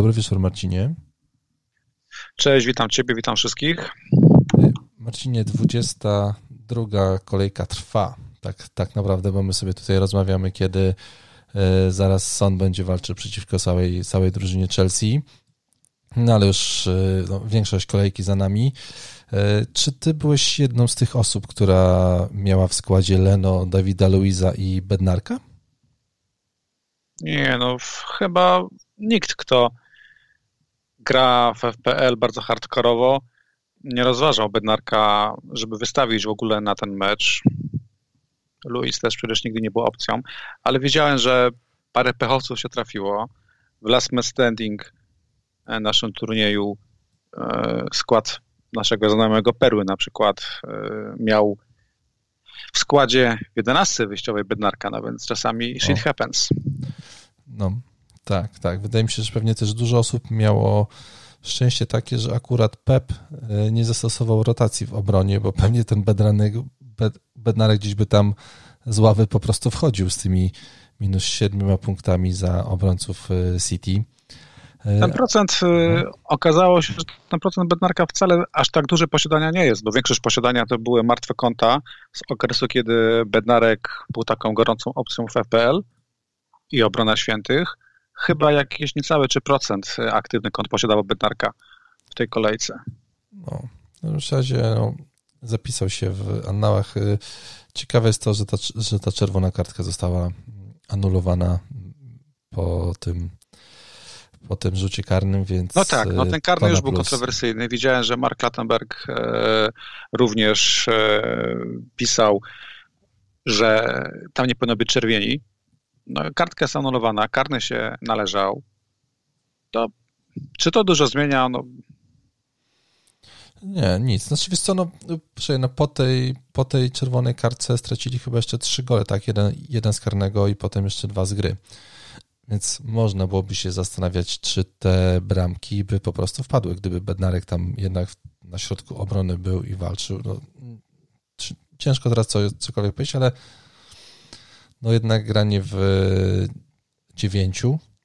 Dobry wieczór, Marcinie. Cześć, witam Ciebie, witam wszystkich. Marcinie, 22 kolejka trwa. Tak naprawdę, bo my sobie tutaj rozmawiamy, kiedy zaraz Son będzie walczył przeciwko całej drużynie Chelsea. No ale już większość kolejki za nami. Czy ty byłeś jedną z tych osób, która miała w składzie Leno, Davida Luiza i Bednarka? Nie, chyba nikt, kto gra w FPL bardzo hardkorowo, nie rozważał Bednarka, żeby wystawić w ogóle na ten mecz. Luiz też przecież nigdy nie był opcją, ale wiedziałem, że parę pechowców się trafiło. W Last Man Standing naszym turnieju skład naszego znajomego Perły na przykład miał w składzie w 11 wyjściowej Bednarka, no więc czasami shit happens. No, tak. Wydaje mi się, że pewnie też dużo osób miało szczęście takie, że akurat Pep nie zastosował rotacji w obronie, bo pewnie ten Bednarek gdzieś by tam z ławy po prostu wchodził z tymi -7 punktami za obrońców City. Ten procent, okazało się, że ten procent Bednarka wcale aż tak duże posiadania nie jest, bo większość posiadania to były martwe konta z okresu, kiedy Bednarek był taką gorącą opcją w FPL i obrona świętych. Chyba jakieś niecałe 3% aktywnych kont posiadało Bednarka w tej kolejce. No, w razie zapisał się w annałach. Ciekawe jest to, że ta czerwona kartka została anulowana po tym rzucie karnym, więc... No tak, ten karny już był kontrowersyjny. Widziałem, że Mark Clattenburg również pisał, że tam nie powinno być czerwieni. No, kartka jest anulowana, karny się należał. Czy to dużo zmienia? Nie, nic. Znaczy, wiesz co, po tej czerwonej kartce stracili chyba jeszcze 3 gole, tak? Jeden z karnego i potem jeszcze 2 z gry. Więc można byłoby się zastanawiać, czy te bramki by po prostu wpadły, gdyby Bednarek tam jednak na środku obrony był i walczył. Ciężko teraz cokolwiek powiedzieć, ale jednak granie w 9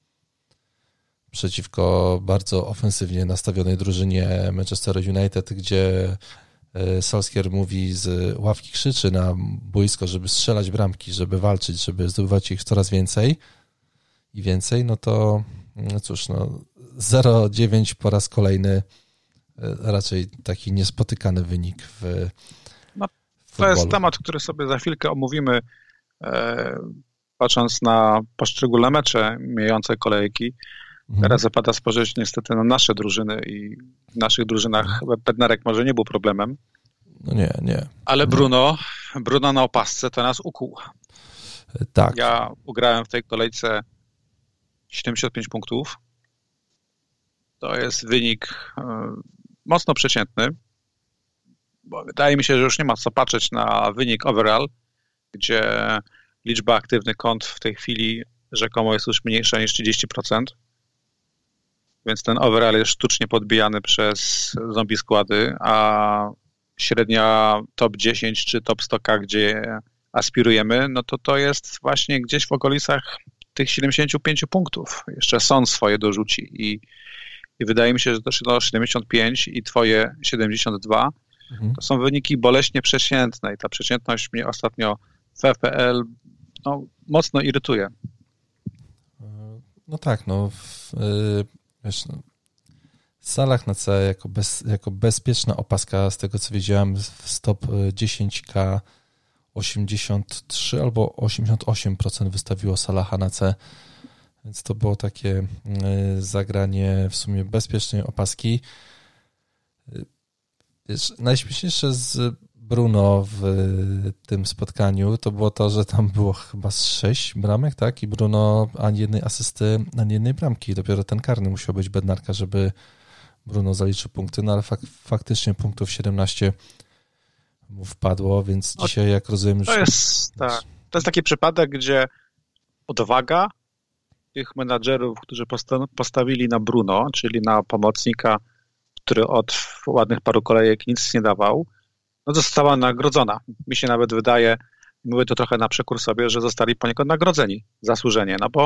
przeciwko bardzo ofensywnie nastawionej drużynie Manchester United, gdzie Solskjaer mówi z ławki, krzyczy na boisko, żeby strzelać bramki, żeby walczyć, żeby zdobywać ich coraz więcej, no to cóż, 0-9 po raz kolejny, raczej taki niespotykany wynik w to jest temat, który sobie za chwilkę omówimy, patrząc na poszczególne mecze mijające kolejki. Teraz zapada spojrzeć niestety na nasze drużyny i w naszych drużynach Bednarek może nie był problemem. No nie. Ale Bruno na opasce to nas ukuł. Tak. Ja ugrałem w tej kolejce 75 punktów. To jest wynik mocno przeciętny, bo wydaje mi się, że już nie ma co patrzeć na wynik overall, gdzie liczba aktywnych kont w tej chwili rzekomo jest już mniejsza niż 30%, więc ten overall jest sztucznie podbijany przez zombie składy, a średnia top 10 czy top 100, gdzie aspirujemy, no to jest właśnie gdzieś w okolicach tych 75 punktów. Jeszcze Son swoje dorzuci i wydaje mi się, że to 75 i twoje 72 to są wyniki boleśnie przeciętne i ta przeciętność mnie ostatnio w FPL mocno irytuje. No tak, wiesz, Salah na C jako bezpieczna opaska, z tego co wiedziałem, w stop 10K 83 albo 88% wystawiło Salaha na C, więc to było takie zagranie w sumie bezpiecznej opaski. Wiesz, najśmieszniejsze z Bruno w tym spotkaniu to było to, że tam było chyba 6 bramek, tak? I Bruno ani jednej asysty, ani jednej bramki. Dopiero ten karny musiał być Bednarka, żeby Bruno zaliczył punkty, no ale faktycznie punktów 17 mu wpadło, więc dzisiaj, jak rozumiem... To jest taki przypadek, gdzie odwaga tych menadżerów, którzy postawili na Bruno, czyli na pomocnika, który od ładnych paru kolejek nic nie dawał, została nagrodzona. Mi się nawet wydaje, mówię to trochę na przekór sobie, że zostali poniekąd nagrodzeni zasłużenie, bo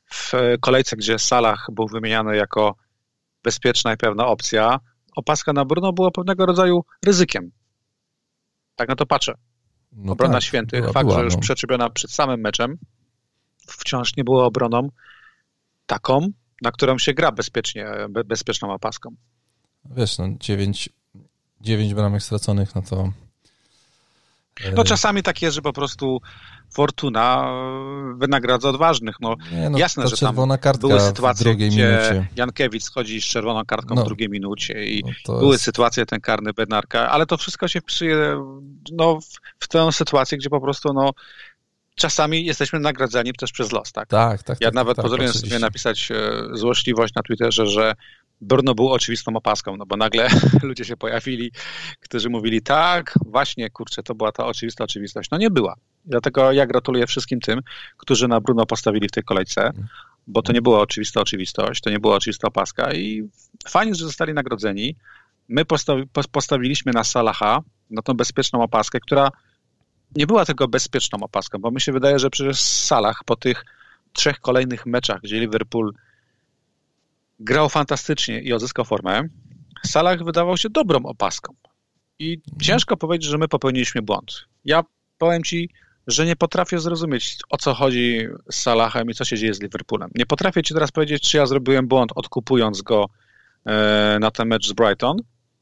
w kolejce, gdzie Salah był wymieniany jako bezpieczna i pewna opcja, opaska na Bruno była pewnego rodzaju ryzykiem. Tak na to patrzę. No Obrona tak, świętych, fakt, że już przeczepiona przed samym meczem, wciąż nie była obroną taką, na którą się gra bezpieczną opaską. Wiesz, 9 bramek straconych, no to... No czasami tak jest, że po prostu fortuna wynagradza odważnych. Jasne, że tam były sytuacje, gdzie Jankiewicz schodzi z czerwoną kartką w drugiej minucie i były sytuacje, ten karny Bednarka, ale to wszystko się wpisuje w tę sytuację, gdzie po prostu czasami jesteśmy nagradzani też przez los, tak? Tak. Ja nawet pozwoliłem sobie napisać złośliwość na Twitterze, że Bruno był oczywistą opaską, bo nagle ludzie się pojawili, którzy mówili, tak, właśnie, kurczę, to była ta oczywista oczywistość. No nie była. Dlatego ja gratuluję wszystkim tym, którzy na Bruno postawili w tej kolejce, bo to nie była oczywista oczywistość, to nie była oczywista opaska i fajnie, że zostali nagrodzeni. My postawiliśmy na Salaha, na tą bezpieczną opaskę, która nie była tego bezpieczną opaską, bo mi się wydaje, że przecież Salah po tych 3 kolejnych meczach, gdzie Liverpool grał fantastycznie i odzyskał formę, Salah wydawał się dobrą opaską. I ciężko powiedzieć, że my popełniliśmy błąd. Ja powiem Ci, że nie potrafię zrozumieć, o co chodzi z Salahem i co się dzieje z Liverpoolem. Nie potrafię Ci teraz powiedzieć, czy ja zrobiłem błąd, odkupując go na ten mecz z Brighton.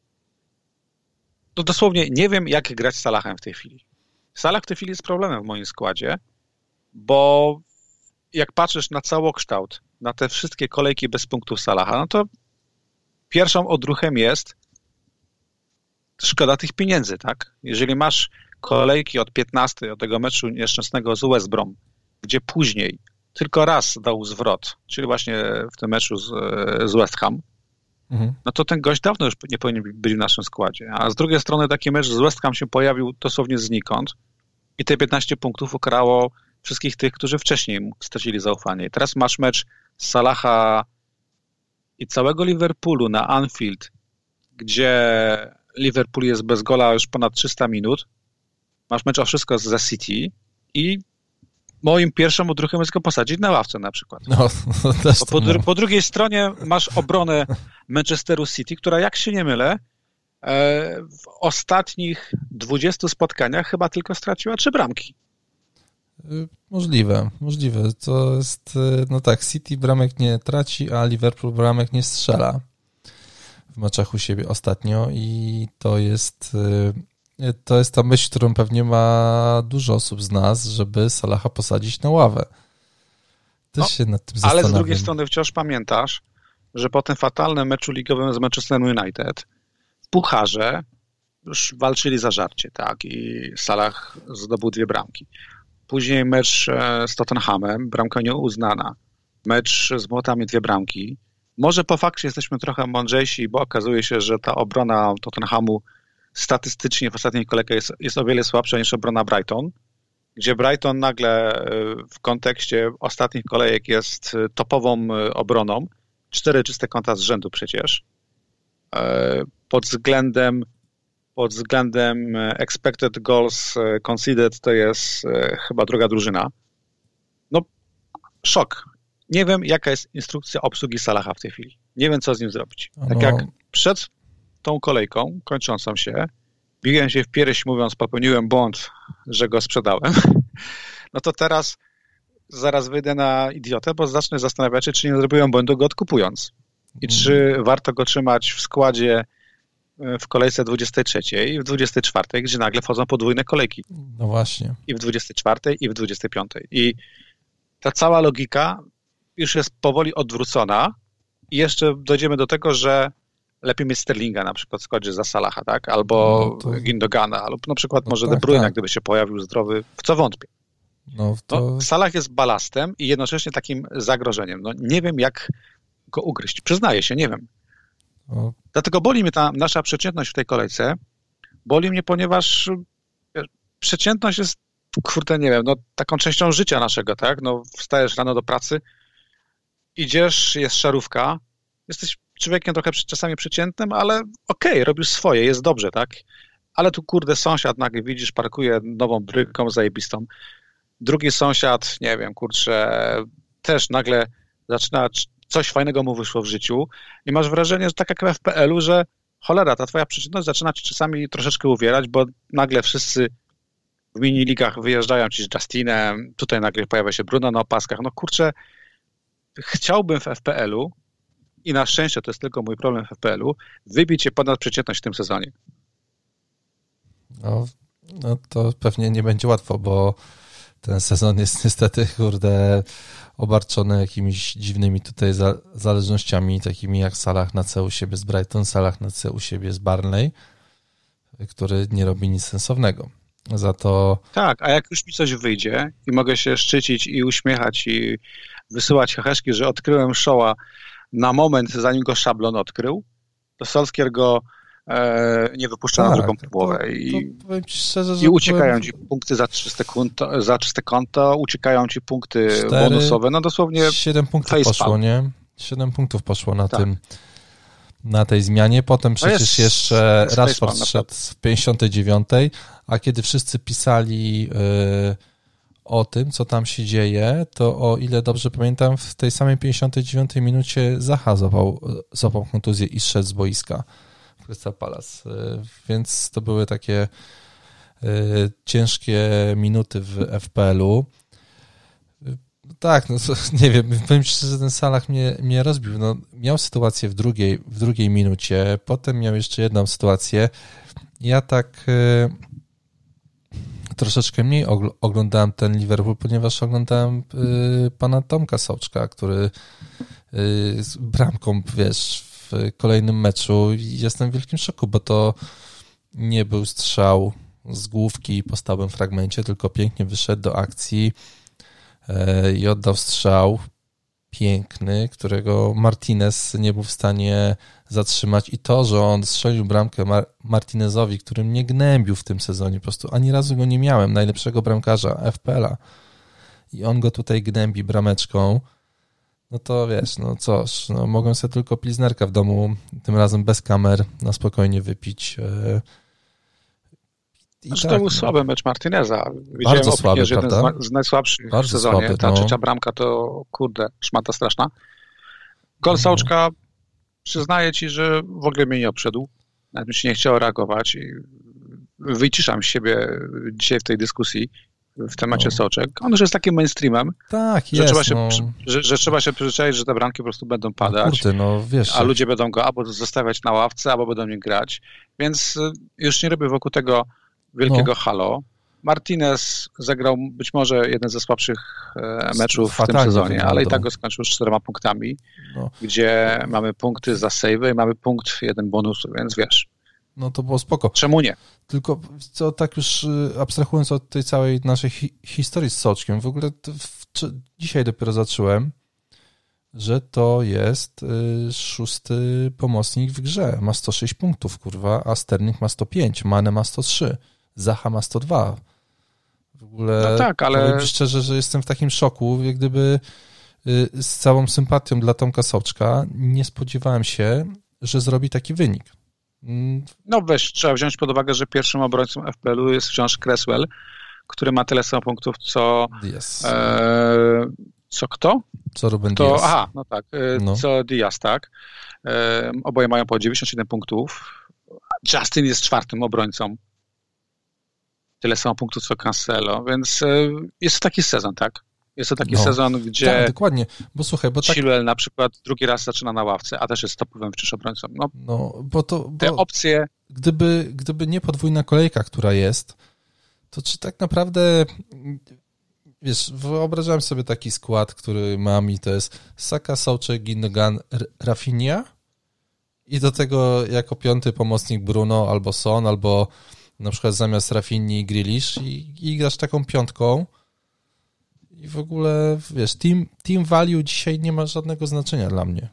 To dosłownie nie wiem, jak grać z Salahem w tej chwili. Salah w tej chwili jest problemem w moim składzie, bo jak patrzysz na całokształt, na te wszystkie kolejki bez punktów Salaha, no to pierwszą odruchem jest szkoda tych pieniędzy, tak? Jeżeli masz kolejki od 15, od tego meczu nieszczęsnego z West Brom, gdzie później tylko raz dał zwrot, czyli właśnie w tym meczu z West Ham, no to ten gość dawno już nie powinien być w naszym składzie. A z drugiej strony taki mecz z West Ham się pojawił dosłownie znikąd i te 15 punktów ukarało wszystkich tych, którzy wcześniej stracili zaufanie. I teraz masz mecz Salaha i całego Liverpoolu na Anfield, gdzie Liverpool jest bez gola już ponad 300 minut. Masz mecz o wszystko za City i moim pierwszym odruchem jest go posadzić na ławce na przykład. Po drugiej stronie masz obronę Manchesteru City, która, jak się nie mylę, w ostatnich 20 spotkaniach chyba tylko straciła 3 bramki. Możliwe. To jest, City bramek nie traci, a Liverpool bramek nie strzela w meczach u siebie ostatnio i to jest ta myśl, którą pewnie ma dużo osób z nas, żeby Salaha posadzić na ławę. Też się nad tym zastanawiam. Ale z drugiej strony wciąż pamiętasz, że po tym fatalnym meczu ligowym z Manchester United w pucharze już walczyli za żarcie, tak? I Salah zdobył 2 bramki. Później mecz z Tottenhamem, bramka nieuznana. Mecz z Młotami 2 bramki. Może po fakcie jesteśmy trochę mądrzejsi, bo okazuje się, że ta obrona Tottenhamu statystycznie w ostatniej kolejce jest o wiele słabsza niż obrona Brighton, gdzie Brighton nagle w kontekście ostatnich kolejek jest topową obroną. 4 czyste konta z rzędu przecież. Pod względem expected goals conceded to jest chyba druga drużyna. No, szok. Nie wiem, jaka jest instrukcja obsługi Salaha w tej chwili. Nie wiem, co z nim zrobić. Tak jak przed tą kolejką kończącą się, biłem się w pierś mówiąc, popełniłem błąd, że go sprzedałem, no to teraz zaraz wyjdę na idiotę, bo zacznę zastanawiać się, czy nie zrobiłem błędu go odkupując. I czy warto go trzymać w składzie w kolejce 23 i w 24, gdzie nagle wchodzą podwójne kolejki. No właśnie. I w 24 i w 25. I ta cała logika już jest powoli odwrócona i jeszcze dojdziemy do tego, że lepiej mieć Sterlinga na przykład w składzie za Salaha, tak? Albo Gündogana, albo na przykład może De Bruyne, gdyby się pojawił zdrowy, w co wątpię. Salah jest balastem i jednocześnie takim zagrożeniem. No, nie wiem, jak go ugryźć. Przyznaję się, nie wiem. Dlatego boli mnie ta nasza przeciętność w tej kolejce. Boli mnie, ponieważ przeciętność jest, nie wiem, taką częścią życia naszego, tak? Wstajesz rano do pracy, idziesz, jest szarówka, jesteś człowiekiem trochę czasami przeciętnym, ale okej, robisz swoje, jest dobrze, tak? Ale tu, sąsiad nagle widzisz, parkuje nową bryką zajebistą. Drugi sąsiad, nie wiem, też nagle zaczyna, coś fajnego mu wyszło w życiu i masz wrażenie, że tak jak w FPL-u, że cholera, ta twoja przeciwność zaczyna ci czasami troszeczkę uwierać, bo nagle wszyscy w mini-ligach wyjeżdżają ci z Justinem, tutaj nagle pojawia się Bruno na opaskach. No kurczę, chciałbym w FPL-u i na szczęście to jest tylko mój problem w FPL-u, wybić je ponad przeciętność w tym sezonie. No to pewnie nie będzie łatwo, bo ten sezon jest niestety, kurde, obarczony jakimiś dziwnymi tutaj zależnościami, takimi jak Salah na C u siebie z Brighton, Salah na C u siebie z Burnley, który nie robi nic sensownego. Za to... Tak, a jak już mi coś wyjdzie i mogę się szczycić i uśmiechać i wysyłać heheszki, że odkryłem Shaw'a na moment, zanim go Szablon odkrył, to Solskjaer go nie wypuszcza na drugą połowę. I uciekają ci punkty za czyste konto, uciekają ci punkty bonusowe, no dosłownie 7 punktów poszło, nie? 7 punktów poszło na tym, na tej zmianie. Potem przecież jeszcze Rashford szedł w 59, a kiedy wszyscy pisali o tym, co tam się dzieje, to o ile dobrze pamiętam, w tej samej 59 minucie Zaha złapał kontuzję i zszedł z boiska w Crystal Palace. Więc to były takie ciężkie minuty w FPL-u. Tak, no nie wiem, powiem ci, że ten Salah mnie rozbił. No, miał sytuację w drugiej minucie, potem miał jeszcze jedną sytuację. Ja tak troszeczkę mniej oglądałem ten Liverpool, ponieważ oglądałem pana Tomka Sołczka, który z bramką, wiesz, w kolejnym meczu i jestem w wielkim szoku, bo to nie był strzał z główki po stałym fragmencie, tylko pięknie wyszedł do akcji i oddał strzał piękny, którego Martinez nie był w stanie zatrzymać i to, że on strzelił bramkę Martinezowi, który mnie gnębił w tym sezonie, po prostu ani razu go nie miałem, najlepszego bramkarza FPL-a i on go tutaj gnębi brameczką, no to wiesz, no cóż, no mogłem sobie tylko pilsnerka w domu, tym razem bez kamer, na spokojnie wypić. Znaczy to był słaby mecz Martineza. Widziałem bardzo słaby, że jeden z najsłabszych w sezonie. Słaby, ta trzecia bramka to, kurde, szmata straszna. Gol Sołczka, przyznaję ci, że w ogóle mnie nie obszedł. Nawet mi się nie chciało reagować. I wyciszam siebie dzisiaj w tej dyskusji w temacie Sołczek. On już jest takim mainstreamem, tak, że, że trzeba się przyzwyczaić, że te bramki po prostu będą padać, wiesz, a ludzie będą go albo zostawiać na ławce, albo będą nie grać. Więc już nie robię wokół tego wielkiego halo. Martinez zagrał być może jeden ze słabszych meczów w tym sezonie, ale i tak go skończył z 4 punktami, gdzie mamy punkty za save i mamy punkt 1 bonusu, więc wiesz. No to było spoko. Czemu nie? Tylko co, tak już abstrahując od tej całej naszej historii z Soczkiem, w ogóle dzisiaj dopiero zacząłem, że to jest 6. pomocnik w grze. Ma 106 punktów, kurwa, a Sterling ma 105, Mane ma 103, Zaha ma 102. W ogóle no tak, ale... powiem szczerze, że jestem w takim szoku, jak gdyby z całą sympatią dla Tomka Soczka nie spodziewałem się, że zrobi taki wynik. No weź, trzeba wziąć pod uwagę, że pierwszym obrońcą FPL-u jest wciąż Cresswell, który ma tyle samo punktów, co... Diaz. Co kto? Co Ruben Diaz. Aha, no tak. Co Diaz, tak. Oboje mają po 97 punktów. Justin jest 4. obrońcą. Tyle samo punktów, co Cancelo, więc jest to taki sezon, tak? Jest to taki sezon, gdzie... Tak, dokładnie, bo słuchaj, bo tak... Chilwell na przykład drugi raz zaczyna na ławce, a też jest topowym wciąż obrońcą. Bo te opcje... Gdyby nie podwójna kolejka, która jest, to czy tak naprawdę... Wiesz, wyobrażam sobie taki skład, który mam i to jest Saka, Souček, Gundogan, Rafinha i do tego jako 5. pomocnik Bruno albo Son, albo na przykład zamiast Rafinhi Grealish i grasz taką 5. I w ogóle, wiesz, team value dzisiaj nie ma żadnego znaczenia dla mnie.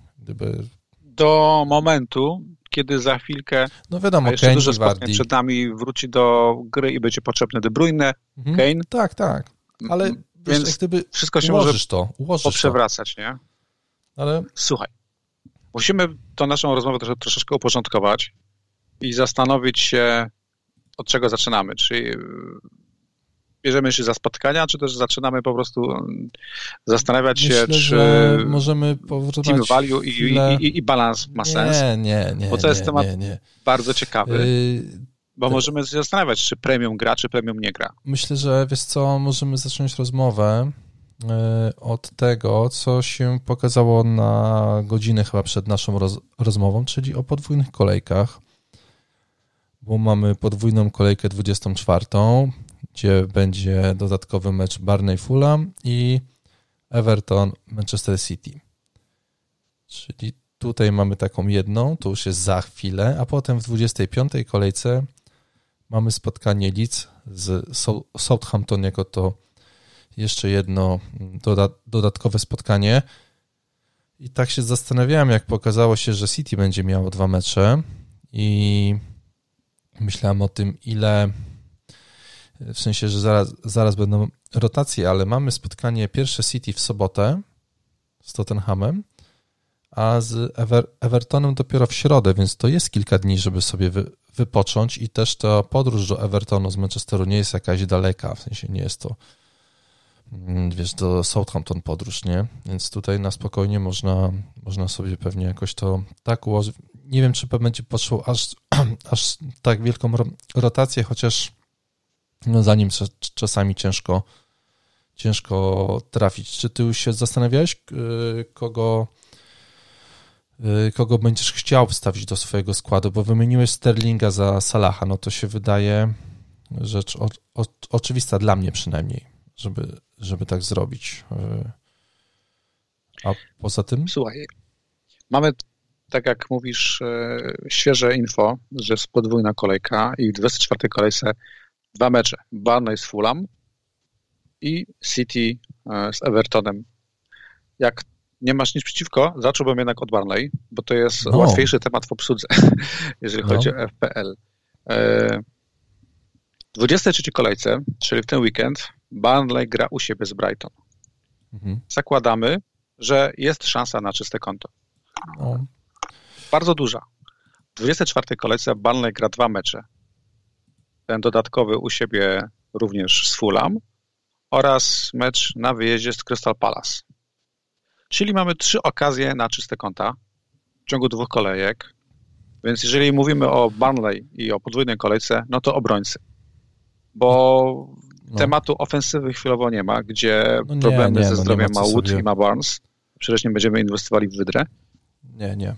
Do momentu, kiedy za chwilkę, no wiadomo, a jeszcze Kane, dużo spotkań przed nami wróci do gry i będzie potrzebny De Bruyne, Kane. Tak. Ale więc jak gdyby wszystko się może ułożysz poprzewracać, nie? Ale... Słuchaj, musimy tą naszą rozmowę troszeczkę uporządkować i zastanowić się, od czego zaczynamy. Czyli bierzemy się za spotkania, czy też zaczynamy po prostu zastanawiać się, czy że możemy team value i balans ma sens? Nie. Bo to jest temat bardzo ciekawy, bo możemy się zastanawiać, czy premium gra, czy premium nie gra. Myślę, że wiesz co, możemy zacząć rozmowę od tego, co się pokazało na godzinę chyba przed naszą rozmową, czyli o podwójnych kolejkach, bo mamy podwójną kolejkę 24, gdzie będzie dodatkowy mecz Burnley-Fulham i Everton-Manchester City. Czyli tutaj mamy taką jedną, to już jest za chwilę, a potem w 25 kolejce mamy spotkanie Leeds z Southampton jako to jeszcze jedno dodatkowe spotkanie. I tak się zastanawiałem, jak pokazało się, że City będzie miało 2 mecze i myślałem o tym, ile, w sensie, że zaraz będą rotacje, ale mamy spotkanie pierwsze City w sobotę z Tottenhamem, a z Evertonem dopiero w środę, więc to jest kilka dni, żeby sobie wypocząć i też ta podróż do Evertonu z Manchesteru nie jest jakaś daleka, w sensie nie jest to, wiesz, do Southampton podróż, nie? Więc tutaj na spokojnie można sobie pewnie jakoś to tak ułożyć. Nie wiem, czy będzie poszło aż tak wielką rotację, chociaż no za nim czasami ciężko trafić. Czy ty już się zastanawiałeś, kogo będziesz chciał wstawić do swojego składu, bo wymieniłeś Sterlinga za Salaha, no to się wydaje rzecz oczywista dla mnie przynajmniej, żeby tak zrobić. A poza tym? Słuchaj, mamy, tak jak mówisz, świeże info, że jest podwójna kolejka i w 24 kolejce 2 mecze. Burnley z Fulham i City z Evertonem. Jak nie masz nic przeciwko, zacząłbym jednak od Burnley, bo to jest łatwiejszy temat w obsłudze, jeżeli chodzi o FPL. W 23 kolejce, czyli w ten weekend, Burnley gra u siebie z Brighton. Zakładamy, że jest szansa na czyste konto. Bardzo duża. W 24 kolejce Burnley gra 2 mecze. Ten dodatkowy u siebie również z Fulham oraz mecz na wyjeździe z Crystal Palace. Czyli mamy 3 okazje na czyste konta w ciągu 2 kolejek. Więc jeżeli mówimy o Burnley i o podwójnej kolejce, no to obrońcy. Bo tematu ofensywy chwilowo nie ma, gdzie problemy ze zdrowiem ma Wood i ma Barnes. Przecież nie będziemy inwestowali w Wydrę. Nie.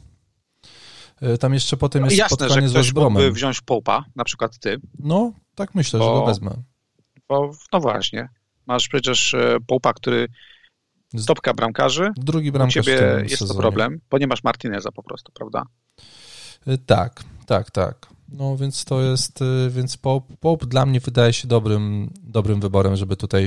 Tam jeszcze potem jest jasne, spotkanie że ktoś z Bromem. mógłby wziąć Pope'a, na przykład ty. No, tak myślę, że go wezmę. No właśnie. Masz przecież Pope'a, który topka bramkarzy. Drugi bramkarz u ciebie jest sezonie. To problem, bo nie masz Martineza po prostu, prawda? Tak. No więc to jest, więc Pope dla mnie wydaje się dobrym wyborem, żeby tutaj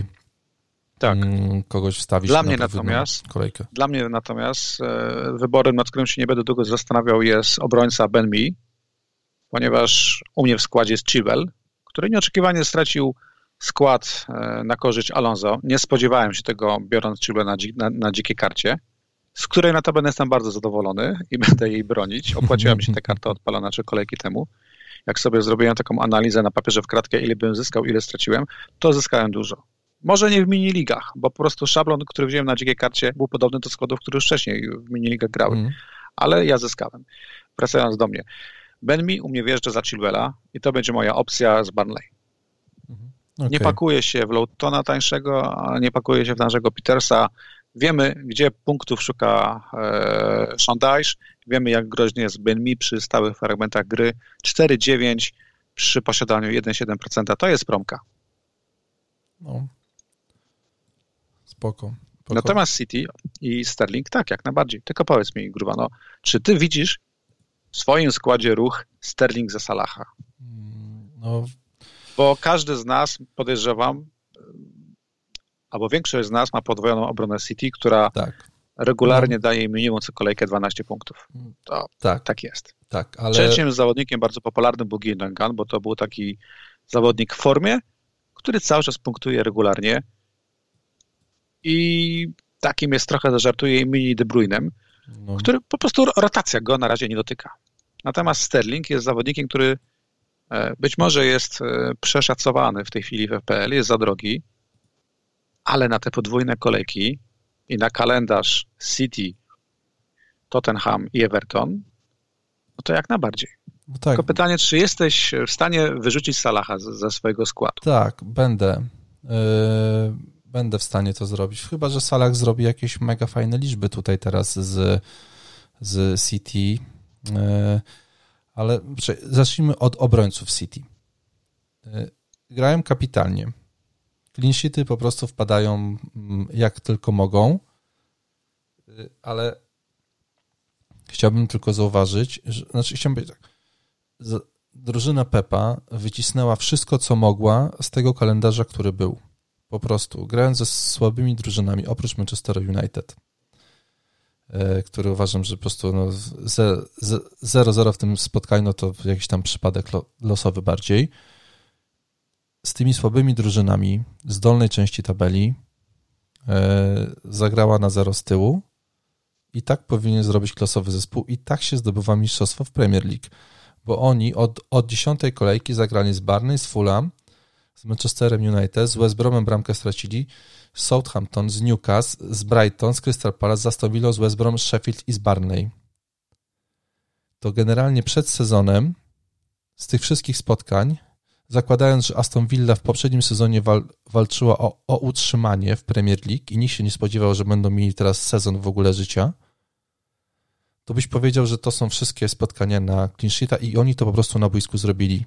kogoś wstawić na kolejkę. Dla mnie natomiast wyborem, nad którym się nie będę długo zastanawiał, jest obrońca Ben Mee, ponieważ u mnie w składzie jest Chilwell, który nieoczekiwanie stracił skład na korzyść Alonso. Nie spodziewałem się tego, biorąc Chilwell na dzikiej karcie, z której notabene jestem bardzo zadowolony i będę jej bronić. Opłaciła mi się ta karta odpalona 3 kolejki temu. Jak sobie zrobiłem taką analizę na papierze w kratkę, ile bym zyskał, ile straciłem, to zyskałem dużo. Może nie w miniligach, bo po prostu szablon, który wziąłem na dzikiej karcie, był podobny do składów, które już wcześniej w miniligach grały. Ale ja zyskałem. Wracając do mnie. Ben Mee u mnie wjeżdża za Chilwella i to będzie moja opcja z Burnley. Okay. Nie pakuje się w Lowtona tańszego, nie pakuje się w naszego Petersa. Wiemy, gdzie punktów szuka Sean Dyche. Wiemy, jak groźny jest Ben Mee przy stałych fragmentach gry. 4,9 przy posiadaniu 1,7%. To jest promka. No. Spoko. Natomiast City i Sterling, tak, jak najbardziej. Tylko powiedz mi, Grubano, czy ty widzisz w swoim składzie ruch Sterling za Salaha? No. Bo każdy z nas, podejrzewam, albo większość z nas ma podwojoną obronę City, która regularnie daje minimum co kolejkę 12 punktów. To tak jest. Tak, ale... Trzecim zawodnikiem bardzo popularnym był Gundogan, bo to był taki zawodnik w formie, który cały czas punktuje regularnie i takim jest trochę, zażartuje i mini De Bruynem, który po prostu rotacja go na razie nie dotyka. Natomiast Sterling jest zawodnikiem, który być może jest przeszacowany w tej chwili w FPL, jest za drogi, ale na te podwójne kolejki i na kalendarz City, Tottenham i Everton, no to jak najbardziej. No tak. Tylko pytanie, czy jesteś w stanie wyrzucić Salaha ze swojego składu? Tak, będę. Będę w stanie to zrobić. Chyba że Salah zrobi jakieś mega fajne liczby tutaj teraz z City. Ale zacznijmy od obrońców City. Grają kapitalnie. Clean sheety po prostu wpadają jak tylko mogą, ale chciałbym tylko zauważyć, chciałbym powiedzieć tak, drużyna Pepa wycisnęła wszystko, co mogła z tego kalendarza, który był. Po prostu, grając ze słabymi drużynami, oprócz Manchester United, który uważam, że po prostu 0-0 w tym spotkaniu, no to jakiś tam przypadek losowy bardziej. Z tymi słabymi drużynami z dolnej części tabeli zagrała na 0 z tyłu i tak powinien zrobić klasowy zespół i tak się zdobywa mistrzostwo w Premier League, bo oni od 10. kolejki zagrali z Burnley, z Fulham, z Manchesterem United, z West Bromem bramkę stracili, z Southampton, z Newcastle, z Brighton, z Crystal Palace, z Aston Villa, z West Brom, z Sheffield i z Burnley. To generalnie przed sezonem z tych wszystkich spotkań, zakładając, że Aston Villa w poprzednim sezonie walczyła o utrzymanie w Premier League i nikt się nie spodziewał, że będą mieli teraz sezon w ogóle życia, to byś powiedział, że to są wszystkie spotkania na clean sheeta i oni to po prostu na boisku zrobili.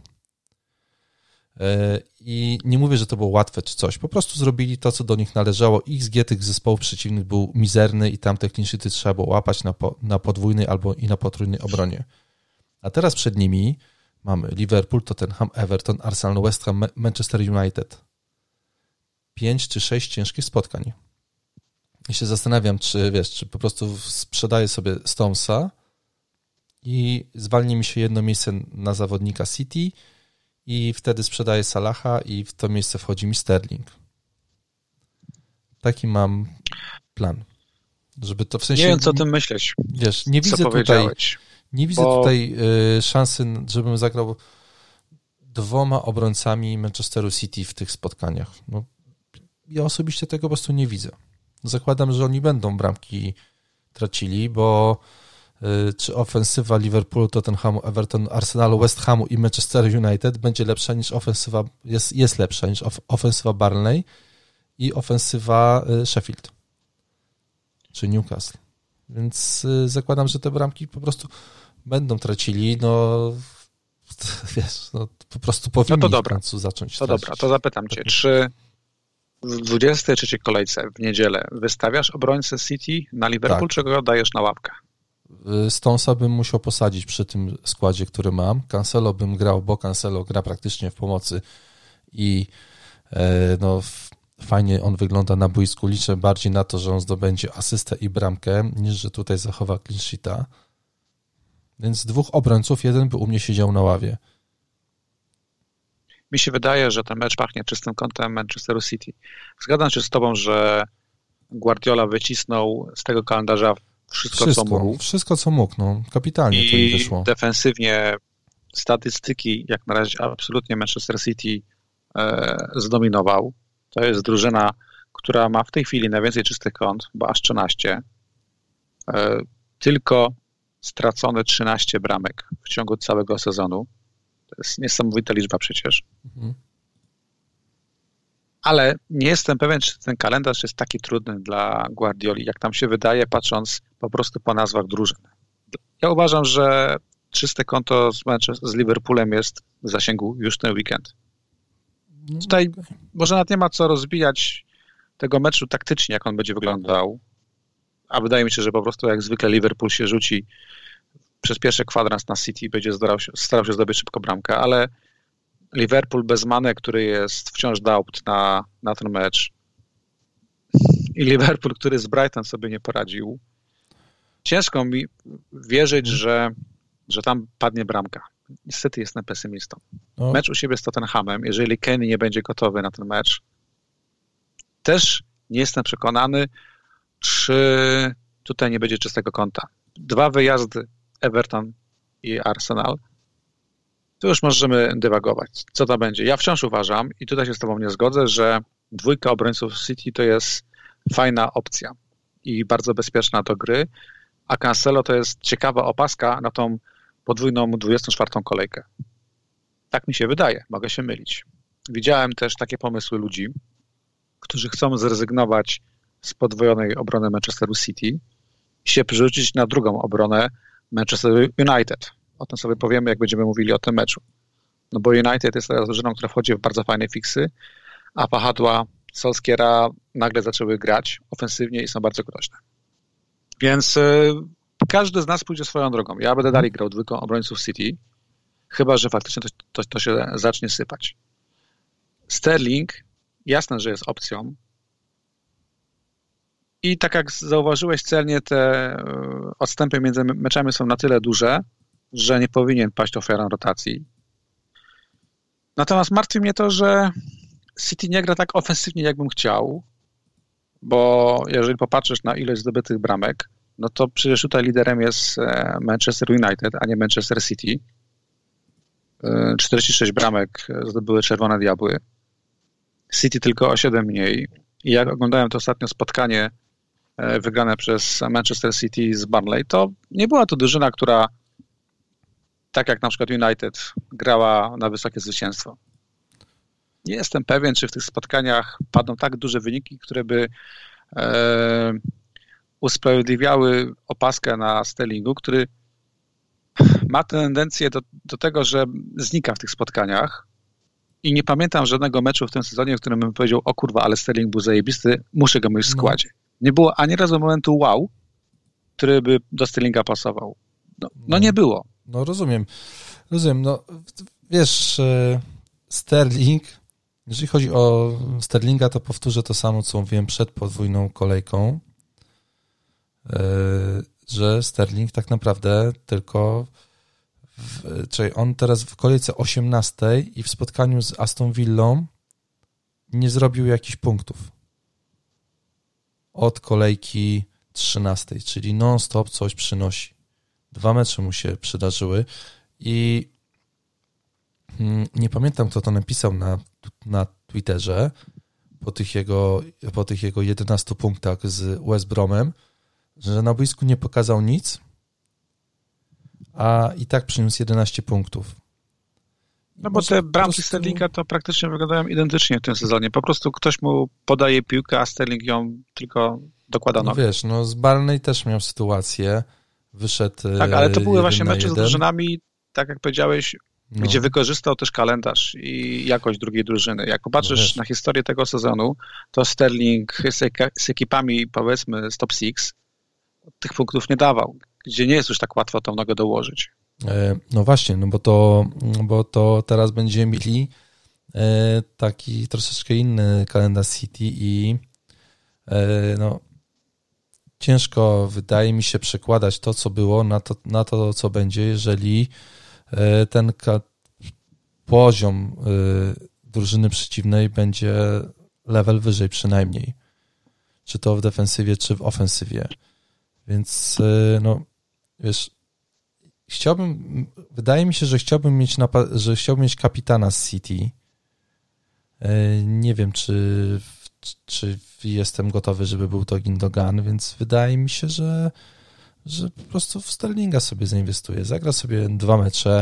I nie mówię, że to było łatwe czy coś, po prostu zrobili to, co do nich należało. XG tych zespołów przeciwnych był mizerny i tam te clean sheety trzeba było łapać na podwójnej albo i na potrójnej obronie. A teraz przed nimi mamy Liverpool, Tottenham, Everton, Arsenal, West Ham, Manchester United. 5 czy 6 ciężkich spotkań. I się zastanawiam, czy po prostu sprzedaję sobie Stonesa i zwalni mi się jedno miejsce na zawodnika City i wtedy sprzedaję Salaha i w to miejsce wchodzi mi Sterling. Taki mam plan. Żeby to w sensie... Nie wiem, co o tym myśleć. Wiesz, nie widzę tutaj szansy, żebym zagrał 2 obrońcami Manchesteru City w tych spotkaniach. No, ja osobiście tego po prostu nie widzę. Zakładam, że oni będą bramki tracili, bo czy ofensywa Liverpoolu, Tottenhamu, Evertonu, Arsenalu, West Hamu i Manchester United będzie lepsza niż ofensywa, jest lepsza niż ofensywa Burnley i ofensywa Sheffield czy Newcastle. Więc zakładam, że te bramki po prostu będą tracili, no wiesz, no po prostu powinni w końcu zacząć tracić. Dobra, to zapytam Cię, czy w 23 kolejce w niedzielę wystawiasz obrońcę City na Liverpool, czy go dajesz na ławkę? Stonesa bym musiał posadzić przy tym składzie, który mam. Cancelo bym grał, bo Cancelo gra praktycznie w pomocy i no fajnie on wygląda na boisku. Liczę bardziej na to, że on zdobędzie asystę i bramkę, niż że tutaj zachowa clean sheeta. Więc 2 obrońców, jeden by u mnie siedział na ławie. Mi się wydaje, że ten mecz pachnie czystym kątem Manchesteru City. Zgadzam się z tobą, że Guardiola wycisnął z tego kalendarza wszystko co mógł. Wszystko, co mógł. No, kapitalnie to im wyszło. I defensywnie statystyki, jak na razie absolutnie Manchester City zdominował. To jest drużyna, która ma w tej chwili najwięcej czystych kąt, bo aż 13. Tylko stracone 13 bramek w ciągu całego sezonu. To jest niesamowita liczba przecież. Mhm. Ale nie jestem pewien, czy ten kalendarz jest taki trudny dla Guardioli, jak nam się wydaje, patrząc po prostu po nazwach drużyn. Ja uważam, że czyste konto z Liverpoolem jest w zasięgu już ten weekend. Tutaj może nawet nie ma co rozbijać tego meczu taktycznie, jak on będzie wyglądał, a wydaje mi się, że po prostu jak zwykle Liverpool się rzuci przez pierwszy kwadrans na City i będzie starał się zdobyć szybko bramkę, ale Liverpool bez Mane, który jest wciąż doubt na ten mecz i Liverpool, który z Brighton sobie nie poradził, ciężko mi wierzyć, że tam padnie bramka. Niestety jestem pesymistą. No. Mecz u siebie z Tottenhamem, jeżeli Kane nie będzie gotowy na ten mecz, też nie jestem przekonany, czy tutaj nie będzie czystego kąta. 2 wyjazdy Everton i Arsenal Tu już możemy dywagować, co to będzie. Ja wciąż uważam, i tutaj się z tobą nie zgodzę, że dwójka obrońców City to jest fajna opcja i bardzo bezpieczna do gry, a Cancelo to jest ciekawa opaska na tą podwójną 24. kolejkę. Tak mi się wydaje, mogę się mylić. Widziałem też takie pomysły ludzi, którzy chcą zrezygnować z podwojonej obrony Manchesteru City i się przerzucić na drugą obronę Manchester United. O tym sobie powiemy, jak będziemy mówili o tym meczu. No bo United jest teraz drużyną, która wchodzi w bardzo fajne fiksy, a wahadła Solskiera nagle zaczęły grać ofensywnie i są bardzo groźne. Więc każdy z nas pójdzie swoją drogą. Ja będę dalej grał dwójką obrońców City, chyba że faktycznie to się zacznie sypać. Sterling, jasne, że jest opcją. I tak jak zauważyłeś celnie, te odstępy między meczami są na tyle duże, że nie powinien paść ofiarą rotacji. Natomiast martwi mnie to, że City nie gra tak ofensywnie, jakbym chciał, bo jeżeli popatrzysz na ilość zdobytych bramek, no to przecież tutaj liderem jest Manchester United, a nie Manchester City. 46 bramek zdobyły Czerwone Diabły. City tylko o 7 mniej. I jak oglądałem to ostatnio spotkanie wygrane przez Manchester City z Burnley, to nie była to drużyna, która tak jak na przykład United grała na wysokie zwycięstwo. Nie jestem pewien, czy w tych spotkaniach padną tak duże wyniki, które by usprawiedliwiały opaskę na Sterlingu, który ma tendencję do tego, że znika w tych spotkaniach i nie pamiętam żadnego meczu w tym sezonie, w którym bym powiedział, o kurwa, ale Sterling był zajebisty, muszę go mieć w składzie. Nie było ani razu momentu wow, który by do Sterlinga pasował. No nie było. No rozumiem. No wiesz, Sterling, jeżeli chodzi o Sterlinga, to powtórzę to samo, co mówiłem przed podwójną kolejką, że Sterling tak naprawdę tylko czyli on teraz w kolejce 18 i w spotkaniu z Aston Villą nie zrobił jakichś punktów. Od kolejki 13, czyli non-stop coś przynosi. 2 mecze mu się przydarzyły i nie pamiętam, kto to napisał na Twitterze po tych jego 11 punktach z West Bromem, że na boisku nie pokazał nic, a i tak przyniósł 11 punktów. No bo te bramki Sterlinga to praktycznie wyglądają identycznie w tym sezonie. Po prostu ktoś mu podaje piłkę, a Sterling ją tylko dokłada nogę. No wiesz, z Barney też miał sytuację, wyszedł tak, ale to były właśnie mecze z drużynami, tak jak powiedziałeś, gdzie wykorzystał też kalendarz i jakość drugiej drużyny. Jak popatrzysz na historię tego sezonu, to Sterling z ekipami, powiedzmy, z top 6 tych punktów nie dawał, gdzie nie jest już tak łatwo tą nogę dołożyć. No właśnie, bo to teraz będziemy mieli taki troszeczkę inny kalendarz City i ciężko wydaje mi się przekładać to, co było na to, co będzie, jeżeli ten poziom drużyny przeciwnej będzie level wyżej przynajmniej. Czy to w defensywie, czy w ofensywie. Więc wiesz, wydaje mi się, że chciałbym mieć kapitana z City. Nie wiem, czy jestem gotowy, żeby był to Gundogan, więc wydaje mi się, że po prostu w Sterlinga sobie zainwestuję. Zagra sobie 2 mecze.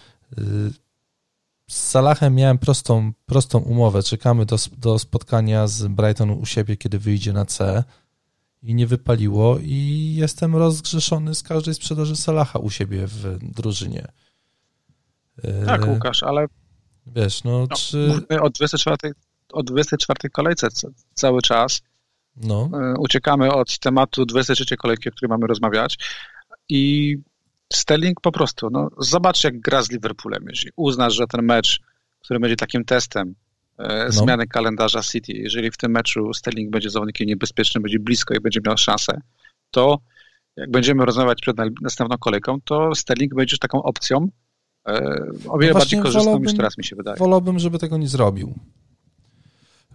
Z Salahem miałem prostą umowę. Czekamy do spotkania z Brighton u siebie, kiedy wyjdzie na C. I nie wypaliło i jestem rozgrzeszony z każdej sprzedaży Salaha u siebie w drużynie. Tak, Łukasz, ale wiesz, czy... Mówimy o 24 kolejce cały czas. Uciekamy od tematu 23 kolejki, o której mamy rozmawiać i Sterling po prostu, zobacz jak gra z Liverpoolem. Jeśli uznasz, że ten mecz, który będzie takim testem zmiany kalendarza City, jeżeli w tym meczu Sterling będzie zawodnikiem niebezpiecznym, będzie blisko i będzie miał szansę, to jak będziemy rozmawiać przed następną kolejką, to Sterling będzie już taką opcją o wiele bardziej korzystną niż teraz mi się wydaje. Wolałbym, żeby tego nie zrobił.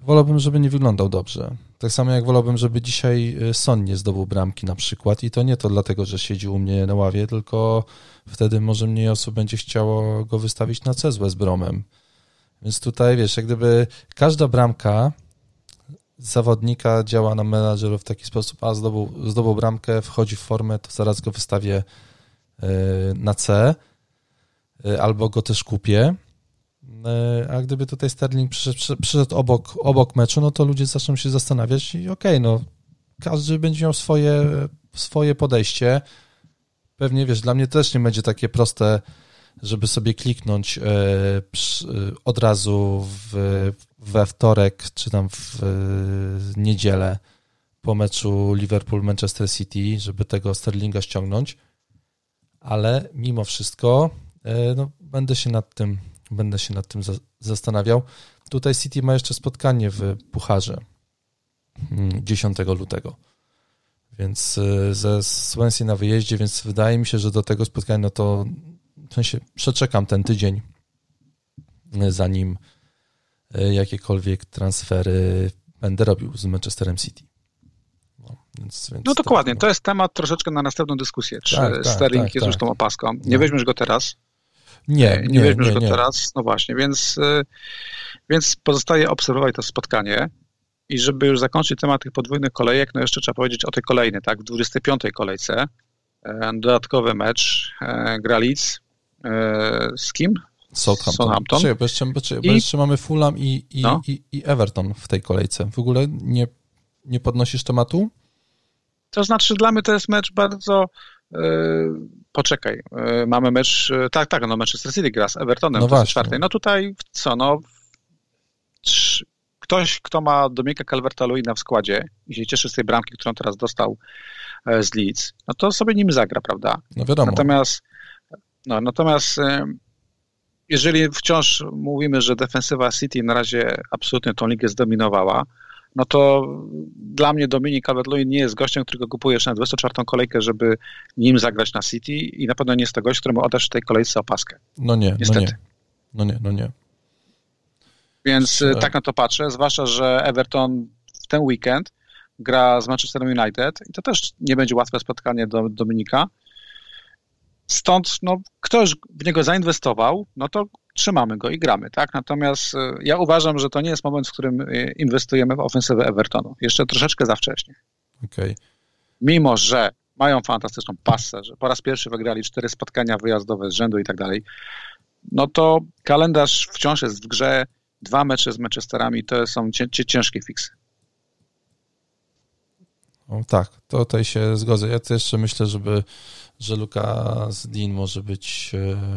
wolałbym, żeby nie wyglądał dobrze. Tak samo jak wolałbym, żeby dzisiaj Son nie zdobył bramki na przykład i to nie to dlatego, że siedzi u mnie na ławie, tylko wtedy może mniej osób będzie chciało go wystawić na C z West Bromem. Więc tutaj, wiesz, jak gdyby każda bramka zawodnika działa na menadżerów w taki sposób, a zdobył bramkę, wchodzi w formę, to zaraz go wystawię na C, albo go też kupię. A gdyby tutaj Sterling przyszedł obok meczu, no to ludzie zaczną się zastanawiać i okej, no każdy będzie miał swoje podejście. Pewnie, wiesz, dla mnie też nie będzie takie proste, żeby sobie kliknąć od razu we wtorek, czy tam w niedzielę po meczu Liverpool-Manchester City, żeby tego Sterlinga ściągnąć, ale mimo wszystko no, będę się nad tym zastanawiał. Tutaj City ma jeszcze spotkanie w Pucharze 10 lutego, więc ze Swansea na wyjeździe, więc wydaje mi się, że do tego spotkania, no to w sensie przeczekam ten tydzień, zanim jakiekolwiek transfery będę robił z Manchesterem City. Więc no dokładnie, to jest temat troszeczkę na następną dyskusję. Czy Sterling jest już tą opaską? Nie weźmiesz go teraz? Nie weźmiesz go teraz? No właśnie, więc pozostaje obserwować to spotkanie i żeby już zakończyć temat tych podwójnych kolejek, no jeszcze trzeba powiedzieć o tej kolejnej, tak? W 25. kolejce dodatkowy mecz gra Leeds z kim? Southampton. Bo jeszcze mamy Fulham i Everton w tej kolejce. W ogóle nie podnosisz tematu? To znaczy dla mnie to jest mecz bardzo... Poczekaj, mamy mecz... Tak, no Manchester City gra z Evertonem w 4. No tutaj co, no... Ktoś, kto ma Dominika Calvert-Lewina w składzie i się cieszy z tej bramki, którą teraz dostał z Leeds, no to sobie nim zagra, prawda? No wiadomo. Natomiast jeżeli wciąż mówimy, że defensywa City na razie absolutnie tą ligę zdominowała, no to dla mnie Dominik Calvert-Lewin nie jest gościem, którego kupujesz na 24. kolejkę, żeby nim zagrać na City i na pewno nie jest to gość, któremu oddasz w tej kolejce opaskę. No nie, niestety. No nie. Więc tak na to patrzę, zwłaszcza, że Everton w ten weekend gra z Manchesterem United i to też nie będzie łatwe spotkanie do Dominika. Stąd ktoś w niego zainwestował, no to trzymamy go i gramy, tak? Natomiast ja uważam, że to nie jest moment, w którym inwestujemy w ofensywę Evertonu. Jeszcze troszeczkę za wcześnie. Okay. Mimo, że mają fantastyczną passę, że po raz pierwszy wygrali 4 spotkania wyjazdowe z rzędu i tak dalej, no to kalendarz wciąż jest w grze. 2 mecze z Manchesterami to są ciężkie fiksy. O, tak, to tutaj się zgodzę. Ja też jeszcze myślę, że Lucas Digne może być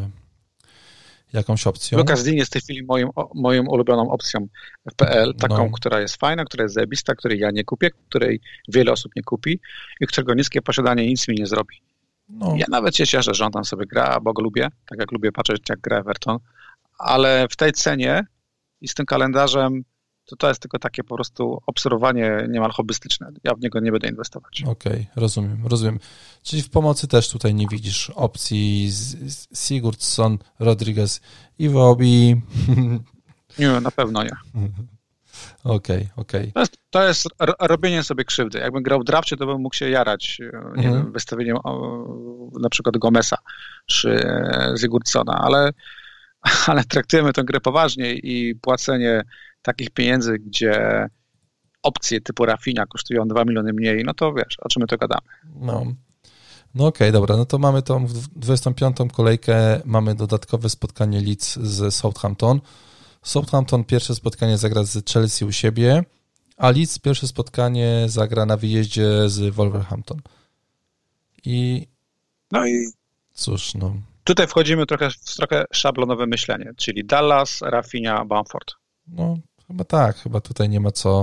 jakąś opcją. Lucas Digne jest w tej chwili moją ulubioną opcją w PL, taką, która jest fajna, która jest zajebista, której ja nie kupię, której wiele osób nie kupi i którego niskie posiadanie nic mi nie zrobi. No. Ja nawet się cieszę, że on tam sobie gra, bo go lubię, tak jak lubię patrzeć, jak gra Everton, ale w tej cenie i z tym kalendarzem to jest tylko takie po prostu obserwowanie niemal hobbystyczne. Ja w niego nie będę inwestować. Okej, rozumiem. Czyli w pomocy też tutaj nie widzisz opcji Sigurdsson, Rodriguez, Iwobi. Nie, na pewno nie. Okej. To jest robienie sobie krzywdy. Jakbym grał w drafcie, to bym mógł się jarać nie wiem, wystawieniem na przykład Gomeza czy Sigurdssona, ale traktujemy tę grę poważnie i płacenie takich pieniędzy, gdzie opcje typu Rafinha kosztują 2 miliony mniej, no to wiesz, o czym my to gadamy. No okej, dobra, no to mamy tą 25. kolejkę, mamy dodatkowe spotkanie Leeds z Southampton. Southampton pierwsze spotkanie zagra z Chelsea u siebie, a Leeds pierwsze spotkanie zagra na wyjeździe z Wolverhampton. Cóż, tutaj wchodzimy trochę w trochę szablonowe myślenie, czyli Dallas, Rafinha, Bamford. No, chyba tutaj nie ma co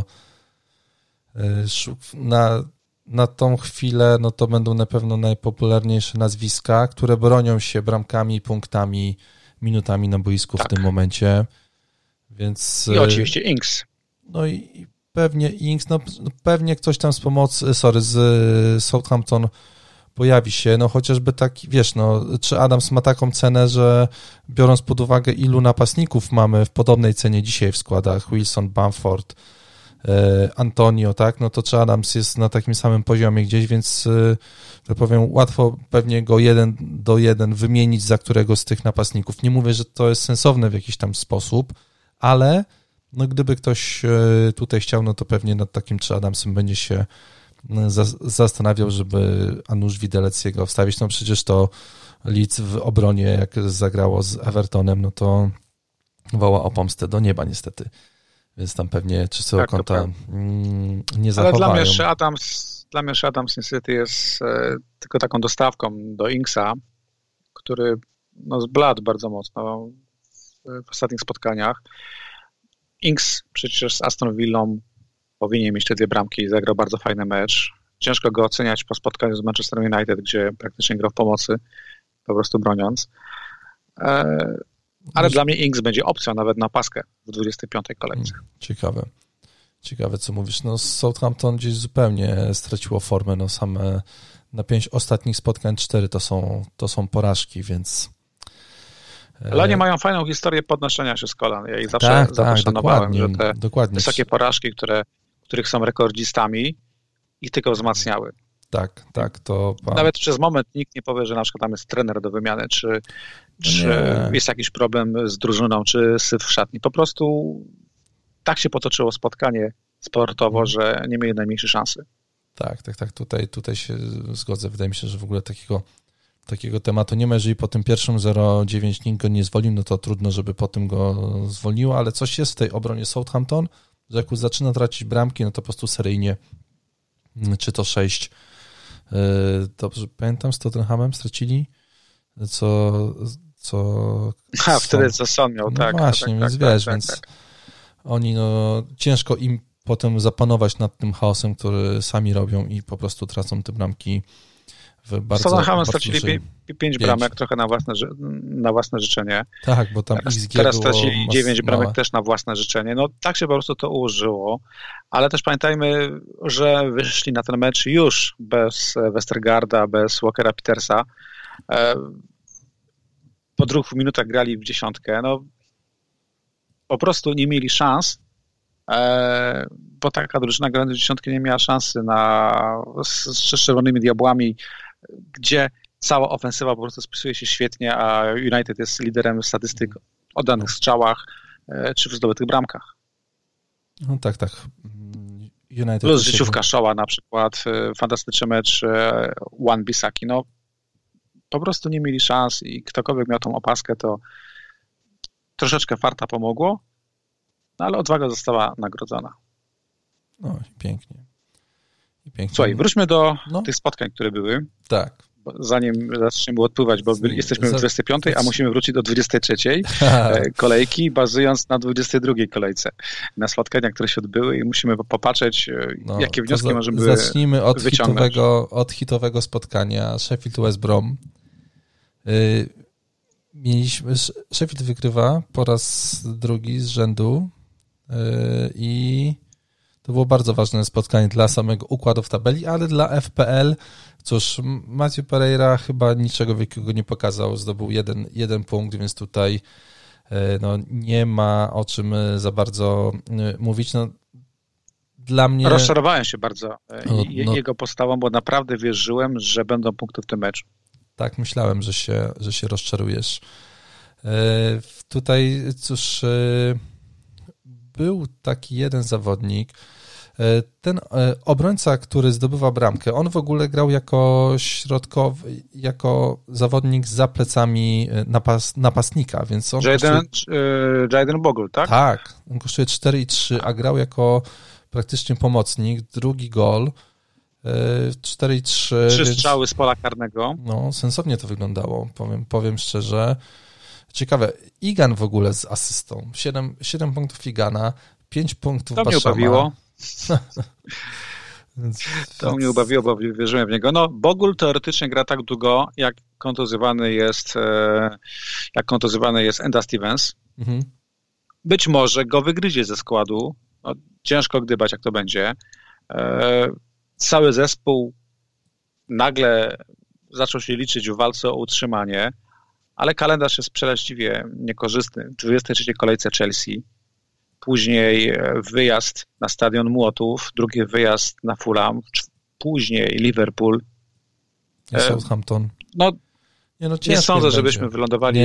na tą chwilę, no to będą na pewno najpopularniejsze nazwiska, które bronią się bramkami, punktami, minutami na boisku w tym momencie, więc... I oczywiście Ings. No i pewnie Ings, pewnie ktoś tam z Southampton pojawi się, no chociażby tak, wiesz, no, czy Adams ma taką cenę, że biorąc pod uwagę, ilu napastników mamy w podobnej cenie dzisiaj w składach, Wilson, Bamford, Antonio, tak, no to czy Adams jest na takim samym poziomie gdzieś, więc, tak powiem, łatwo pewnie go 1-1 wymienić za którego z tych napastników. Nie mówię, że to jest sensowne w jakiś tam sposób, ale no gdyby ktoś tutaj chciał, no to pewnie nad takim czy Adamsem będzie się zastanawiał, żeby a nuż Wideleciego wstawić. No przecież to Leeds w obronie, jak zagrało z Evertonem, no to woła o pomstę do nieba niestety. Więc tam pewnie czystego konta nie zachowają. Ale dla mnie Adams niestety jest tylko taką dostawką do Inksa, który no, zbladł bardzo mocno w ostatnich spotkaniach. Inks przecież z Aston Villą powinien mieć te 2 bramki i zagrał bardzo fajny mecz. Ciężko go oceniać po spotkaniu z Manchester United, gdzie praktycznie grał w pomocy, po prostu broniąc. Ale dla mnie Inks będzie opcją nawet na paskę w 25. kolejce. Ciekawe, co mówisz. No Southampton gdzieś zupełnie straciło formę. No same na 5 ostatnich spotkań 4 to są porażki, więc... Ale oni mają fajną historię podnoszenia się z kolan. Ja ich zawsze szanowałem, że te wysokie porażki, których są rekordzistami, ich tylko wzmacniały. Tak, to... Nawet przez moment nikt nie powie, że na przykład tam jest trener do wymiany, czy jest jakiś problem z drużyną, czy syf w szatni. Po prostu tak się potoczyło spotkanie sportowo, że nie mieli najmniejszej szansy. Tak. Tutaj się zgodzę. Wydaje mi się, że w ogóle takiego tematu nie ma. Jeżeli po tym pierwszym 0-9 nikt go nie zwolił, no to trudno, żeby po tym go zwolniło, ale coś jest w tej obronie Southampton, że jak już zaczyna tracić bramki, no to po prostu seryjnie, czy to 6, dobrze pamiętam, z Tottenhamem stracili, wtedy co Son miał, no tak. Właśnie, więc wiesz, więc oni, no ciężko im potem zapanować nad tym chaosem, który sami robią i po prostu tracą te bramki w bardzo... Tottenhamem stracili 5 bramek, trochę na własne życzenie. Tak, bo tam teraz stracili 9 bramek też na własne życzenie. No tak się po prostu to ułożyło, ale też pamiętajmy, że wyszli na ten mecz już bez Westergaarda, bez Walkera Petersa. Po 2 minutach grali w dziesiątkę. No po prostu nie mieli szans, bo taka drużyna grająca w dziesiątkę nie miała szansy z czerwonymi diabłami, gdzie cała ofensywa po prostu spisuje się świetnie, a United jest liderem statystyk o danych strzałach czy w zdobytych bramkach. No tak. United plus życiówka Shaw'a na przykład, fantastyczny mecz Wan-Bissaki. No po prostu nie mieli szans i ktokolwiek miał tą opaskę, to troszeczkę farta pomogło, no ale odwaga została nagrodzona. No i pięknie. Słuchaj, wróćmy do tych spotkań, które były. Tak. Zanim zaczniemy odpływać, bo jesteśmy w 25, a musimy wrócić do 23 kolejki, bazując na 22 kolejce. Na spotkaniach, które się odbyły i musimy popatrzeć, jakie wnioski możemy wyciągnąć. Zacznijmy od hitowego spotkania Sheffield West Brom. Sheffield wygrywa po raz drugi z rzędu i to było bardzo ważne spotkanie dla samego układu w tabeli, ale dla FPL, cóż, Matthew Pereira chyba niczego wielkiego nie pokazał, zdobył jeden punkt, więc tutaj no, nie ma o czym za bardzo mówić. No, dla mnie... Rozczarowałem się bardzo jego postawą, bo naprawdę wierzyłem, że będą punkty w tym meczu. Tak, myślałem, że się rozczarujesz. Tutaj, cóż, był taki jeden zawodnik, ten obrońca, który zdobywa bramkę, on w ogóle grał jako środkowy, jako zawodnik za plecami napastnika, więc on Jayden Bogle, tak? Tak, on kosztuje 4,3, a grał jako praktycznie pomocnik, drugi gol, 4,3. 3 strzały z pola karnego. No, sensownie to wyglądało, powiem szczerze. Ciekawe, Igan w ogóle z asystą. 7 punktów Igana, 5 punktów Bashama. To mnie ubawiło. To mnie ubawiło, bo wierzyłem w niego. No, Bogle teoretycznie gra tak długo, jak kontuzjowany jest Enda Stevens. Mhm. Być może go wygryzie ze składu. No, ciężko gdybać, jak to będzie. Cały zespół nagle zaczął się liczyć w walce o utrzymanie, ale kalendarz jest przeraźliwie niekorzystny. W 23 kolejce Chelsea, później wyjazd na Stadion Młotów, drugi wyjazd na Fulham, później Liverpool. Southampton. Nie sądzę, żebyśmy wylądowali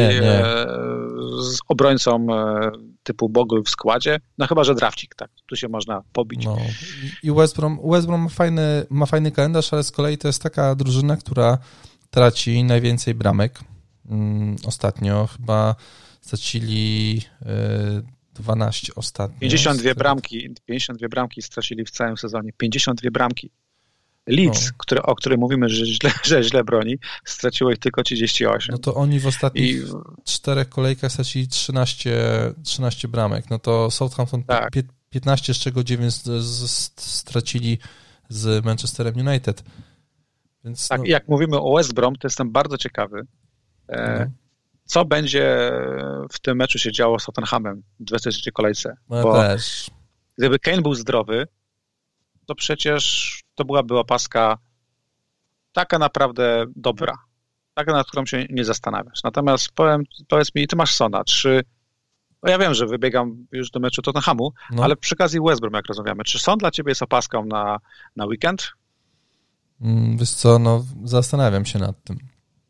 z obrońcą typu Bogle w składzie, chyba, że drafcik, tak, tu się można pobić. I West Brom ma fajny kalendarz, ale z kolei to jest taka drużyna, która traci najwięcej bramek. Ostatnio chyba stracili 12 ostatnio. 52 bramki stracili w całym sezonie. 52 bramki. Leeds, o którym mówimy, że źle broni, straciło ich tylko 38. No to oni w ostatnich 4 kolejkach stracili 13 bramek. No to Southampton 15, z czego 9 stracili z Manchesterem United. Więc tak, jak mówimy o West Brom, to jestem bardzo ciekawy, co będzie w tym meczu się działo z Tottenhamem w 23 kolejce. Bo też. Gdyby Kane był zdrowy, to przecież to byłaby opaska taka naprawdę dobra. Taka, nad którą się nie zastanawiasz. Natomiast powiedz mi, ty masz Sona, ja wiem, że wybiegam już do meczu Tottenhamu, ale przy okazji West Brom, jak rozmawiamy, czy Son dla ciebie jest opaską na weekend? Wiesz co, zastanawiam się nad tym.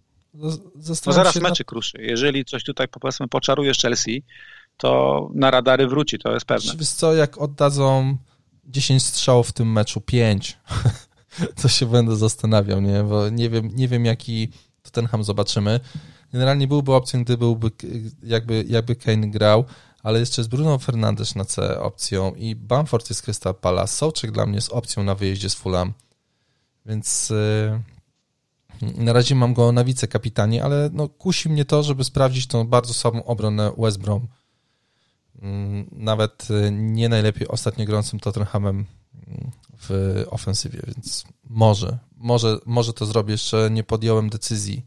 Zaraz meczyk ruszy. Jeżeli coś tutaj, powiedzmy, poczarujesz Chelsea, to na radary wróci, to jest pewne. Wiesz co, jak oddadzą 10 strzałów w tym meczu, 5, to się będę zastanawiał, nie? Bo nie wiem jaki Tottenham zobaczymy. Generalnie byłby opcją, gdy jakby Kane grał, ale jeszcze jest Bruno Fernandes na C opcją i Bamford jest Crystal Palace. Souček dla mnie jest opcją na wyjeździe z Fulham. Więc na razie mam go na wicekapitanie, ale kusi mnie to, żeby sprawdzić tą bardzo słabą obronę West Brom. Nawet nie najlepiej ostatnio grającym Tottenhamem w ofensywie, więc może to zrobię. Jeszcze nie podjąłem decyzji,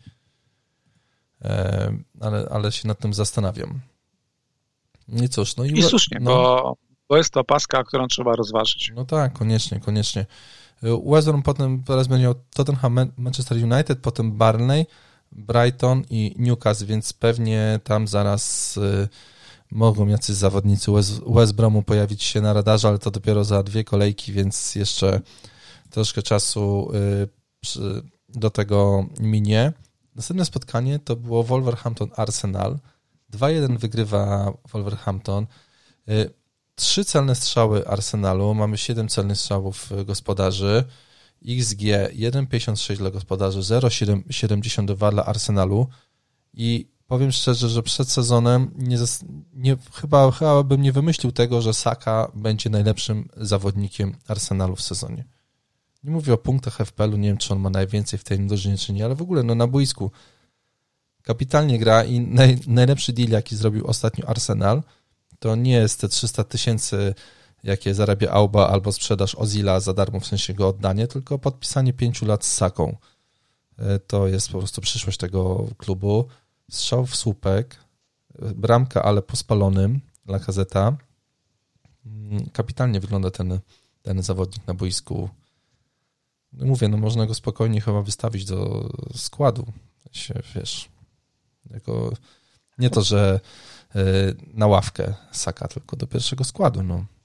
ale się nad tym zastanawiam. I cóż, I słusznie, bo jest to opaska, którą trzeba rozważyć. No tak, koniecznie. West Brom potem teraz będzie miał Tottenham, Manchester United, potem Burnley, Brighton i Newcastle, więc pewnie tam zaraz mogą jacyś zawodnicy West Bromu pojawić się na radarze, ale to dopiero za 2 kolejki, więc jeszcze troszkę czasu do tego minie. Następne spotkanie to było Wolverhampton-Arsenal. 2-1 wygrywa Wolverhampton. 3 celne strzały Arsenalu, mamy 7 celnych strzałów gospodarzy, XG 1,56 dla gospodarzy, 0,72 dla Arsenalu i powiem szczerze, że przed sezonem chyba bym nie wymyślił tego, że Saka będzie najlepszym zawodnikiem Arsenalu w sezonie. Nie mówię o punktach FPL-u, nie wiem, czy on ma najwięcej w tej drużynie, czy nie, ale w ogóle na boisku kapitalnie gra i najlepszy deal, jaki zrobił ostatnio Arsenal, to nie jest te 300 000, jakie zarabia Auba, albo sprzedaż Ozila za darmo, w sensie go oddanie, tylko podpisanie 5 lat z Saką. To jest po prostu przyszłość tego klubu. Strzał w słupek, bramka, ale po spalonym dla Lacazeta. Kapitalnie wygląda ten zawodnik na boisku. Mówię, można go spokojnie chyba wystawić do składu. Wiesz, nie to, że na ławkę Saka, tylko do pierwszego składu.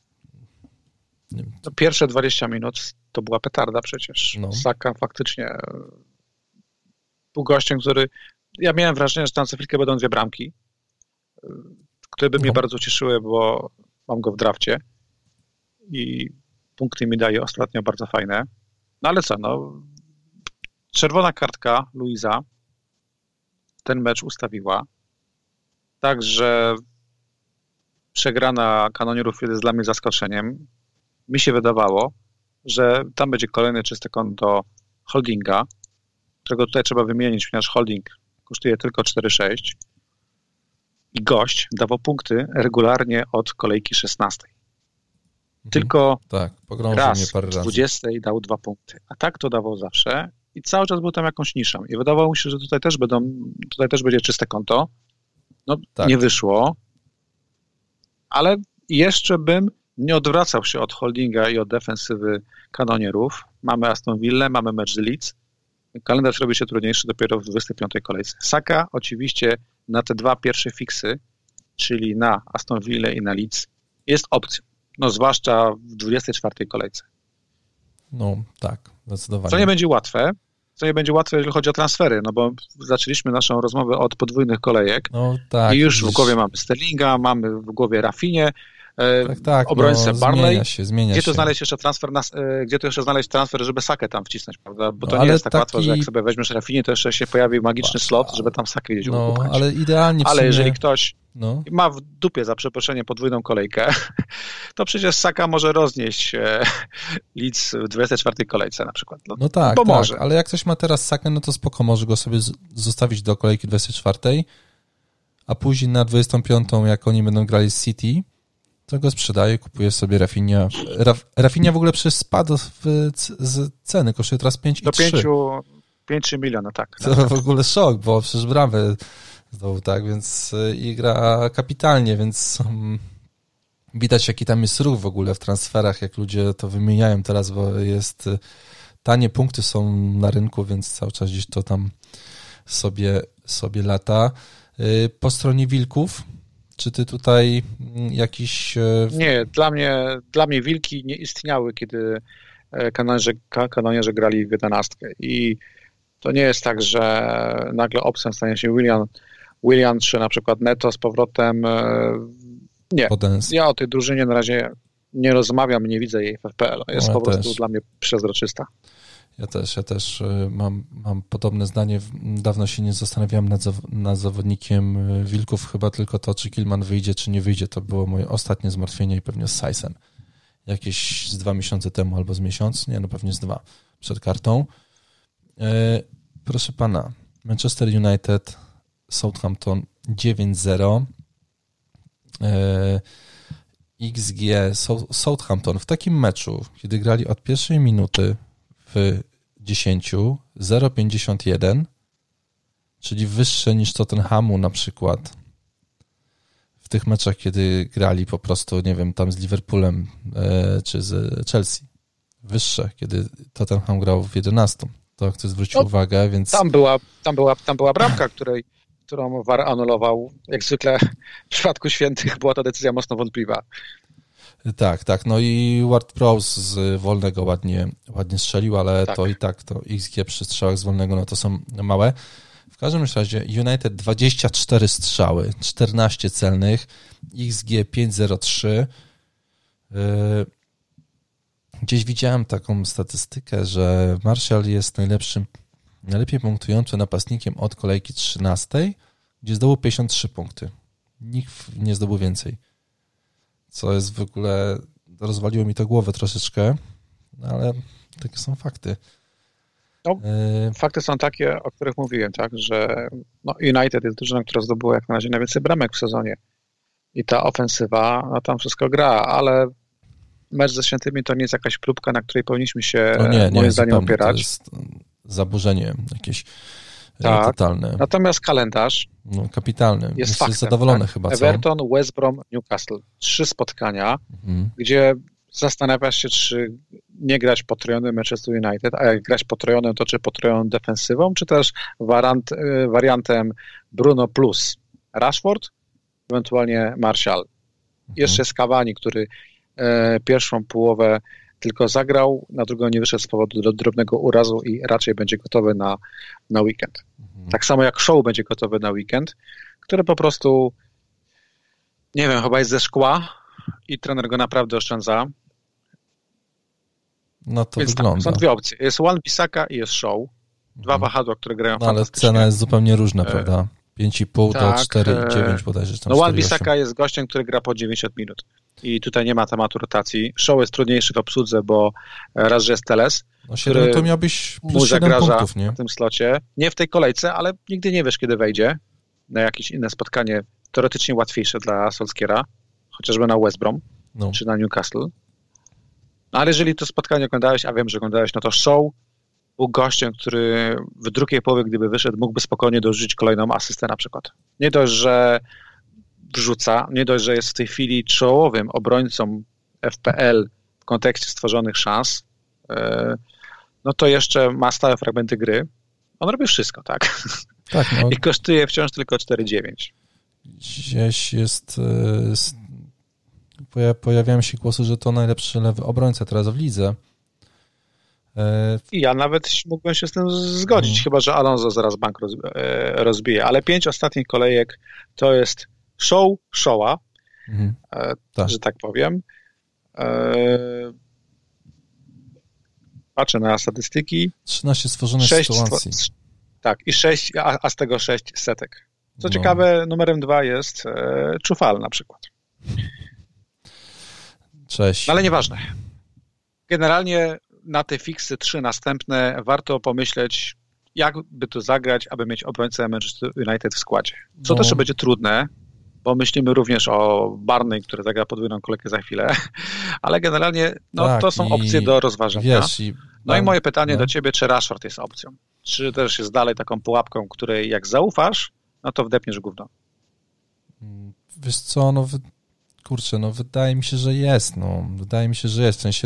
Pierwsze 20 minut to była petarda przecież. Saka faktycznie był gościem, który... Ja miałem wrażenie, że tam za chwilkę będą 2 bramki, które by mnie bardzo cieszyły, bo mam go w drafcie i punkty mi daje ostatnio bardzo fajne. Ale co, czerwona kartka Luisa ten mecz ustawiła. Także przegrana Kanonierów jest dla mnie zaskoczeniem. Mi się wydawało, że tam będzie kolejne czyste konto Holdinga, którego tutaj trzeba wymienić, ponieważ Holding kosztuje tylko 4,6 i gość dawał punkty regularnie od kolejki 16. Tylko raz w 20 dał 2 punkty, a tak to dawał zawsze i cały czas był tam jakąś niszą. I wydawało mi się, że tutaj też będzie czyste konto. Nie wyszło, ale jeszcze bym nie odwracał się od Holdinga i od defensywy Kanonierów. Mamy Aston Villę, mamy mecz z Leeds kalendarz robi się trudniejszy dopiero w 25. kolejce. Saka oczywiście na te dwa pierwsze fiksy, czyli na Aston Villa i na Leeds, jest opcją. No zwłaszcza w 24. kolejce. No tak, zdecydowanie. Co nie będzie łatwe, jeżeli chodzi o transfery, no bo zaczęliśmy naszą rozmowę od podwójnych kolejek no, tak, i już w głowie mamy Sterlinga, mamy w głowie Rafinę, tak, obrońcę Barnley. Zmienia gdzie się. tu znaleźć jeszcze transfer, gdzie tu jeszcze znaleźć transfer, żeby Sakę tam wcisnąć, prawda? Bo to no, nie jest tak łatwo, że jak sobie weźmiesz Rafinę, to jeszcze się pojawi magiczny slot, żeby tam Sakę gdzieś upchać. Ale idealnie Ale jeżeli ktoś no. ma w dupie, za przeproszeniem, podwójną kolejkę, to przecież Saka może roznieść Leeds w 24. kolejce na przykład. No tak, bo może. Ale jak ktoś ma teraz Sakę, no to spoko, może go sobie zostawić do kolejki 24, a później na 25, jak oni będą grali z City, to go sprzedaje, kupuje sobie Rafinha. Rafinha w ogóle przecież spadł z ceny, kosztuje teraz 5,3. Do 5,3 miliona, tak. To w ogóle szok, bo przecież bramę znowu tak, więc i gra kapitalnie, więc widać jaki tam jest ruch w ogóle w transferach, jak ludzie to wymieniają teraz, bo tanie punkty są na rynku, więc cały czas gdzieś to tam sobie lata. Po stronie Wilków, czy ty tutaj jakiś... Nie, dla mnie Wilki nie istniały, kiedy kanonierze grali w 11 i to nie jest tak, że nagle opcją stanie się Willian czy na przykład Neto z powrotem. Nie, ja o tej drużynie na razie nie rozmawiam, nie widzę jej w FPL. Jest po prostu dla mnie przezroczysta. Ja też mam podobne zdanie. Dawno się nie zastanawiałem nad zawodnikiem Wilków, chyba tylko to, czy Kilman wyjdzie, czy nie wyjdzie. To było moje ostatnie zmartwienie i pewnie z Sajsem. Jakieś z 2 miesiące temu albo z miesiąc. Nie, no pewnie z 2 przed kartą. Proszę pana, Manchester United, Southampton 9-0. XG Southampton w takim meczu, kiedy grali od pierwszej minuty w 10, 0,51, czyli wyższe niż Tottenhamu na przykład w tych meczach, kiedy grali po prostu, nie wiem, tam z Liverpoolem czy z Chelsea. Wyższe, kiedy Tottenham grał w 11. To chcę zwrócić uwagę, więc... Tam była bramka, którą VAR anulował. Jak zwykle w przypadku świętych była to decyzja mocno wątpliwa. Tak. No i Ward-Prowse z wolnego ładnie strzelił, ale tak. To i tak to XG przy strzałach z wolnego no to są małe. W każdym razie United 24 strzały, 14 celnych, XG 5,03. Gdzieś widziałem taką statystykę, że Martial jest najlepiej punktującym napastnikiem od kolejki 13, gdzie zdobył 53 punkty. Nikt nie zdobył więcej. Co jest w ogóle... Rozwaliło mi to głowę troszeczkę, ale takie są fakty. No, fakty są takie, o których mówiłem, tak, że United jest drużyną, która zdobyła jak na razie najwięcej bramek w sezonie. I ta ofensywa, tam wszystko gra, ale mecz ze Świętymi to nie jest jakaś próbka, na której powinniśmy się moim zdaniem opierać. To jest zaburzenie jakieś totalne. Natomiast kalendarz kapitalny. Jest faktem, zadowolony tak? chyba, co? Everton, West Brom, Newcastle. 3 spotkania, gdzie zastanawiasz się, czy nie grać potrojonym Manchester United, a jak grać potrojonym, to czy potrojoną defensywą, czy też wariantem Bruno plus Rashford, ewentualnie Martial. Jeszcze jest Cavani, który pierwszą połowę tylko zagrał, na drugą nie wyszedł z powodu drobnego urazu i raczej będzie gotowy na weekend. Tak samo jak Shaw będzie gotowy na weekend, który po prostu, nie wiem, chyba jest ze szkła i trener go naprawdę oszczędza. No to więc wygląda. Tak, są dwie opcje. Jest Wan-Bissaka i jest Shaw. Dwa wahadła, które grają fantastycznie. Ale cena jest zupełnie różna, prawda? 5,5 do 4,9 bodajże. No Wan-Bissaka jest gościem, który gra po 90 minut. I tutaj nie ma tematu rotacji. Shaw jest trudniejszy w obsłudze, bo raz, że jest Teles, który to miałbyś plus mu 7 punktów, nie? w tym slocie. Nie w tej kolejce, ale nigdy nie wiesz, kiedy wejdzie na jakieś inne spotkanie, teoretycznie łatwiejsze dla Solskiera, chociażby na West Brom czy na Newcastle. No, ale jeżeli to spotkanie oglądałeś, a wiem, że oglądałeś, no to Shaw był gościem, który w drugiej połowie, gdyby wyszedł, mógłby spokojnie dorzucić kolejną asystę na przykład. Nie dość, że wrzuca, nie dość, że jest w tej chwili czołowym obrońcą FPL w kontekście stworzonych szans, no to jeszcze ma stałe fragmenty gry On robi wszystko, tak? Tak, no. I kosztuje wciąż tylko 4,9. Gdzieś jest... Pojawiają się głosy, że to najlepszy lewy obrońca teraz w lidze. I ja nawet mógłbym się z tym zgodzić, chyba że Alonso zaraz bank rozbije. Ale 5 ostatnich kolejek to jest showa, że tak powiem. Patrzę na statystyki. 13 stworzonych sytuacji. Tak, i 6, a z tego 6 setek. Co ciekawe, numerem 2 jest Czufal na przykład. Cześć. No, ale nieważne. Generalnie na te fiksy 3 następne warto pomyśleć, jak by to zagrać, aby mieć obrońcę Manchester United w składzie. Co też będzie trudne, bo myślimy również o Barney, który zagra podwójną kolejkę za chwilę, ale generalnie tak, to są opcje do rozważenia. Wiesz, i moje pytanie do ciebie, czy Rashford jest opcją? Czy też jest dalej taką pułapką, której jak zaufasz, no to wdepniesz gówno? Wiesz co, wydaje mi się, że jest. Wydaje mi się, że jest. W sensie,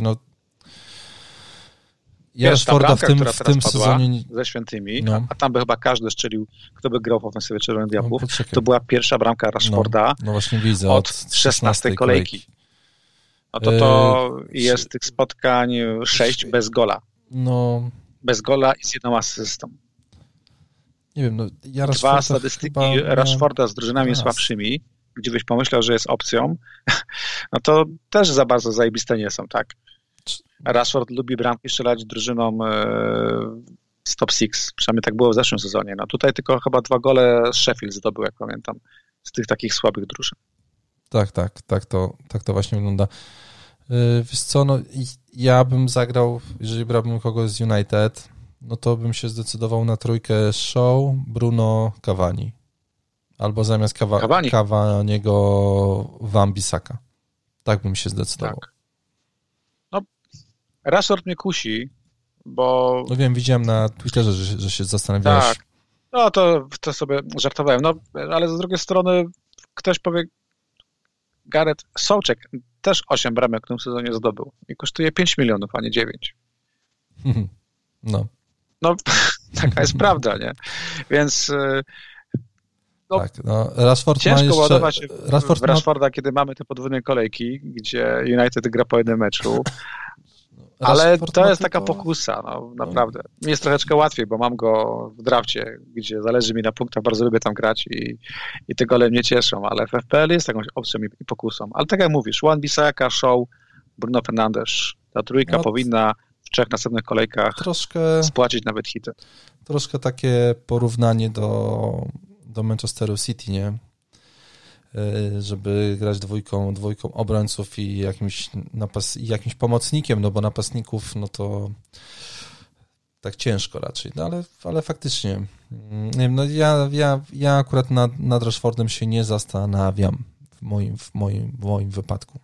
Rashforda w tym sezonie ze Świętymi, a tam by chyba każdy strzelił, kto by grał w ofensywie Czerwonych Diabłów. To była pierwsza bramka Rashforda właśnie widzę, od 16 kolejki. No to jest tych spotkań 6 bez gola. Bez gola i z 1 asystą. Nie wiem, ja Dwa statystyki Rashforda z drużynami słabszymi, gdzie byś pomyślał, że jest opcją, no to też za bardzo zajebiste nie są, tak? Rashford lubi bramki strzelać drużynom z top 6. Przynajmniej tak było w zeszłym sezonie. No tutaj tylko chyba 2 gole z Sheffield zdobył, jak pamiętam, z tych takich słabych drużyn. Tak to właśnie wygląda. Wiesz co, ja bym zagrał, jeżeli brałbym kogoś z United, no to bym się zdecydował na trójkę Shaw, Bruno, Cavani. Albo zamiast Cavaniego Wan-Bissaka. Tak bym się zdecydował. Tak. Rashford mnie kusi, bo... wiem, widziałem na Twitterze, że się zastanawiałeś. Tak, to sobie żartowałem. Ale z drugiej strony ktoś powie, Gareth Souček też 8 bramek w tym sezonie zdobył i kosztuje 5 milionów, a nie 9. Taka jest prawda, nie? Więc... Rashford ciężko ładować się w Rashforda, kiedy mamy te podwójne kolejki, gdzie United gra po jednym meczu. Ale to jest taka pokusa, naprawdę. Mi jest troszeczkę łatwiej, bo mam go w drafcie, gdzie zależy mi na punktach, bardzo lubię tam grać i te gole mnie cieszą, ale w FPL jest jakąś opcją i pokusą. Ale tak jak mówisz, Wan-Bissaka, Shaw, Bruno Fernandes, ta trójka powinna w 3 następnych kolejkach spłacić nawet hity. Troszkę takie porównanie do Manchesteru City, nie? Żeby grać dwójką obrońców i jakimś pomocnikiem, bo napastników, to tak ciężko raczej, ale faktycznie, nie wiem, ja akurat nad Rashfordem się nie zastanawiam w moim wypadku.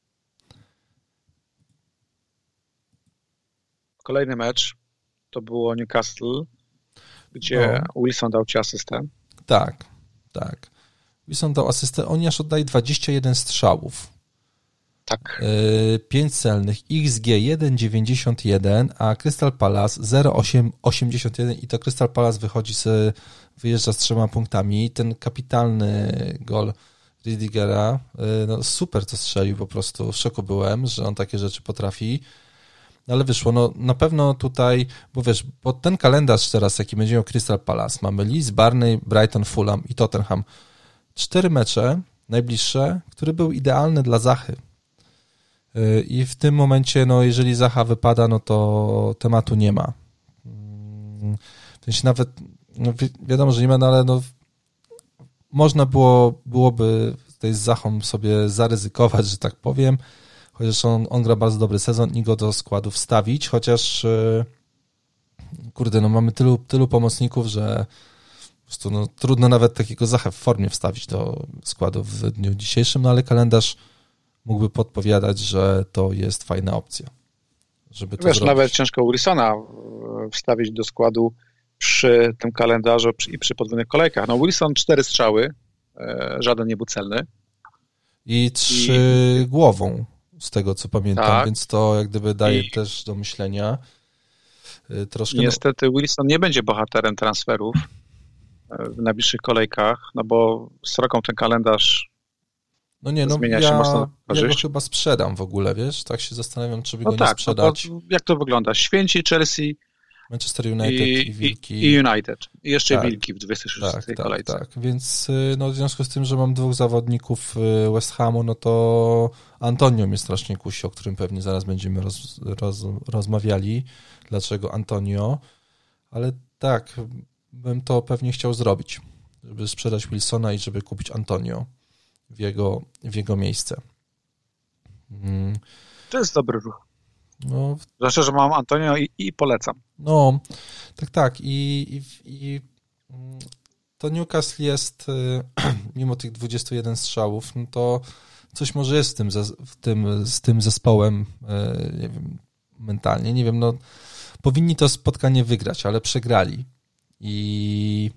Kolejny mecz to było Newcastle, gdzie Wilson dał ci asystę. Tak. Wilson dał asystę, oni aż oddali 21 strzałów. Tak. 5 celnych, XG 1,91, a Crystal Palace 0,81 i to Crystal Palace wyjeżdża z 3 punktami. Ten kapitalny gol Rüdigera, super to strzelił po prostu, w szoku byłem, że on takie rzeczy potrafi. Ale wyszło, na pewno tutaj, bo ten kalendarz teraz, jaki będzie miał Crystal Palace, mamy Leeds, Barney, Brighton, Fulham i Tottenham. 4 mecze najbliższe, który był idealny dla Zachy. I w tym momencie, jeżeli Zacha wypada, to tematu nie ma. W sensie nawet, wiadomo, że nie ma, ale można byłoby tutaj z Zachą sobie zaryzykować, że tak powiem, chociaż on gra bardzo dobry sezon i go do składu wstawić, chociaż mamy tylu pomocników, że po prostu trudno nawet takiego Zachę w formie wstawić do składu w dniu dzisiejszym, ale kalendarz mógłby podpowiadać, że to jest fajna opcja, żeby to zrobić. Nawet ciężko Wilsona wstawić do składu przy tym kalendarzu i przy podwójnych kolejkach. Wilson 4 strzały, żaden nie był celny. I 3 głową, z tego co pamiętam, więc to jak gdyby daje też do myślenia. troszkę... Niestety Wilson nie będzie bohaterem transferów w najbliższych kolejkach, no bo sroką ten kalendarz zmienia się mocno. Ja go chyba sprzedam w ogóle, wiesz? Tak się zastanawiam, czy by go nie tak, sprzedać. No jak to wygląda? Święci, Chelsea, Manchester United i Wilki. I United. I jeszcze Wilki w 26 kolejce. Tak, więc w związku z tym, że mam 2 zawodników West Hamu, no to Antonio mnie strasznie kusi, o którym pewnie zaraz będziemy rozmawiali. Dlaczego Antonio? Ale tak, bym to pewnie chciał zrobić, żeby sprzedać Wilsona i żeby kupić Antonio w jego miejsce. To jest dobry ruch. No, zwłaszcza, że mam Antonio i polecam. No, tak. I to Newcastle jest, mimo tych 21 strzałów, no to coś może jest z tym zespołem, nie wiem, mentalnie. Nie wiem, no powinni to spotkanie wygrać, ale przegrali. I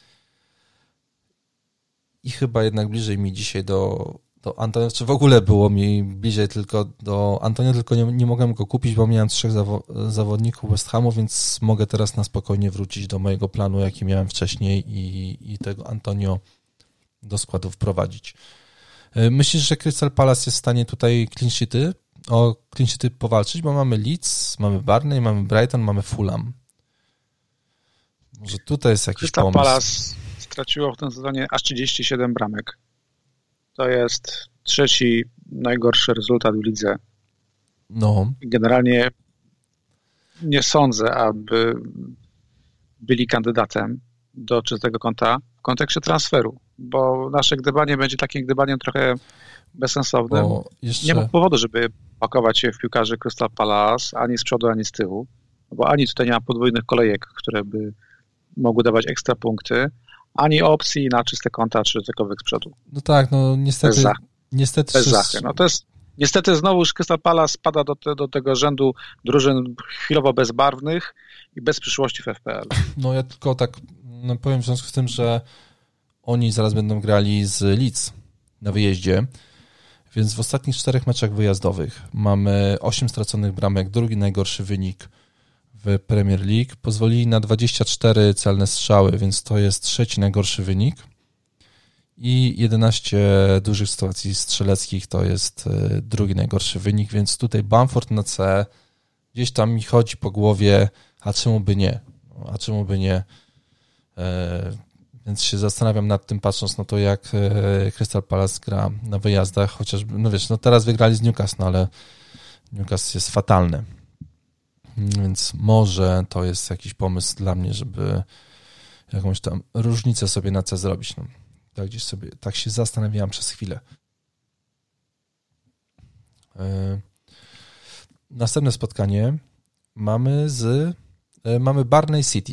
chyba jednak bliżej mi dzisiaj do Antonio, czy w ogóle było mi bliżej tylko do Antonio, tylko nie mogłem go kupić, bo miałem 3 zawodników West Hamu, więc mogę teraz na spokojnie wrócić do mojego planu, jaki miałem wcześniej i tego Antonio do składu wprowadzić. Myślisz, że Crystal Palace jest w stanie tutaj o clean sheety powalczyć, bo mamy Leeds, mamy Burnley, mamy Brighton, mamy Fulham. Może tutaj jest jakiś Crystal pomysł. Palace straciło w tym sezonie aż 37 bramek. To jest 3. najgorszy rezultat w lidze. No. Generalnie nie sądzę, aby byli kandydatem do czystego konta w kontekście transferu, bo nasze gdybanie będzie takim gdybaniem trochę bezsensownym. Nie ma powodu, żeby pakować się w piłkarzy Crystal Palace ani z przodu, ani z tyłu, bo ani tutaj nie ma podwójnych kolejek, które by mogły dawać ekstra punkty, ani opcji na czyste konta, czy cokolwiek z przodu. No tak, no niestety... Bez zachy. No to jest, niestety znowu Crystal Palace spada do tego rzędu drużyn chwilowo bezbarwnych i bez przyszłości w FPL. No ja tylko tak powiem w związku z tym, że oni zaraz będą grali z Leeds na wyjeździe, więc w ostatnich 4 meczach wyjazdowych mamy 8 straconych bramek, drugi najgorszy wynik w Premier League. Pozwolili na 24 celne strzały, więc to jest 3. najgorszy wynik. I 11 dużych sytuacji strzeleckich to jest 2. najgorszy wynik, więc tutaj Bamford na C gdzieś tam mi chodzi po głowie, a czemu by nie? Więc się zastanawiam nad tym, patrząc na to, jak Crystal Palace gra na wyjazdach, chociażby, no wiesz, no teraz wygrali z Newcastle, ale Newcastle jest fatalny. Więc może to jest jakiś pomysł dla mnie, żeby jakąś tam różnicę sobie na C zrobić. No, tak gdzieś sobie, tak się zastanawiałem przez chwilę. Następne spotkanie mamy Burnley City.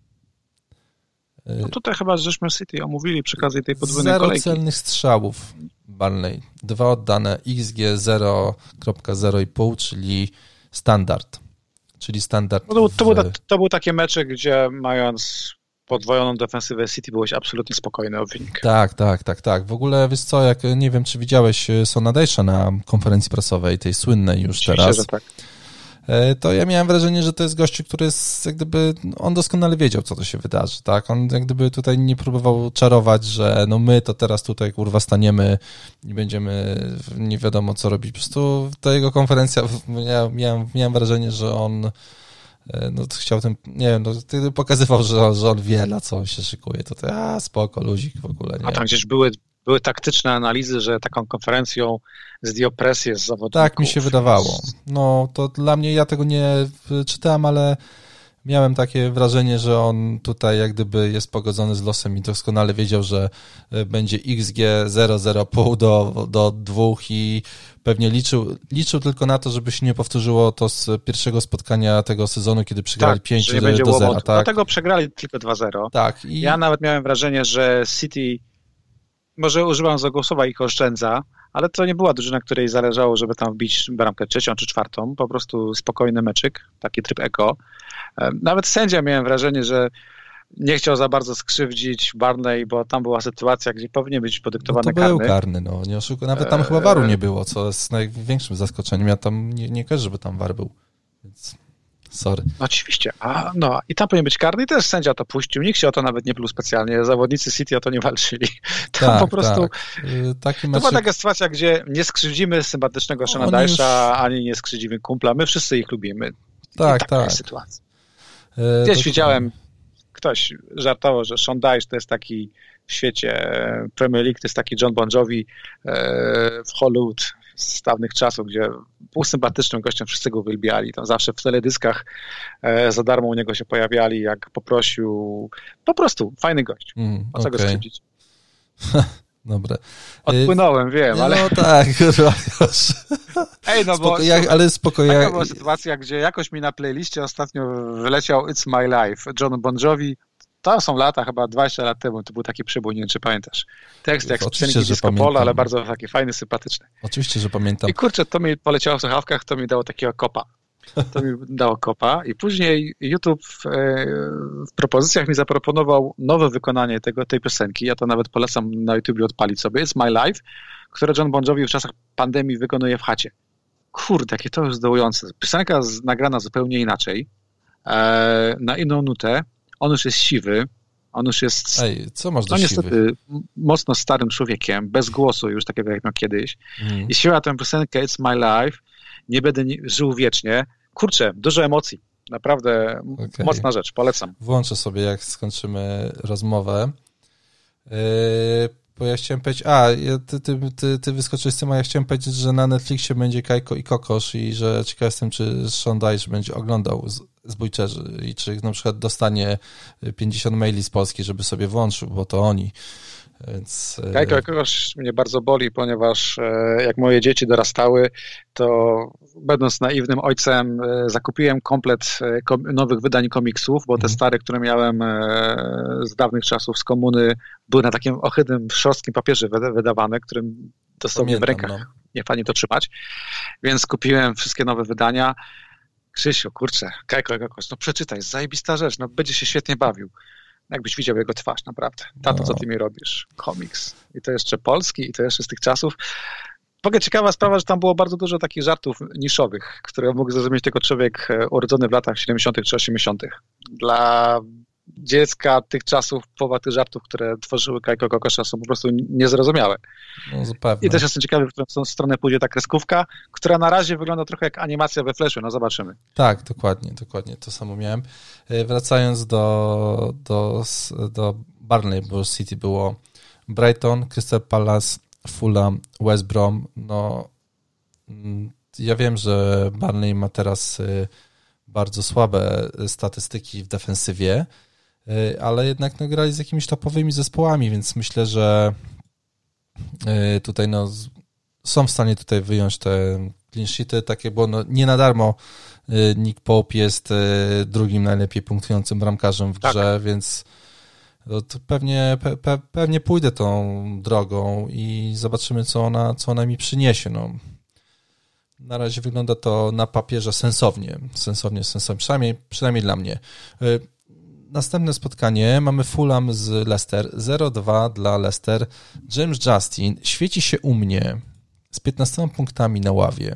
No tutaj chyba żeśmy City omówili przy okazji tej podwójnej kolejki. 0 celnych strzałów Burnley. 2 oddane, XG 0,05, czyli standard. No to był taki meczek, gdzie mając podwojoną defensywę City byłeś absolutnie spokojny o wynik. Tak. W ogóle wiesz co, jak nie wiem, czy widziałeś Sona Dejsza na konferencji prasowej, tej słynnej już oczywiście, teraz. Że tak. To ja miałem wrażenie, że to jest gościu, który jest jak gdyby, on doskonale wiedział, co to się wydarzy, tak? On jak gdyby tutaj nie próbował czarować, że no my to teraz tutaj kurwa staniemy i będziemy nie wiadomo co robić. Po prostu ta jego konferencja, ja miałem wrażenie, że on chciał tym, nie wiem, pokazywał, że on wie, na co się szykuje. Tutaj, spoko, luzik w ogóle. Nie? A tam gdzieś były taktyczne analizy, że taką konferencją zdjął presję z zawodników. Tak mi się wydawało. No to dla mnie, ja tego nie czytałem, ale miałem takie wrażenie, że on tutaj jak gdyby jest pogodzony z losem i doskonale wiedział, że będzie XG 0,05 do 2 i pewnie liczył tylko na to, żeby się nie powtórzyło to z pierwszego spotkania tego sezonu, kiedy przegrali 5-0. Tak? Dlatego przegrali tylko 2-0. Tak. Ja nawet miałem wrażenie, że City, może używam złego słowa, ich oszczędza, ale to nie była drużyna, której zależało, żeby tam wbić bramkę 3. czy 4. Po prostu spokojny meczyk, taki tryb eko. Nawet sędzia miałem wrażenie, że nie chciał za bardzo skrzywdzić Burnley, bo tam była sytuacja, gdzie powinien być podyktowany karny. To był karny, nie oszukuję. Nawet tam chyba VAR-u nie było, co jest największym zaskoczeniem. Ja tam nie kojarzę, żeby tam VAR był. Więc Sorry. Oczywiście. I tam powinien być karny i też sędzia to puścił. Nikt się o to nawet nie pluł specjalnie. Zawodnicy City o to nie walczyli. Tam po prostu... Taki to była taka sytuacja, gdzie nie skrzywdzimy sympatycznego Shona Dyche'a, ani nie skrzywdzimy kumpla. My wszyscy ich lubimy. Taka jest sytuacja. Gdzieś widziałem, ktoś żartował, że Sean Dyche to jest taki w świecie Premier League, to jest taki John Bon Jovi w Hollywood z dawnych czasów, gdzie był sympatycznym gościem, wszyscy go uwielbiali. Tam zawsze w teledyskach za darmo u niego się pojawiali, jak poprosił. Po prostu fajny gość. O co go skrzywdzić? Dobra. Odpłynąłem, wiem, ale... No tak, Ej, no bo... ale spokojnie. Taka była sytuacja, gdzie jakoś mi na playliście ostatnio wyleciał It's My Life, John Bon Jovi. To są lata, chyba 20 lat temu, to był taki przybój, nie wiem, czy pamiętasz. Tekst jak z piosenki Disco Polo, ale bardzo taki fajny, sympatyczny. Oczywiście, że pamiętam. I kurczę, to mi poleciało w słuchawkach, to mi dało takiego kopa. I później YouTube w propozycjach mi zaproponował nowe wykonanie tej piosenki. Ja to nawet polecam na YouTube odpalić sobie. It's My Life, które John Bon Jovi w czasach pandemii wykonuje w chacie. Kurde, jakie to jest dołujące. Piosenka nagrana zupełnie inaczej, na inną nutę. On już jest siwy, on już jest co masz do niestety mocno starym człowiekiem, bez głosu już, takiego jak miał kiedyś. I śpiewa tę piosenkę It's My Life, nie będę żył wiecznie. Kurczę, dużo emocji, naprawdę mocna rzecz, polecam. Włączę sobie, jak skończymy rozmowę. Bo ja chciałem powiedzieć, ty wyskoczyłeś z tym, a ja chciałem powiedzieć, że na Netflixie będzie Kajko i Kokosz i że ciekaw jestem, czy Sean Dyche będzie oglądał Zbójczerzy i czy na przykład dostanie 50 maili z Polski, żeby sobie włączył, bo to oni. Więc... Kajko i Kokosz mnie bardzo boli, ponieważ jak moje dzieci dorastały, to będąc naiwnym ojcem zakupiłem komplet nowych wydań komiksów, bo te stare, które miałem z dawnych czasów, z komuny, były na takim ohydnym, szorstkim papierze wydawane, którym dosłownie w rękach nie fajnie to trzymać, więc kupiłem wszystkie nowe wydania. Krzysiu, kurczę, Kajko i Kokosz, no przeczytaj, zajebista rzecz, no będzie się świetnie bawił. Jakbyś widział jego twarz, naprawdę. Tato, co ty mi robisz? Komiks. I to jeszcze polski, i to jeszcze z tych czasów. W ogóle ciekawa sprawa, że tam było bardzo dużo takich żartów niszowych, które mógł zrozumieć tylko człowiek urodzony w latach 70. czy 80. Dla dziecka tych czasów połowa tych żartów, które tworzyły Kajko Kokosza, są po prostu niezrozumiałe. No, zupełnie. I też jestem ciekawy, w którą stronę pójdzie ta kreskówka, która na razie wygląda trochę jak animacja we Flashu, no zobaczymy. Tak, dokładnie, to samo miałem. Wracając do Burnley, bo City było Brighton, Crystal Palace, Fulham, West Brom. No, ja wiem, że Burnley ma teraz bardzo słabe statystyki w defensywie, ale jednak grali z jakimiś topowymi zespołami, więc myślę, że tutaj są w stanie tutaj wyjąć te clean sheety, takie, bo nie na darmo Nick Pope jest drugim najlepiej punktującym bramkarzem w grze, więc to pewnie pójdę tą drogą i zobaczymy, co ona mi przyniesie. No. Na razie wygląda to na papierze sensownie, przynajmniej dla mnie. Następne spotkanie mamy Fulham z Leicester, 0-2 dla Leicester. James Justin świeci się u mnie z 15 punktami na ławie.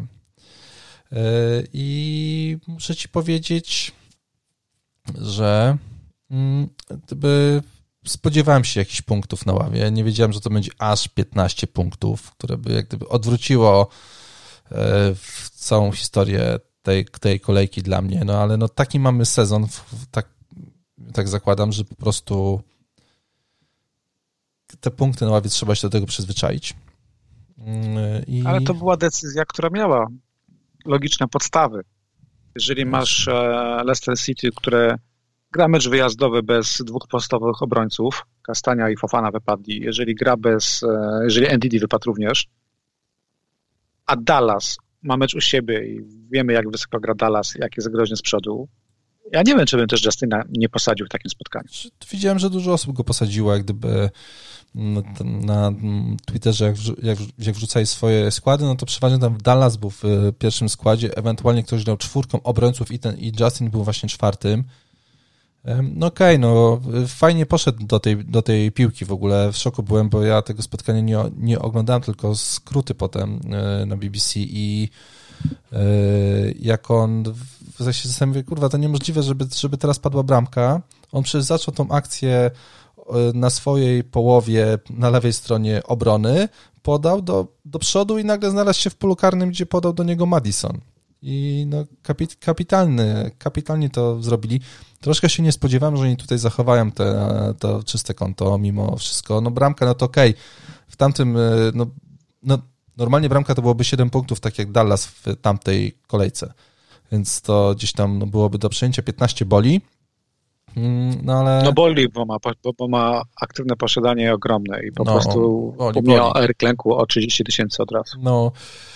I muszę ci powiedzieć, że spodziewałem się jakichś punktów na ławie. Nie wiedziałem, że to będzie aż 15 punktów, które by jak gdyby odwróciło w całą historię tej kolejki dla mnie. No ale taki mamy sezon, tak zakładam, że po prostu te punkty na ławie trzeba się do tego przyzwyczaić. Ale to była decyzja, która miała logiczne podstawy. Jeżeli masz Leicester City, które gra mecz wyjazdowy bez dwóch podstawowych obrońców, Kastania i Fofana wypadli, jeżeli NDD wypadł również, a Dallas ma mecz u siebie i wiemy, jak wysoko gra Dallas, jak jest groźny z przodu, ja nie wiem, czy bym też Justina nie posadził w takim spotkaniu. Widziałem, że dużo osób go posadziło, jak gdyby na Twitterze, jak wrzucali swoje składy, no to przeważnie tam Dallas był w pierwszym składzie, ewentualnie ktoś dał czwórką obrońców i Justin był właśnie czwartym. No okej, fajnie poszedł do tej piłki w ogóle. W szoku byłem, bo ja tego spotkania nie oglądałem, tylko skróty potem na BBC i jak on tak się zastanawiam, kurwa, to niemożliwe, żeby teraz padła bramka. On przecież zaczął tą akcję na swojej połowie, na lewej stronie obrony, podał do przodu i nagle znalazł się w polu karnym, gdzie podał do niego Maddison. I no kapitalnie to zrobili. Troszkę się nie spodziewałem, że oni tutaj zachowają to czyste konto mimo wszystko. No bramka, no to okej. W tamtym, no normalnie bramka to byłoby 7 punktów, tak jak Dallas w tamtej kolejce. Więc to gdzieś tam byłoby do przejęcia, 15 boli. No ale... No boli, bo ma aktywne posiadanie ogromne i po prostu pomimo klęku o 30 000 od razu. No,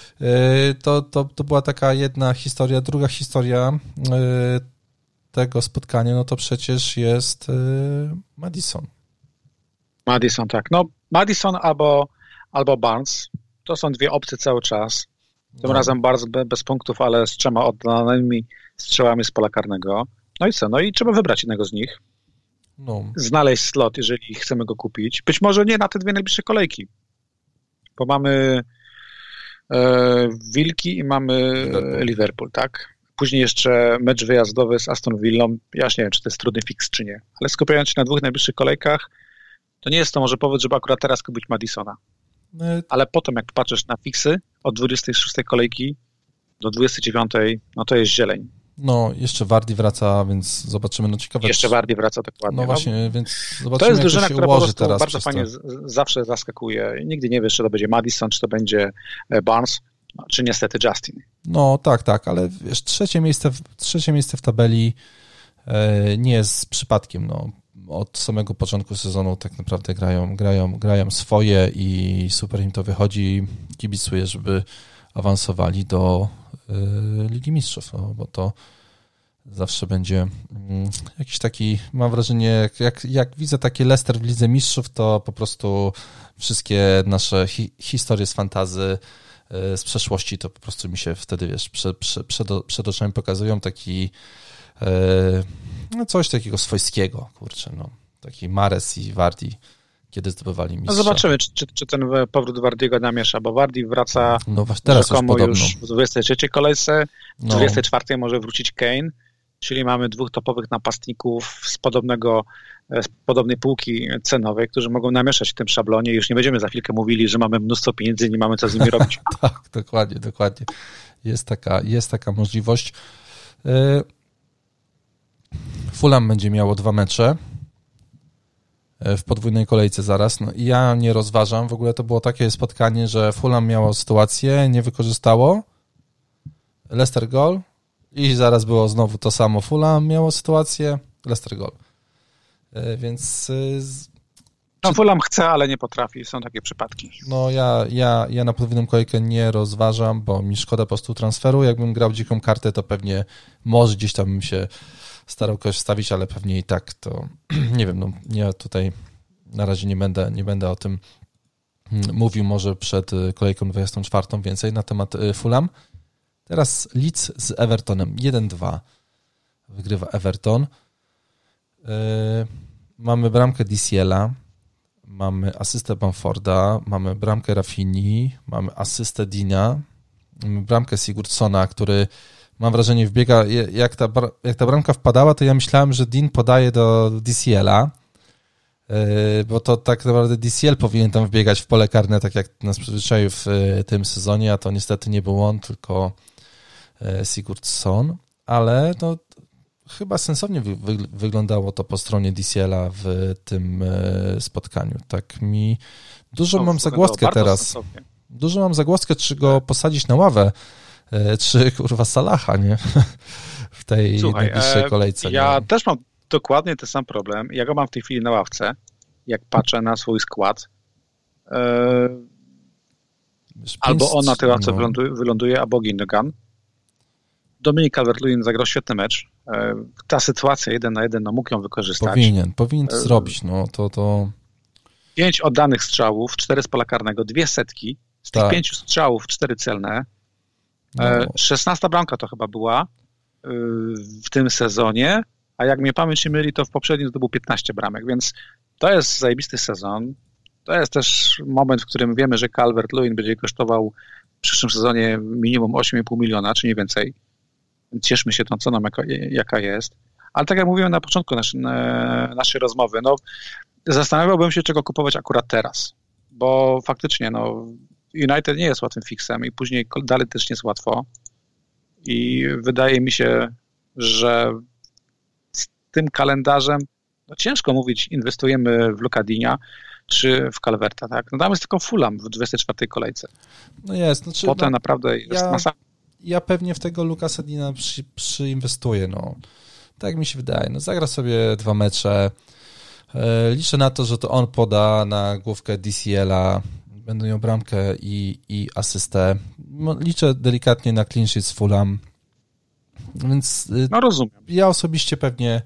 to była taka jedna historia. Druga historia tego spotkania, no to przecież jest Maddison. Maddison, tak. No Maddison albo Barnes. To są dwie opcje cały czas. Tym razem Barnes bez punktów, ale z 3 oddanymi strzałami z pola karnego. No i co? No i trzeba wybrać jednego z nich. No. Znaleźć slot, jeżeli chcemy go kupić. Być może nie na te 2 najbliższe kolejki. Bo mamy Wilki i mamy Liverpool, tak? Później jeszcze mecz wyjazdowy z Aston Villą. Ja już nie wiem, czy to jest trudny fix, czy nie. Ale skupiając się na 2 najbliższych kolejkach, to nie jest to może powód, żeby akurat teraz kupić Maddisona. Ale potem, jak patrzysz na fiksy od 26 kolejki do 29, no to jest zieleń. No, jeszcze Vardy wraca, więc zobaczymy. No ciekawe. Jeszcze Vardy wraca, dokładnie. No właśnie, więc zobaczymy, to jest drużyna, która po prostu teraz bardzo fajnie zawsze zaskakuje. Nigdy nie wiesz, czy to będzie Maddison, czy to będzie Barnes, czy niestety Justin. No tak, ale wiesz, trzecie miejsce w tabeli nie jest przypadkiem. No. Od samego początku sezonu tak naprawdę grają swoje i super im to wychodzi. Kibicuję, żeby awansowali do Ligi Mistrzów, no, bo to zawsze będzie jakiś taki, mam wrażenie, jak widzę takie Leicester w Lidze Mistrzów, to po prostu wszystkie nasze historie z fantasy z przeszłości, to po prostu mi się wtedy, wiesz, przed oczami pokazują taki no coś takiego swojskiego, kurczę, no, taki Mahrez i Vardy, kiedy zdobywali mistrza. No zobaczymy, czy ten powrót Vardy'ego namiesza, bo Vardy wraca teraz już w 23 kolejce, w 24 może wrócić Kane, czyli mamy 2 topowych napastników z podobnej półki cenowej, którzy mogą namieszać w tym szablonie. Już nie będziemy za chwilkę mówili, że mamy mnóstwo pieniędzy i nie mamy co z nimi robić. Tak, dokładnie. Jest taka możliwość. Fulham będzie miało 2 mecze w podwójnej kolejce zaraz. No, ja nie rozważam. W ogóle to było takie spotkanie, że Fulham miało sytuację, nie wykorzystało. Leicester gol i zaraz było znowu to samo. Fulham miało sytuację, Leicester gol. Więc... No Fulham chce, ale nie potrafi. Są takie przypadki. No ja na podwójną kolejkę nie rozważam, bo mi szkoda po prostu transferu. Jakbym grał dziką kartę, to pewnie może gdzieś tam bym się starał kogoś wstawić, ale pewnie i tak to nie wiem, no ja tutaj na razie nie będę o tym mówił, może przed kolejką 24 więcej na temat Fulham. Teraz Leeds z Evertonem 1-2 wygrywa Everton. Mamy bramkę DCL-a, mamy asystę Bamforda, mamy bramkę Rafinii, mamy asystę Dina, mamy bramkę Sigurdssona, który mam wrażenie wbiega, jak ta bramka wpadała, to ja myślałem, że Dean podaje do DCL-a, bo to tak naprawdę DCL powinien tam wbiegać w pole karne, tak jak nas przyzwyczaił w tym sezonie, a to niestety nie był on, tylko Sigurdsson, ale no, chyba sensownie wyglądało to po stronie DCL-a w tym spotkaniu. Tak mi... Dużo mam zagłoskę teraz. Sensownie. Dużo mam zagłoskę, czy go posadzić na ławę, czy kurwa Salaha, nie? W tej najbliższej kolejce. Ja też mam dokładnie ten sam problem. Ja go mam w tej chwili na ławce, jak patrzę na swój skład. Albo on na tej ławce wyląduje, albo Gundogan. Dominik Calvert-Lewin zagrał świetny mecz. Ta sytuacja 1-1, no mógł ją wykorzystać. Powinien to zrobić, no to... 5 oddanych strzałów, 4 z pola karnego, 2 setki. Z tych 5 strzałów 4 celne. 16 bramka to chyba była w tym sezonie, a jak mnie pamięć nie myli, to w poprzednim to był 15 bramek, więc to jest zajebisty sezon. To jest też moment, w którym wiemy, że Calvert-Lewin będzie kosztował w przyszłym sezonie minimum 8,5 miliona, czy nie więcej. Cieszmy się tą ceną, jaka jest. Ale tak jak mówiłem na początku naszej rozmowy, no zastanawiałbym się, czego kupować akurat teraz, bo faktycznie no, United nie jest łatwym fixem i później dalej też nie jest łatwo i wydaje mi się, że z tym kalendarzem no, ciężko mówić, inwestujemy w Lukadinia czy w Calverta, tak? No tam jest tylko Fulham w 24 kolejce. No jest. Znaczy, Potem naprawdę jest masa. Ja pewnie w tego Lucasa Dina przyinwestuję, no. Tak mi się wydaje. No zagra sobie 2 mecze. Liczę na to, że to on poda na główkę DCL-a. Będą miał bramkę i asystę. Liczę delikatnie na clean sheet z Fulham. Więc no rozumiem. Ja osobiście pewnie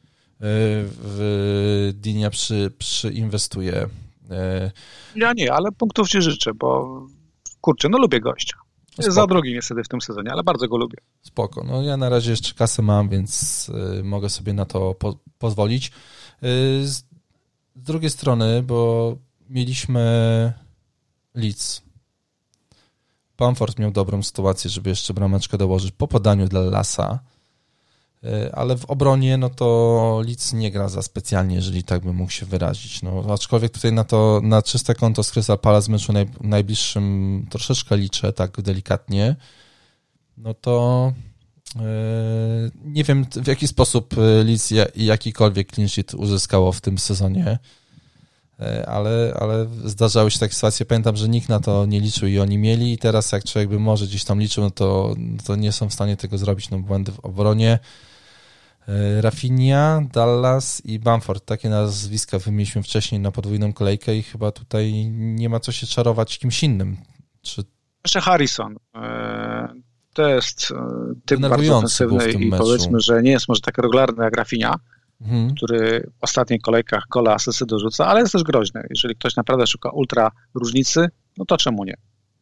w Dinia przyinwestuję. Ja nie, ale punktów ci życzę, bo kurczę, no lubię gościa. Jest za drogi niestety w tym sezonie, ale bardzo go lubię. Spoko. No ja na razie jeszcze kasę mam, więc mogę sobie na to pozwolić. Z drugiej strony, bo mieliśmy Leeds. Bamford miał dobrą sytuację, żeby jeszcze brameczkę dołożyć po podaniu dla Lasa, ale w obronie no to Leeds nie gra za specjalnie, jeżeli tak bym mógł się wyrazić. No, aczkolwiek tutaj na czyste konto z Crystal Palace meczu najbliższym troszeczkę liczę, tak delikatnie, no to nie wiem w jaki sposób Leeds jakikolwiek clean sheet uzyskało w tym sezonie, ale zdarzały się takie sytuacje. Pamiętam, że nikt na to nie liczył i oni mieli i teraz jak człowiek by może gdzieś tam liczył, no to nie są w stanie tego zrobić. No błędy w obronie. Rafinha, Dallas i Bamford. Takie nazwiska wymieniliśmy wcześniej na podwójną kolejkę i chyba tutaj nie ma co się czarować kimś innym. Jeszcze Harrison. To jest typ bardzo ofensywny i powiedzmy, że nie jest może tak regularny jak Rafinha, który w ostatnich kolejkach gola, asysty dorzuca, ale jest też groźny. Jeżeli ktoś naprawdę szuka ultra różnicy, no to czemu nie?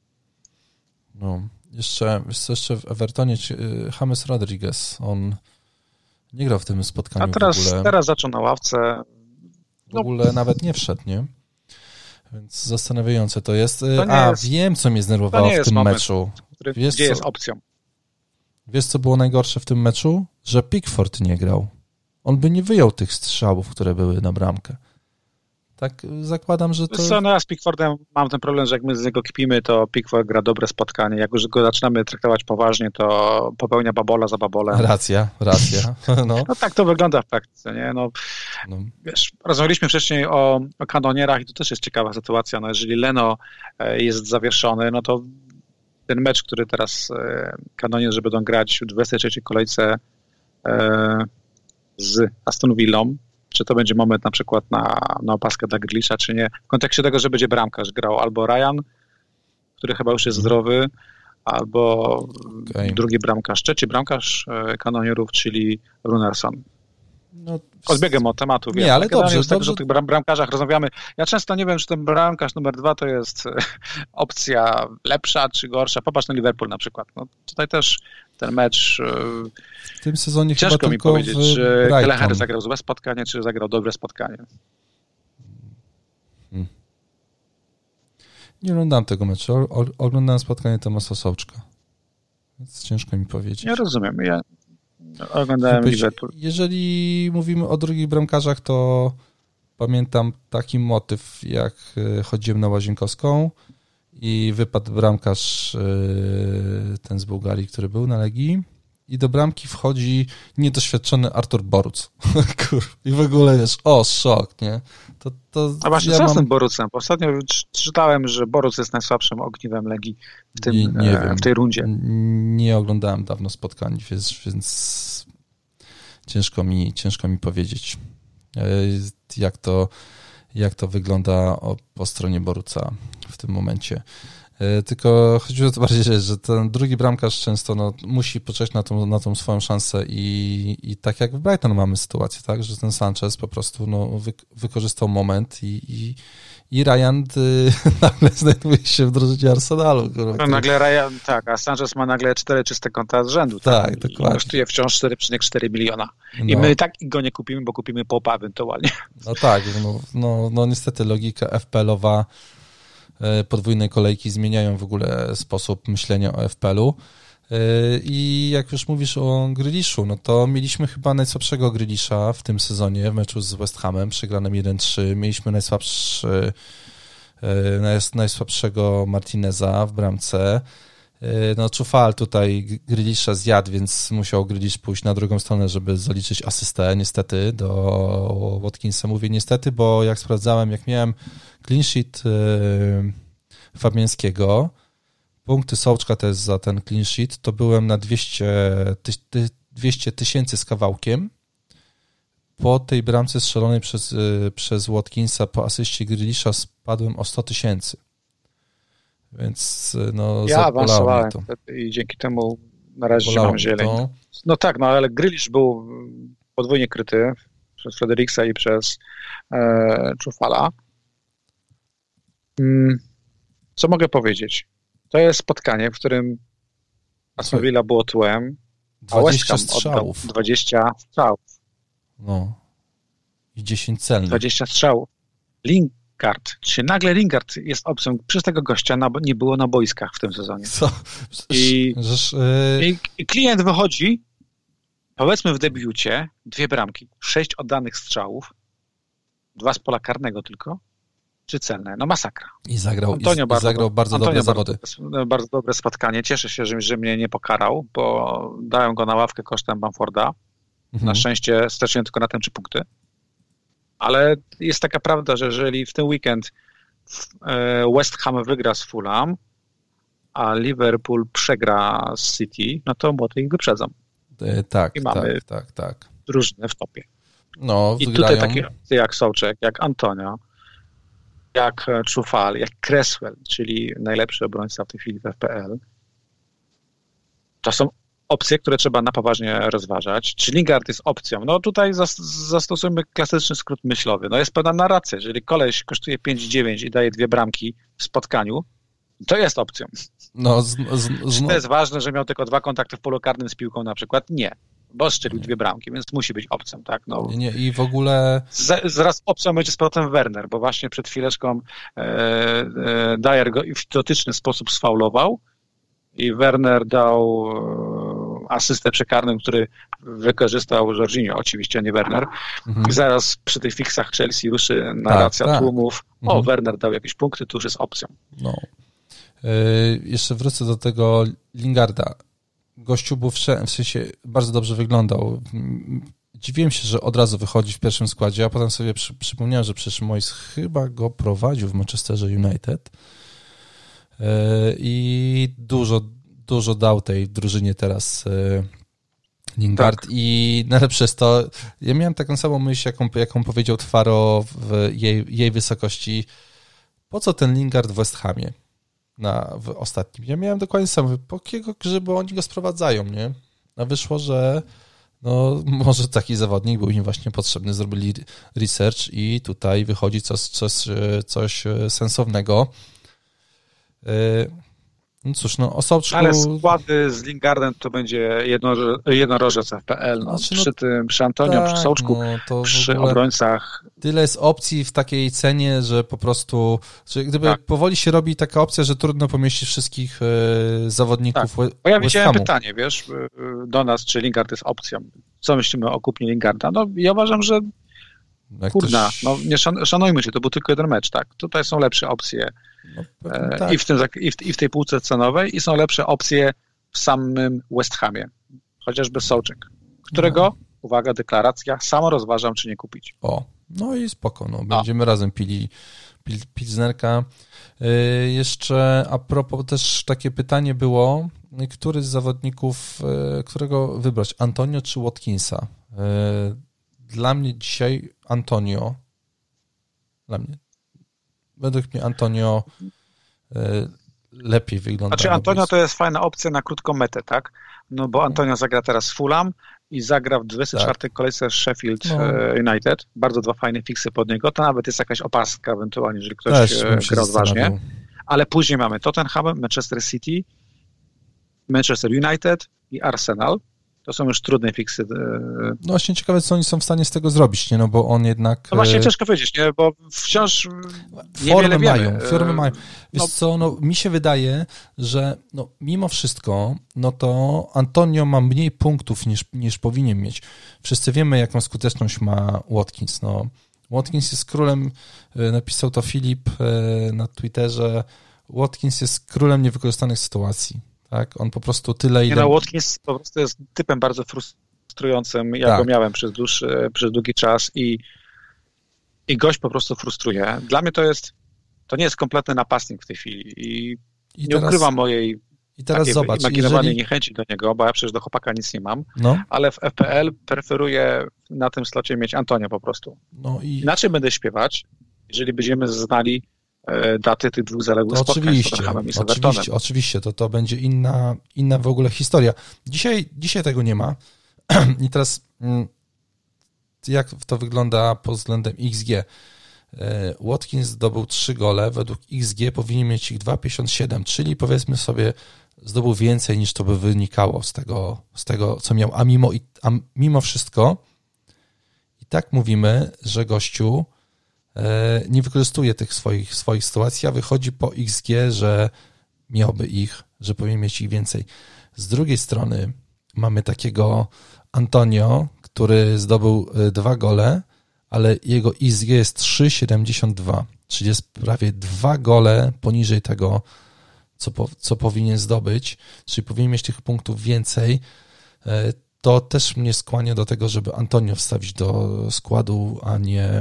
No, jeszcze w Evertonie James Rodriguez, on nie grał w tym spotkaniu a teraz zaczął na ławce. W ogóle nawet nie wszedł, nie? Więc zastanawiające to jest. Wiem, co mnie zdenerwowało w tym meczu. Gdzie jest opcją? Wiesz, co było najgorsze w tym meczu? Że Pickford nie grał. On by nie wyjął tych strzałów, które były na bramkę. Tak zakładam, że to... Co, no ja z Pickfordem mam ten problem, że jak my z niego kpimy, to Pickford gra dobre spotkanie. Jak już go zaczynamy traktować poważnie, to popełnia babola za babolem. Racja. No tak to wygląda w praktyce, nie? No. Wiesz, rozmawialiśmy wcześniej o kanonierach i to też jest ciekawa sytuacja. No, jeżeli Leno jest zawieszony, no to ten mecz, który teraz kanonierzy będą grać w 23 kolejce z Aston Villą, czy to będzie moment na przykład na opaskę dla Grealisha, czy nie. W kontekście tego, że będzie bramkarz grał albo Ryan, który chyba już jest zdrowy, albo drugi bramkarz, trzeci bramkarz kanonierów, czyli Runerson. No, odbiegiem od tematu. Nie, ale dobrze. Tak, że o tych bramkarzach rozmawiamy. Ja często nie wiem, czy ten bramkarz numer 2 to jest opcja lepsza czy gorsza. Popatrz na Liverpool na przykład. No, tutaj też ten mecz w tym sezonie ciężko chyba mi powiedzieć, czy Brighton. Kelleher zagrał złe spotkanie, czy zagrał dobre spotkanie. Nie oglądałem tego meczu. Oglądałem spotkanie Tomasa Sołczka. Więc ciężko mi powiedzieć. Ja rozumiem. Ja oglądałem Liverpool. Jeżeli mówimy o drugich bramkarzach, to pamiętam taki motyw, jak chodziłem na Łazienkowską i wypadł bramkarz ten z Bułgarii, który był na Legii i do bramki wchodzi niedoświadczony Artur Boruc. I w ogóle wiesz, szok, nie? A właśnie, co z tym Borucem? Ostatnio czytałem, że Boruc jest najsłabszym ogniwem Legii w tej rundzie. Nie oglądałem dawno spotkań, więc ciężko mi powiedzieć, jak to wygląda po stronie Boruca w tym momencie. Tylko chodziło o to bardziej, że ten drugi bramkarz często musi poczekać na tą swoją szansę i tak jak w Brighton mamy sytuację, tak, że ten Sanchez po prostu wykorzystał moment i Ryan nagle znajduje się w drużynie Arsenalu. Nagle Ryan, tak, a Sanchez ma nagle 4 czyste konta z rzędu. Tak, dokładnie. I kosztuje wciąż 4,4 miliona. I my tak go nie kupimy, bo kupimy Popa ewentualnie. No tak, niestety logika FPL-owa podwójne kolejki zmieniają w ogóle sposób myślenia o FPL-u. I jak już mówisz o Grealishu, no to mieliśmy chyba najsłabszego Grealisha w tym sezonie w meczu z West Hamem, przegranym 1-3. Mieliśmy najsłabszego Martineza w bramce. No Czufal tutaj Grealisha zjadł, więc musiał Grealish pójść na drugą stronę, żeby zaliczyć asystę, niestety, do Watkinsa. Mówię niestety, bo jak sprawdzałem, jak miałem clean sheet Fabiańskiego, punkty Sołczka też za ten clean sheet, to byłem na 200 tysięcy z kawałkiem. Po tej bramce strzelonej przez Watkinsa po asyście Grealisha spadłem o 100 tysięcy. Więc no ja awansowałem to. I dzięki temu na razie mam zieleń. To. No tak, no ale Grealish był podwójnie kryty przez Frederiksa i przez Czufala. Co mogę powiedzieć? To jest spotkanie, w którym Aston Villa było tłem, a West Ham oddał 20 strzałów. No. I 10 celnych. 20 strzałów. Lingard. Czy nagle Lingard jest opcją? Przez tego gościa nie było na boiskach w tym sezonie. Co? I klient wychodzi, powiedzmy w debiucie, 2 bramki, 6 oddanych strzałów, 2 z pola karnego tylko, 3 celne. No masakra. I zagrał bardzo dobre zawody. Bardzo dobre spotkanie. Cieszę się, że mnie nie pokarał, bo dałem go na ławkę kosztem Bamforda. Na szczęście straciłem tylko na tym 3 punkty. Ale jest taka prawda, że jeżeli w ten weekend West Ham wygra z Fulham, a Liverpool przegra z City, no to młody ich wyprzedzą. Tak, i mamy tak. drużynę w topie. No, i tutaj takie opcje jak Souček, jak Antonio, jak Czufal, jak Cresswell, czyli najlepszy obrońca w tej chwili w FPL, to są opcje, które trzeba na poważnie rozważać. Czy Lingard jest opcją? No tutaj zastosujmy klasyczny skrót myślowy. No jest pewna narracja. Jeżeli koleś kosztuje 5,9 i daje 2 bramki w spotkaniu, to jest opcją. No, Czy to jest ważne, że miał tylko 2 kontakty w polu karnym z piłką na przykład? Nie. Bo strzelił 2 bramki, więc musi być opcją, tak? No. Nie, i w ogóle... Zaraz opcją będzie z powrotem Werner, bo właśnie przed chwileczką Dyer go w dotyczny sposób sfaulował i Werner dał asystę przy karnym, który wykorzystał Jorginho, oczywiście, nie Werner. I zaraz przy tych fiksach Chelsea ruszy narracja tłumów. O, Werner dał jakieś punkty, to już jest opcją. No. Jeszcze wrócę do tego Lingarda. Gościu był w sensie bardzo dobrze wyglądał. Dziwiłem się, że od razu wychodzi w pierwszym składzie, a potem sobie przypomniałem, że przecież Moyes chyba go prowadził w Manchesterze United i dużo dał tej drużynie teraz Lingard. Tak. I najlepsze jest to, ja miałem taką samą myśl, jaką powiedział Twaro w jej wysokości. Po co ten Lingard w West Hamie w ostatnim? Ja miałem dokładnie samo, po jakiego grzybu oni go sprowadzają, nie? A wyszło, że no, może taki zawodnik był im właśnie potrzebny, zrobili research i tutaj wychodzi coś sensownego. No cóż, no o Součku... Ale składy z Lingardem to będzie jednorożec FPL. No. Znaczy, przy Antonio, przy Součku, przy obrońcach. Tyle jest opcji w takiej cenie, że po prostu... Że gdyby powoli się robi taka opcja, że trudno pomieścić wszystkich zawodników West Hamu. Bo ja widziałem pytanie, wiesz, do nas, czy Lingard jest opcją. Co myślimy o kupnie Lingarda? No ja uważam, że kurna, no nie szanujmy się, to był tylko jeden mecz, tak? Tutaj są lepsze opcje tak. I w tej półce cenowej i są lepsze opcje w samym West Hamie. Chociażby Souček, którego, uwaga, deklaracja, samo rozważam, czy nie kupić. O, no i spoko, no, będziemy razem pili pilsnerka. Jeszcze a propos też takie pytanie było, który z zawodników, którego wybrać, Antonio czy Watkinsa? Dla mnie dzisiaj Antonio. Według mnie Antonio lepiej wygląda. Znaczy Antonio to jest fajna opcja na krótką metę, tak? No bo Antonio zagra teraz z Fulham i zagra w 24. kolejce Sheffield United. Bardzo 2 fajne fiksy pod niego. To nawet jest jakaś opaska ewentualnie, jeżeli ktoś gra odważnie. Ale później mamy Tottenham, Manchester City, Manchester United i Arsenal. To są już trudne fiksy. No właśnie ciekawe, co oni są w stanie z tego zrobić, nie? No bo on jednak... No właśnie ciężko powiedzieć, nie? Bo wciąż niewiele wiemy. Formy mają. Wiesz co, no mi się wydaje, że no, mimo wszystko, no to Antonio ma mniej punktów niż powinien mieć. Wszyscy wiemy, jaką skuteczność ma Watkins. No, Watkins jest królem, napisał to Filip na Twitterze, Watkins jest królem niewykorzystanych sytuacji. Tak? On po prostu tyle, ile... Watkins po prostu jest typem bardzo frustrującym. Ja go miałem przez długi czas i gość po prostu frustruje. Dla mnie to nie jest kompletny napastnik w tej chwili i nie teraz, ukrywam mojej zobacz, imaginowanej niechęci do niego, bo ja przecież do chłopaka nic nie mam, ale w FPL preferuję na tym slocie mieć Antonia po prostu. No i... Inaczej będę śpiewać, jeżeli będziemy znali daty tych dwóch zaległych spotkań z Tottenhamem i z Evertonem. Oczywiście, to będzie inna w ogóle historia. Dzisiaj tego nie ma i teraz jak to wygląda pod względem XG? Watkins zdobył 3 gole, według XG powinien mieć ich 2,57, czyli powiedzmy sobie zdobył więcej niż to by wynikało z tego co miał, a mimo wszystko i tak mówimy, że gościu nie wykorzystuje tych swoich sytuacji, a wychodzi po XG, że miałby ich, że powinien mieć ich więcej. Z drugiej strony mamy takiego Antonio, który zdobył 2 gole, ale jego XG jest 3,72, czyli jest prawie 2 gole poniżej tego, co powinien zdobyć, czyli powinien mieć tych punktów więcej. To też mnie skłania do tego, żeby Antonio wstawić do składu, a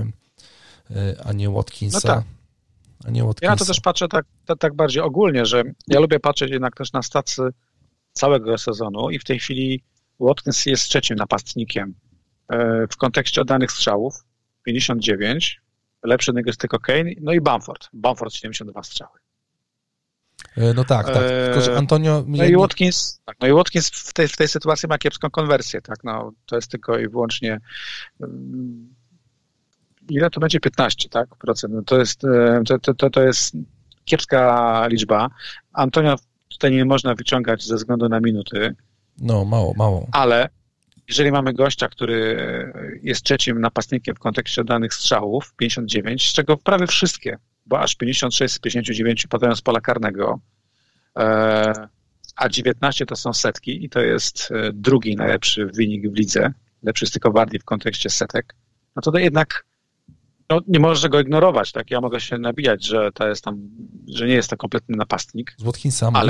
nie Watkinsa. No tak. Ja na to też patrzę tak bardziej ogólnie, że ja lubię patrzeć jednak też na stacy całego sezonu i w tej chwili Watkins jest trzecim napastnikiem w kontekście oddanych strzałów, 59, lepszy od niego jest tylko Kane, no i Bamford 72 strzały. No tak, tylko że Antonio... No i Watkins w tej sytuacji ma kiepską konwersję, tak, no to jest tylko i wyłącznie ile to będzie? 15, tak, procent. No to jest kiepska liczba. Antonio tutaj nie można wyciągać ze względu na minuty. No, mało. Ale jeżeli mamy gościa, który jest trzecim napastnikiem w kontekście danych strzałów, 59, z czego prawie wszystkie, bo aż 56 z 59 padają z pola karnego, a 19 to są setki i to jest drugi najlepszy wynik w lidze, lepszy jest tylko Vardy w kontekście setek, no to jednak nie można go ignorować, tak? Ja mogę się nabijać, że to jest tam, że nie jest to kompletny napastnik. Z Watkinsa ale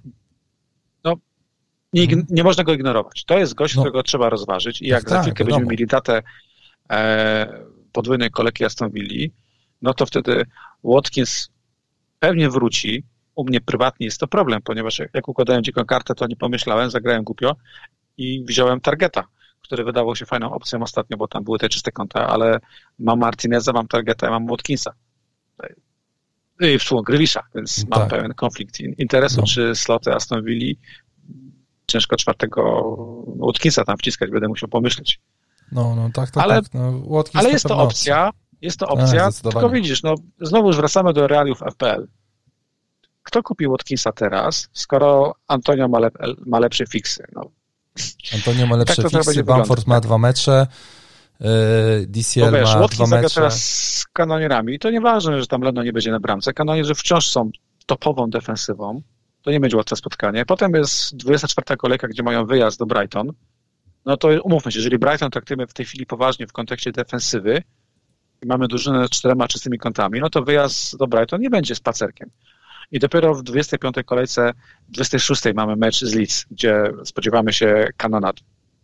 nie można go ignorować. To jest gość, którego trzeba rozważyć i jak za chwilkę będziemy mieli datę podwójnej kolejki Aston Villa, no to wtedy Watkins pewnie wróci. U mnie prywatnie jest to problem, ponieważ jak układałem dziką kartę, to nie pomyślałem, zagrałem głupio i wziąłem Targeta, który wydawał się fajną opcją ostatnio, bo tam były te czyste konta, ale mam Martineza, mam Targeta, mam Watkinsa. I Grealisha, więc mam pewien konflikt interesu, czy sloty Aston Villa, ciężko czwartego Watkinsa tam wciskać, będę musiał pomyśleć. Tak. Ale jest to opcja, tylko widzisz, znowu już wracamy do realiów FPL. Kto kupił Watkinsa teraz, skoro Antonio ma lepsze fiksy? Antonio ma lepsze fiksy, Bamford ma 2 mecze, DCL ma Watkins 2 mecze. teraz z kanonierami, to nieważne, że tam Leno nie będzie na bramce. Kanonierzy wciąż są topową defensywą, to nie będzie łatwe spotkanie. Potem jest 24. kolejka, gdzie mają wyjazd do Brighton. No to umówmy się, jeżeli Brighton traktujemy w tej chwili poważnie w kontekście defensywy i mamy drużynę z 4 czystymi kątami, no to wyjazd do Brighton nie będzie spacerkiem. I dopiero w 25. kolejce, 26. mamy mecz z Leeds, gdzie spodziewamy się kanonad.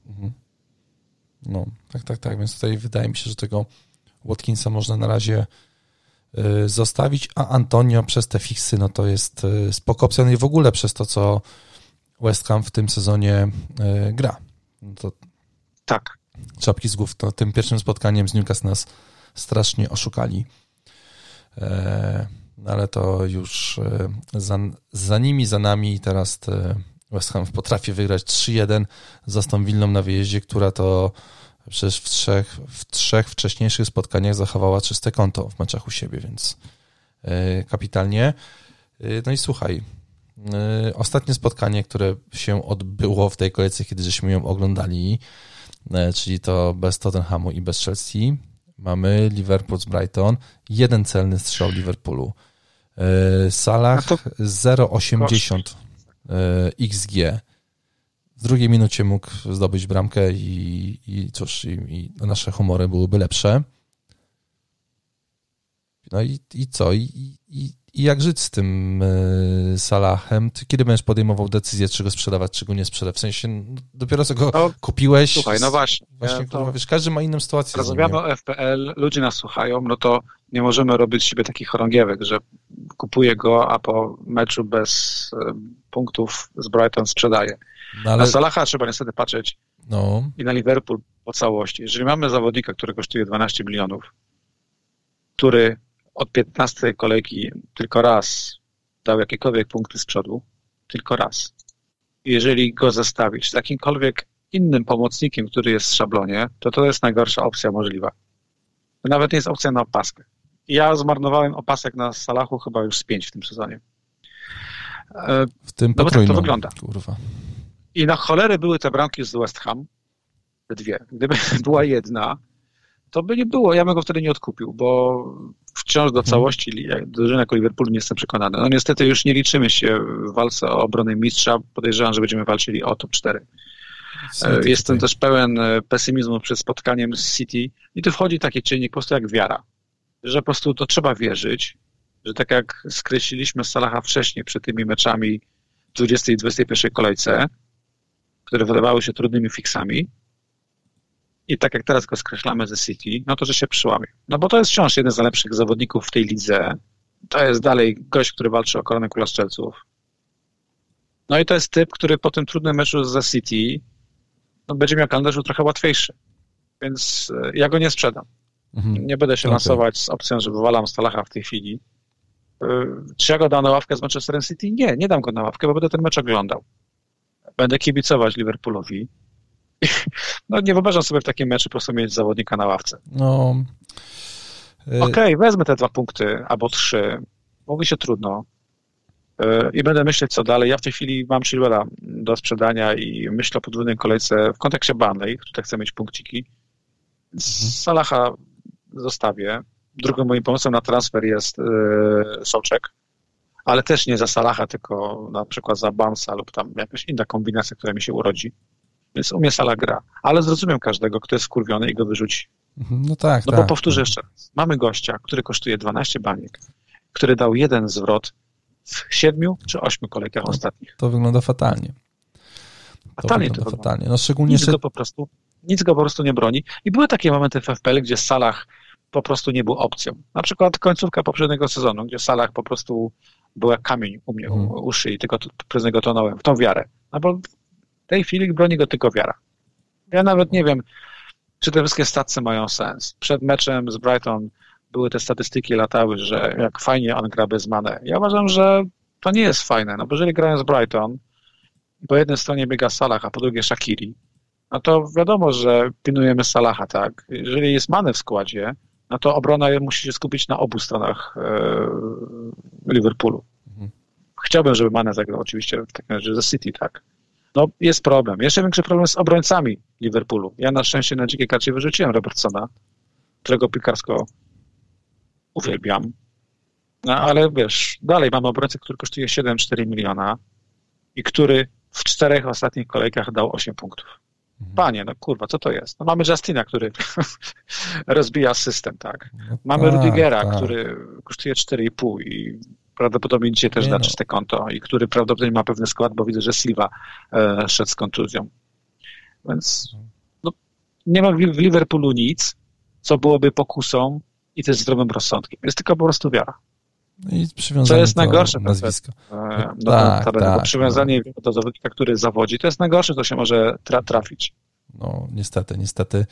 No, tak. Więc tutaj wydaje mi się, że tego Watkinsa można na razie zostawić, a Antonio przez te fiksy, no to jest spoko opcja, no i w ogóle przez to, co West Ham w tym sezonie gra. No to tak. Czapki z głów. To tym pierwszym spotkaniem z Newcastle nas strasznie oszukali. Ale to już za nami i teraz West Ham potrafi wygrać 3-1 z Aston Villą na wyjeździe, która to przecież w trzech wcześniejszych spotkaniach zachowała czyste konto w meczach u siebie, więc kapitalnie. No i słuchaj, ostatnie spotkanie, które się odbyło w tej kolejce, kiedy żeśmy ją oglądali, czyli to bez Tottenhamu i bez Chelsea. Mamy Liverpool z Brighton, 1 celny strzał Liverpoolu. Salah 0,80 XG. W drugiej minucie mógł zdobyć bramkę i cóż, i nasze humory byłyby lepsze. No i co? I jak żyć z tym Salahem? Ty kiedy będziesz podejmował decyzję, czy go sprzedawać, czy go nie sprzedać? W sensie, dopiero co go kupiłeś. Słuchaj, no właśnie. Kurwa, wiesz, każdy ma inną sytuację. Rozmawiamy o FPL, ludzie nas słuchają, no to nie możemy robić z siebie takich chorągiewek, że kupuję go, a po meczu bez punktów z Brighton sprzedaję. No, ale... Na Salaha trzeba niestety patrzeć i na Liverpool po całości. Jeżeli mamy zawodnika, który kosztuje 12 milionów, który od 15 kolejki tylko raz dał jakiekolwiek punkty z przodu, tylko raz. Jeżeli go zestawić z jakimkolwiek innym pomocnikiem, który jest w szablonie, to jest najgorsza opcja możliwa. To nawet nie jest opcja na opaskę. Ja zmarnowałem opasek na Salachu chyba już z 5 w tym sezonie. W tym no bo tak to wygląda. Kurwa. I na cholerę były te bramki z West Ham, te 2. Gdyby była jedna, to by nie było. Ja bym go wtedy nie odkupił, bo wciąż do całości drużyny jako Liverpoolu nie jestem przekonany. No niestety już nie liczymy się w walce o obronę mistrza. Podejrzewam, że będziemy walczyli o top 4. Jestem też pełen pesymizmu przed spotkaniem z City i tu wchodzi taki czynnik po prostu jak wiara. Że po prostu to trzeba wierzyć, że tak jak skreśliliśmy Salaha wcześniej przed tymi meczami w 20 i 21 kolejce, które wydawały się trudnymi fiksami, i tak jak teraz go skreślamy ze City, no to że się przyłamie. No bo to jest wciąż jeden z najlepszych zawodników w tej lidze. To jest dalej gość, który walczy o koronę Króla Strzelców. No i to jest typ, który po tym trudnym meczu ze City będzie miał kalendarz trochę łatwiejszy. Więc ja go nie sprzedam. Nie będę się lansować z opcją, że wywalam Salaha w tej chwili. Czy ja go dam na ławkę z Manchesterem City? Nie dam go na ławkę, bo będę ten mecz oglądał. Będę kibicować Liverpoolowi. No nie wyobrażam sobie w takim meczu po prostu mieć zawodnika na ławce. Okej, wezmę te 2 punkty albo 3. Mówi się trudno. I będę myśleć, co dalej. Ja w tej chwili mam Chilwella do sprzedania i myślę o podwójnej kolejce w kontekście Burnley, tutaj chcę mieć punkciki. Salaha zostawię. Drugim moim pomysłem na transfer jest Souček, ale też nie za Salaha, tylko na przykład za Bamsa lub tam jakaś inna kombinacja, która mi się urodzi. Więc u mnie Salah gra. Ale zrozumiem każdego, kto jest skurwiony i go wyrzuci. No tak. Bo powtórzę jeszcze raz. Mamy gościa, który kosztuje 12 baniek, który dał 1 zwrot w 7 czy 8 kolejkach ostatnich. To wygląda fatalnie. Fatalnie. No szczególnie nic go po prostu nie broni. I były takie momenty w FPL, gdzie Salah po prostu nie był opcją. Na przykład końcówka poprzedniego sezonu, gdzie Salah po prostu był jak kamień u mnie u szyi, tylko przez niego tonąłem w tą wiarę. No bo w tej chwili broni go tylko wiara. Ja nawet nie wiem, czy te wszystkie stacje mają sens. Przed meczem z Brighton były te statystyki latały, że jak fajnie on gra bez Mane. Ja uważam, że to nie jest fajne, no bo jeżeli grają z Brighton, po jednej stronie biega Salah, a po drugiej Shaqiri, no to wiadomo, że pilnujemy Salaha, tak? Jeżeli jest Mane w składzie, no to obrona musi się skupić na obu stronach Liverpoolu. Chciałbym, żeby Mane zagrał oczywiście w takim razie ze City, tak? No jest problem. Jeszcze większy problem z obrońcami Liverpoolu. Ja na szczęście na dzikiej karcie wyrzuciłem Robertsona, którego piłkarsko uwielbiam. No ale wiesz, dalej mamy obrońcę, który kosztuje 7,4 miliona i który w 4 ostatnich kolejkach dał 8 punktów. Panie, no kurwa, co to jest? No mamy Justina, który rozbija system, tak? Mamy Rudigera, który kosztuje 4,5 i prawdopodobnie dzisiaj też da czyste konto i który prawdopodobnie ma pewny skład, bo widzę, że Silva szedł z kontuzją. Więc no, nie ma w Liverpoolu nic, co byłoby pokusą i też zdrowym rozsądkiem. Jest tylko po prostu wiara. I co jest najgorsze nazwisko. Bo przywiązanie do zawodnika, który zawodzi, to jest najgorsze, co się może trafić. No niestety.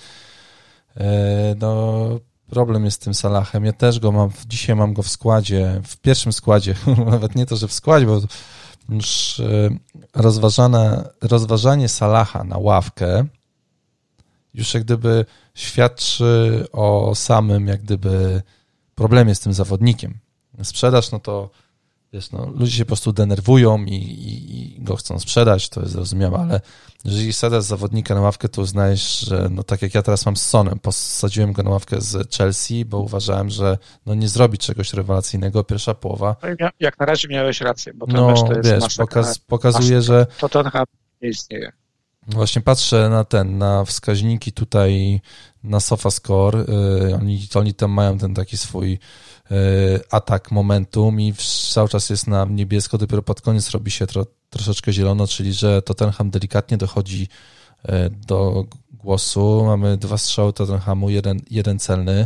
No problem jest z tym Salahem. Ja też go mam, dzisiaj mam go w składzie, w pierwszym składzie, nawet nie to, że w składzie, bo już rozważanie Salaha na ławkę już jak gdyby świadczy o samym jak gdyby problemie z tym zawodnikiem. Sprzedaż, no to wiesz, no, ludzie się po prostu denerwują i go chcą sprzedać, to jest zrozumiałe, ale jeżeli wsadzasz zawodnika na ławkę, to uznajesz, że no tak jak ja teraz mam z Sonem, posadziłem go na ławkę z Chelsea, bo uważałem, że no nie zrobi czegoś rewelacyjnego, pierwsza połowa. Jak na razie miałeś rację, bo no, mecz to jest wiesz, pokazuje, że to Tottenham nie istnieje. Właśnie patrzę na wskaźniki tutaj na SofaScore, oni tam mają ten taki swój atak momentum i cały czas jest na niebiesko, dopiero pod koniec robi się troszeczkę zielono, czyli że Tottenham delikatnie dochodzi do głosu. Mamy 2 strzały Tottenhamu, jeden celny,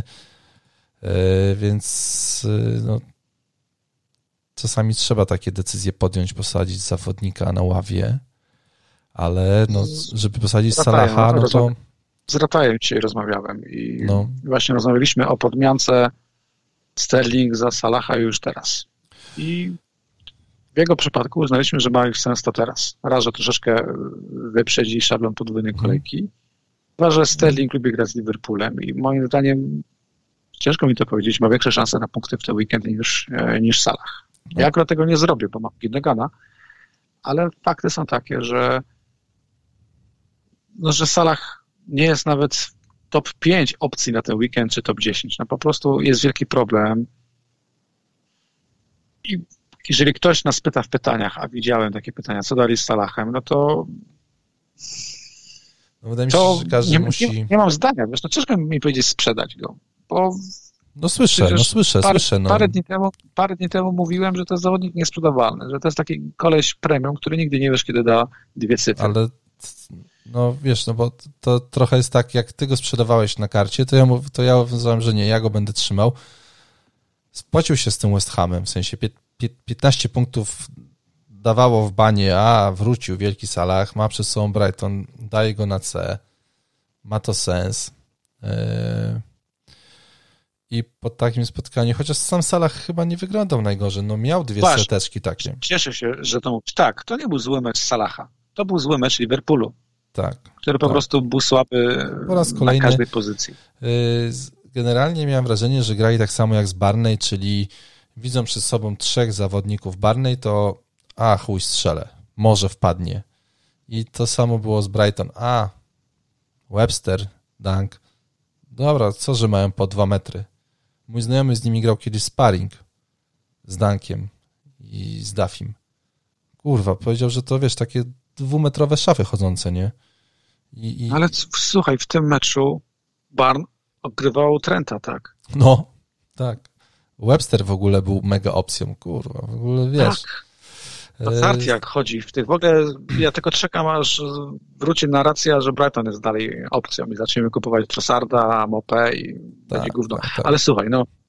więc no, czasami trzeba takie decyzje podjąć, posadzić zawodnika na ławie, ale no, żeby posadzić Salaha, no to... Z Ratajem dzisiaj rozmawiałem i właśnie rozmawialiśmy o podmiance Sterling za Salaha już teraz. I w jego przypadku uznaliśmy, że ma już sens to teraz. Raz, że troszeczkę wyprzedzi szablon podwójnej kolejki. Dwa, że Sterling lubi grać z Liverpoolem i moim zdaniem, ciężko mi to powiedzieć, ma większe szanse na punkty w ten weekend niż Salah. Ja akurat tego nie zrobię, bo mam Gündogana, ale fakty są takie, że Salah nie jest nawet w top 5 opcji na ten weekend, czy top 10. No po prostu jest wielki problem. I jeżeli ktoś nas pyta w pytaniach, a widziałem takie pytania, co dalej z Salahem, no to wydaje mi się, że każdy musi... Nie mam zdania, wiesz, no ciężko mi powiedzieć sprzedać go, bo... No słyszę. Parę dni temu mówiłem, że to jest zawodnik niesprzedawalny, że to jest taki koleś premium, który nigdy nie wiesz, kiedy da 2 cyfry. Ale no wiesz, no bo to trochę jest tak, jak ty go sprzedawałeś na karcie, to ja uważałem, że nie, ja go będę trzymał. Spłacił się z tym West Hamem, w sensie 15 punktów dawało w banie, wrócił wielki Salah, ma przed sobą Brighton, daje go na C, ma to sens. I po takim spotkaniu, chociaż sam Salah chyba nie wyglądał najgorzej, no miał 2 seteczki takie. Cieszę się, że to mówisz. Tak, to nie był zły mecz Salaha, to był zły mecz Liverpoolu, który po prostu był słaby po raz kolejny, na każdej pozycji. Generalnie miałem wrażenie, że grali tak samo jak z Barney, czyli widzą przed sobą 3 zawodników Barney, to chuj strzelę, może wpadnie. I to samo było z Brighton. Webster, Dunk. Dobra, co, że mają po 2 metry. Mój znajomy z nimi grał kiedyś sparring z Dunkiem i z Duffim. Kurwa, powiedział, że to wiesz, takie 2-metrowe szafy chodzące, nie? Ale słuchaj, w tym meczu Barn odgrywał Trenta, tak? No, tak. Webster w ogóle był mega opcją, kurwa, w ogóle wiesz. Tak. To Sarti jak chodzi w tych, w ogóle ja tylko czekam, aż wróci narracja, że Brighton jest dalej opcją i zaczniemy kupować Trossarda, Mopé i będzie gówno. Tak. Ale słuchaj,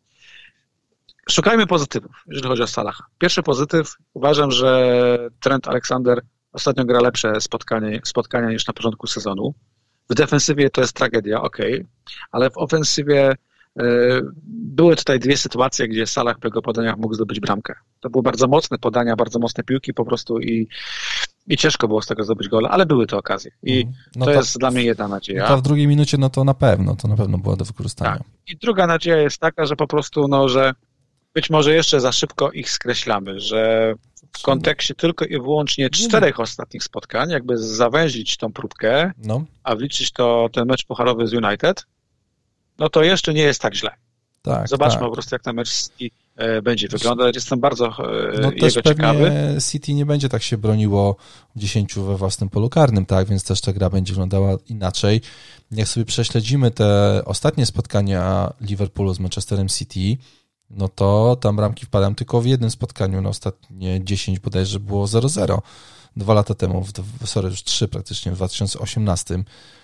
szukajmy pozytywów, jeżeli chodzi o Salaha. Pierwszy pozytyw, uważam, że Trent Alexander ostatnio gra lepsze spotkania niż na początku sezonu. W defensywie to jest tragedia, ale w ofensywie były tutaj 2 sytuacje, gdzie Salah po jego podaniach mógł zdobyć bramkę. To były bardzo mocne podania, bardzo mocne piłki po prostu i ciężko było z tego zdobyć gola, ale były te okazje. I to jest dla mnie jedna nadzieja. To w drugiej minucie, to na pewno było do wykorzystania. Tak. I druga nadzieja jest taka, że po prostu, że być może jeszcze za szybko ich skreślamy, że w kontekście tylko i wyłącznie 4 ostatnich spotkań, jakby zawęzić tą próbkę, a wliczyć ten mecz pucharowy z United, no to jeszcze nie jest tak źle. Tak, zobaczmy po prostu, jak ten mecz City będzie wyglądać. Jestem bardzo też ciekawy. City nie będzie tak się broniło w 10 we własnym polu karnym, tak, więc też ta gra będzie wyglądała inaczej. Jak sobie prześledzimy te ostatnie spotkania Liverpoolu z Manchesterem City, no to tam bramki wpadają tylko w jednym spotkaniu, na ostatnie 10 bodajże było 0-0 2 lata temu, już 3 praktycznie, w 2018.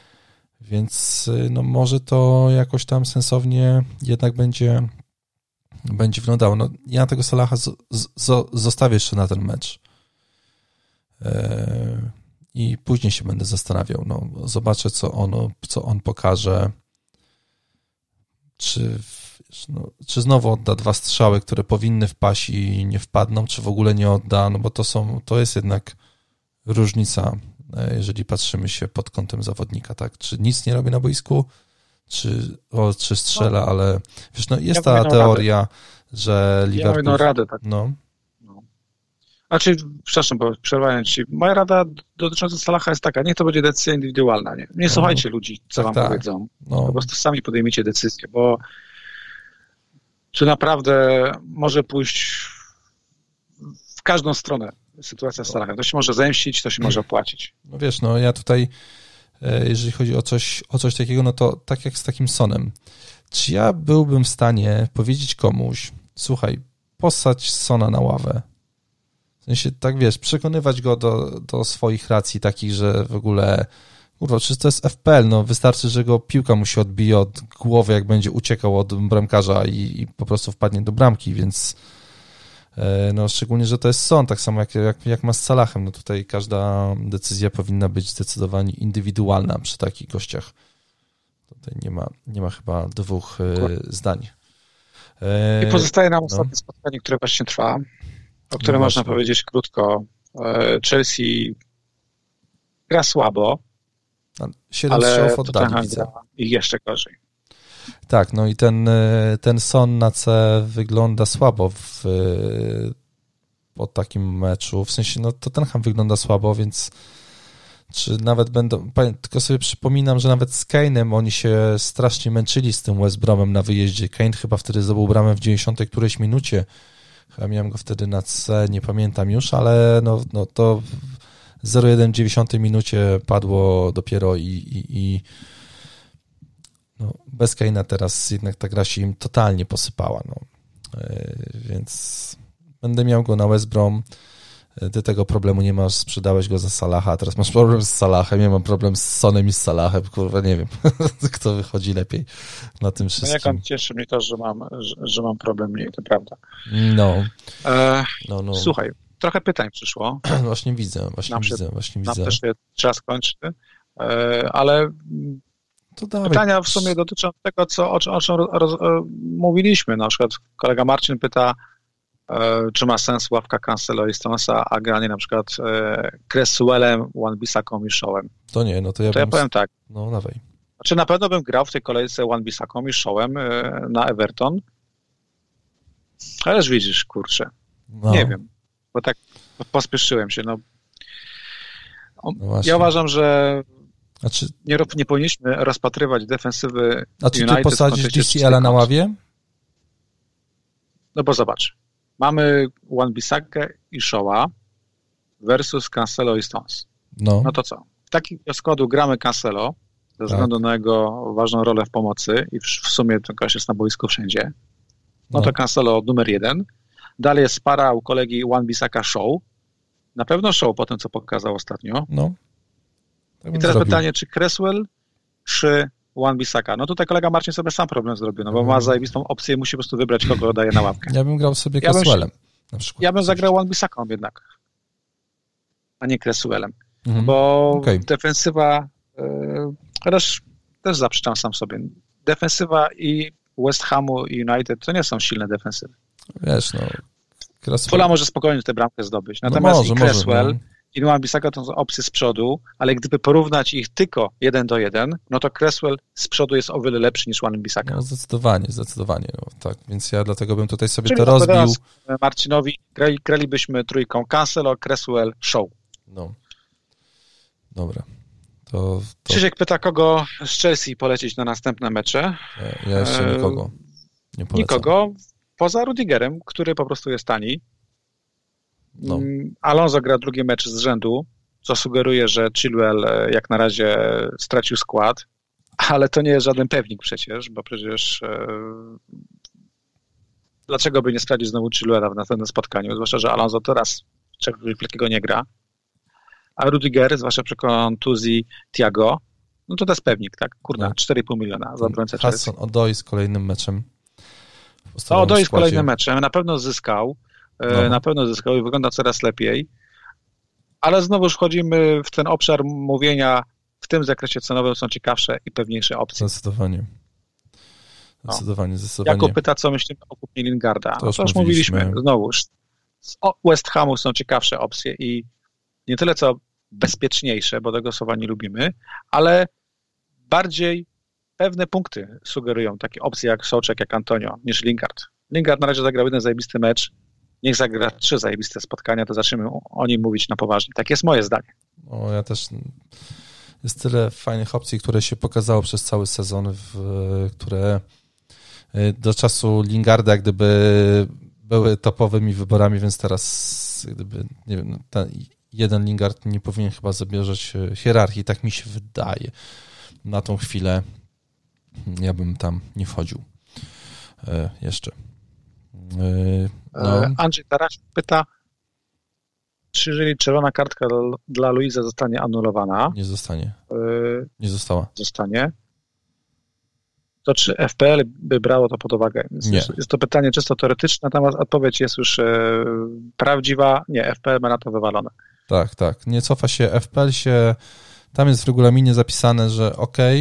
Więc może to jakoś tam sensownie jednak będzie wyglądało. Ja tego Salaha zostawię jeszcze na ten mecz. I później się będę zastanawiał. Zobaczę, co on pokaże. Czy znowu odda 2 strzały, które powinny wpaść i nie wpadną, czy w ogóle nie odda, bo to jest jednak różnica, jeżeli patrzymy się pod kątem zawodnika, tak? Czy nic nie robi na boisku, czy strzela, ale wiesz, jest ta teoria, że Liverpool... Ja radę, tak. Przepraszam, bo przerwając ci, moja rada dotycząca Salaha jest taka, niech to będzie decyzja indywidualna. Nie słuchajcie ludzi, co wam powiedzą. No. Po prostu sami podejmijcie decyzję, bo tu naprawdę może pójść w każdą stronę sytuacja z Salahem. To się może zemścić, to się może opłacić. No wiesz, no ja tutaj, jeżeli chodzi o coś takiego, no to tak jak z takim Sonem. Czy ja byłbym w stanie powiedzieć komuś, słuchaj, posadź Sona na ławę? W sensie, tak wiesz, przekonywać go do swoich racji takich, że w ogóle, kurwa, przecież to jest FPL, no wystarczy, że go piłka mu się odbije od głowy, jak będzie uciekał od bramkarza i po prostu wpadnie do bramki, więc no szczególnie, że to jest Son, tak samo jak ma z Salahem, no tutaj każda decyzja powinna być zdecydowanie indywidualna przy takich gościach. Tutaj nie ma chyba dwóch zdań. I pozostaje nam ostatnie spotkanie, które właśnie trwa, o którym można powiedzieć krótko. Chelsea gra słabo, 7 strzałów oddali, widzę. I jeszcze gorzej. Tak, no i ten Son na C wygląda słabo po takim meczu. W sensie, no Tottenham wygląda słabo, więc czy nawet tylko sobie przypominam, że nawet z Kane'em oni się strasznie męczyli z tym West Bromem na wyjeździe. Kane chyba wtedy zdobył bramę w 90 którejś minucie. Chyba miałem go wtedy na C, nie pamiętam już, ale no to 0-1 w 90 minucie padło dopiero i no, bez Kane'a teraz jednak ta gra się im totalnie posypała. No. Więc będę miał go na West Brom. Ty tego problemu nie masz, sprzedałeś go za Salaha, teraz masz problem z Salahem, ja mam problem z Sonem i z Salahem, kurwa, nie wiem, kto wychodzi lepiej na tym wszystkim. No jak cieszy mnie to, że mam problem mniej, to prawda. No. Słuchaj, trochę pytań przyszło. Właśnie widzę. Nam też trzeba skończyć, ale to pytania w sumie dotyczą tego, o czym mówiliśmy. Na przykład kolega Marcin pyta, czy ma sens ławka Cancelo i Stonesa, a granie na przykład Cresswellem, Wan-Bissaką i Shawem. To nie, no to ja powiem tak. No, dawaj. Znaczy na pewno bym grał w tej kolejce Wan-Bissaką i Shawem na Everton, ależ widzisz, kurczę, nie wiem, bo tak pospieszyłem się. No ja uważam, że nie powinniśmy rozpatrywać defensywy United. A czy ty posadzisz DCL-a na ławie? No bo zobacz, mamy Wan-Bissakę i Shawa versus Cancelo i Stones. No to co? W takim składu gramy Cancelo ze względu na jego ważną rolę w pomocy i w sumie ten gość jest na boisku wszędzie. No to Cancelo numer 1. Dalej jest para u kolegi Wan-Bissaka-Shaw. Na pewno Shaw po tym, co pokazał ostatnio. No. Tak I teraz pytanie, czy Cresswell, czy Wan-Bissaka. No tutaj kolega Marcin sobie sam problem zrobił, no bo ma zajebistą opcję i musi po prostu wybrać, kogo daje na ławkę. Ja bym grał sobie Cresswellem na przykład. Ja bym zagrał Wan-Bissaką jednak, a nie Cresswellem. Bo defensywa, też zaprzeczam sam sobie, defensywa i West Hamu i United to nie są silne defensywy. Wiesz, Fulham może spokojnie tę bramkę zdobyć. Natomiast i Cresswell i Wan-Bissaka to są opcje z przodu, ale gdyby porównać ich tylko 1-1, no to Cresswell z przodu jest o wiele lepszy niż Wan-Bissaka. No zdecydowanie. No, tak, więc ja dlatego bym tutaj sobie to rozbił. Marcinowi gralibyśmy trójką Cancelo, Cresswell, Shaw. No. Dobra. To... Krzysiek pyta, kogo z Chelsea polecieć na następne mecze. Ja jeszcze nikogo nie polecam. Nikogo, poza Rudigerem, który po prostu jest tani. Alonso gra drugi mecz z rzędu, co sugeruje, że Chilwell jak na razie stracił skład, ale to nie jest żaden pewnik przecież, bo przecież dlaczego by nie sprawdzić znowu Chilwella w następnym spotkaniu, zwłaszcza, że Alonso teraz czegoś wielkiego nie gra, a Rudiger, zwłaszcza przy kontuzji Thiago, no to jest pewnik, tak? Kurna, 4,5 miliona za obrońcę Chelsea. Hudson-Odoi z kolejnym meczem. Odoi z kolejnym meczem, na pewno zyskał. Na pewno zyskał i wygląda coraz lepiej, ale znowu wchodzimy w ten obszar mówienia, w tym zakresie cenowym są ciekawsze i pewniejsze opcje. Zdecydowanie. Jakub pyta, co myślimy o kupnie Lingarda. To już mówiliśmy. Znowu, z West Hamu są ciekawsze opcje i nie tyle co bezpieczniejsze, bo tego słowa nie lubimy, ale bardziej pewne punkty sugerują takie opcje jak Souček, jak Antonio, niż Lingard. Lingard na razie zagrał jeden zajebisty mecz, niech zagra 3 zajebiste spotkania, to zaczniemy o nim mówić na poważnie. Tak jest moje zdanie. O, ja też... Jest tyle fajnych opcji, które się pokazało przez cały sezon, które do czasu Lingarda jak gdyby były topowymi wyborami, więc teraz jak gdyby, nie wiem, ten jeden Lingard nie powinien chyba zabierzeć hierarchii, tak mi się wydaje. Na tą chwilę ja bym tam nie wchodził jeszcze. No. Andrzej Taraś pyta, czy jeżeli czerwona kartka dla Luiza zostanie anulowana? Nie zostanie. Nie została. Zostanie. To czy FPL by brało to pod uwagę? Jest to pytanie czysto teoretyczne, natomiast odpowiedź jest już prawdziwa. Nie, FPL ma na to wywalone. Tak. Nie cofa się. FPL się... Tam jest w regulaminie zapisane, że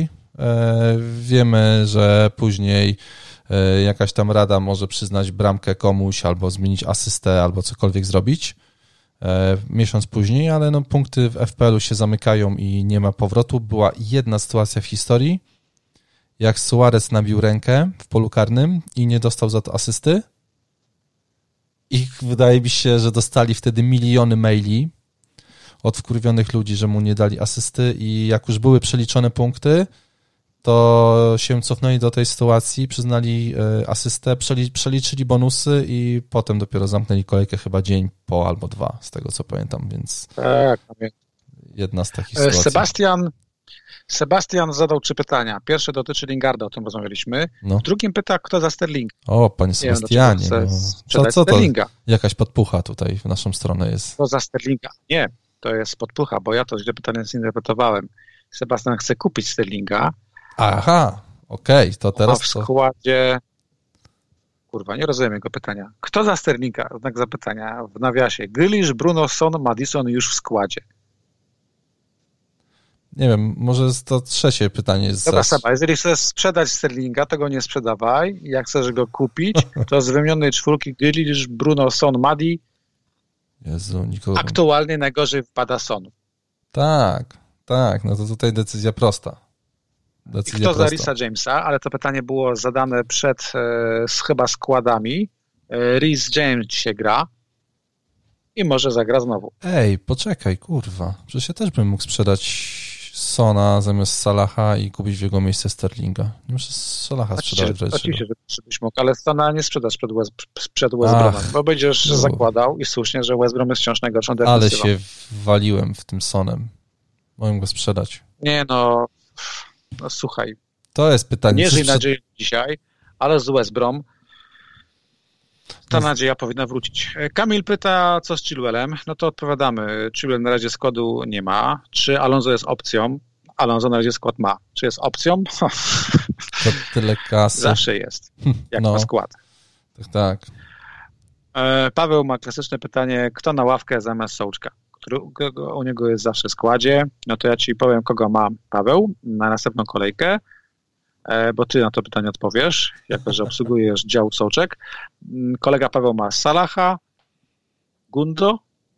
wiemy, że później jakaś tam rada może przyznać bramkę komuś albo zmienić asystę, albo cokolwiek zrobić miesiąc później, ale no, punkty w FPL-u się zamykają i nie ma powrotu. Była jedna sytuacja w historii, jak Suarez nabił rękę w polu karnym i nie dostał za to asysty. I wydaje mi się, że dostali wtedy miliony maili od wkurwionych ludzi, że mu nie dali asysty i jak już były przeliczone punkty, to się cofnęli do tej sytuacji, przyznali asystę, przeliczyli bonusy i potem dopiero zamknęli kolejkę chyba dzień po albo 2, z tego co pamiętam, więc tak, jedna z takich sytuacji. Sebastian zadał 3 pytania. Pierwsze dotyczy Lingarda, o tym rozmawialiśmy. No. W drugim pyta, kto za Sterling. O, panie Sebastianie. Co to? Sterlinga. Jakaś podpucha tutaj w naszą stronę jest. Kto za Sterlinga? Nie, to jest podpucha, bo ja to źle pytanie zinterpretowałem. Sebastian chce kupić Sterlinga. Aha, okej, to teraz w składzie... Kurwa, nie rozumiem jego pytania. Kto za Sterlinga? Znak zapytania w nawiasie. Grealish, Bruno, Son, Maddison już w składzie. Nie wiem, może to trzecie pytanie jest... Dobra, Seba, jeżeli chcesz sprzedać Sterlinga, to go nie sprzedawaj. Jak chcesz go kupić, to z wymienionej 4 Grealish, Bruno, Son, Maddy. Jezu, nikogo... Aktualnie najgorzej wpada Son. Tak, no to tutaj decyzja prosta. I kto za Reesa Jamesa, ale to pytanie było zadane przed chyba składami. Rees James się gra i może zagra znowu. Ej, poczekaj, kurwa. Przecież ja też bym mógł sprzedać Sona zamiast Salaha i kupić w jego miejsce Sterlinga. Nie muszę Salaha sprzedawać. Oczywiście, że byś mógł, ale Sona nie sprzedasz przed West Bromem, bo będziesz zakładał i słusznie, że West Brom jest wciąż najgorszą defensywą. Ale się waliłem w tym Sonem. Mogłem go sprzedać. Nie no słuchaj. To jest pytanie. Nie żyj nadzieją dzisiaj, ale z West Brom ta nadzieja powinna wrócić. Kamil pyta, co z Chilwellem? No to odpowiadamy. Chilwell na razie składu nie ma. Czy Alonso jest opcją? Alonso na razie skład ma. Czy jest opcją? To tyle kasy. Zawsze jest, jak ma skład. Tak. Paweł ma klasyczne pytanie, kto na ławkę zamiast Sołczka? U niego jest zawsze w składzie. No to ja ci powiem, kogo ma Paweł na następną kolejkę, bo ty na to pytanie odpowiesz, jako że obsługujesz dział Sołczek. Kolega Paweł ma Salaha, Gundo,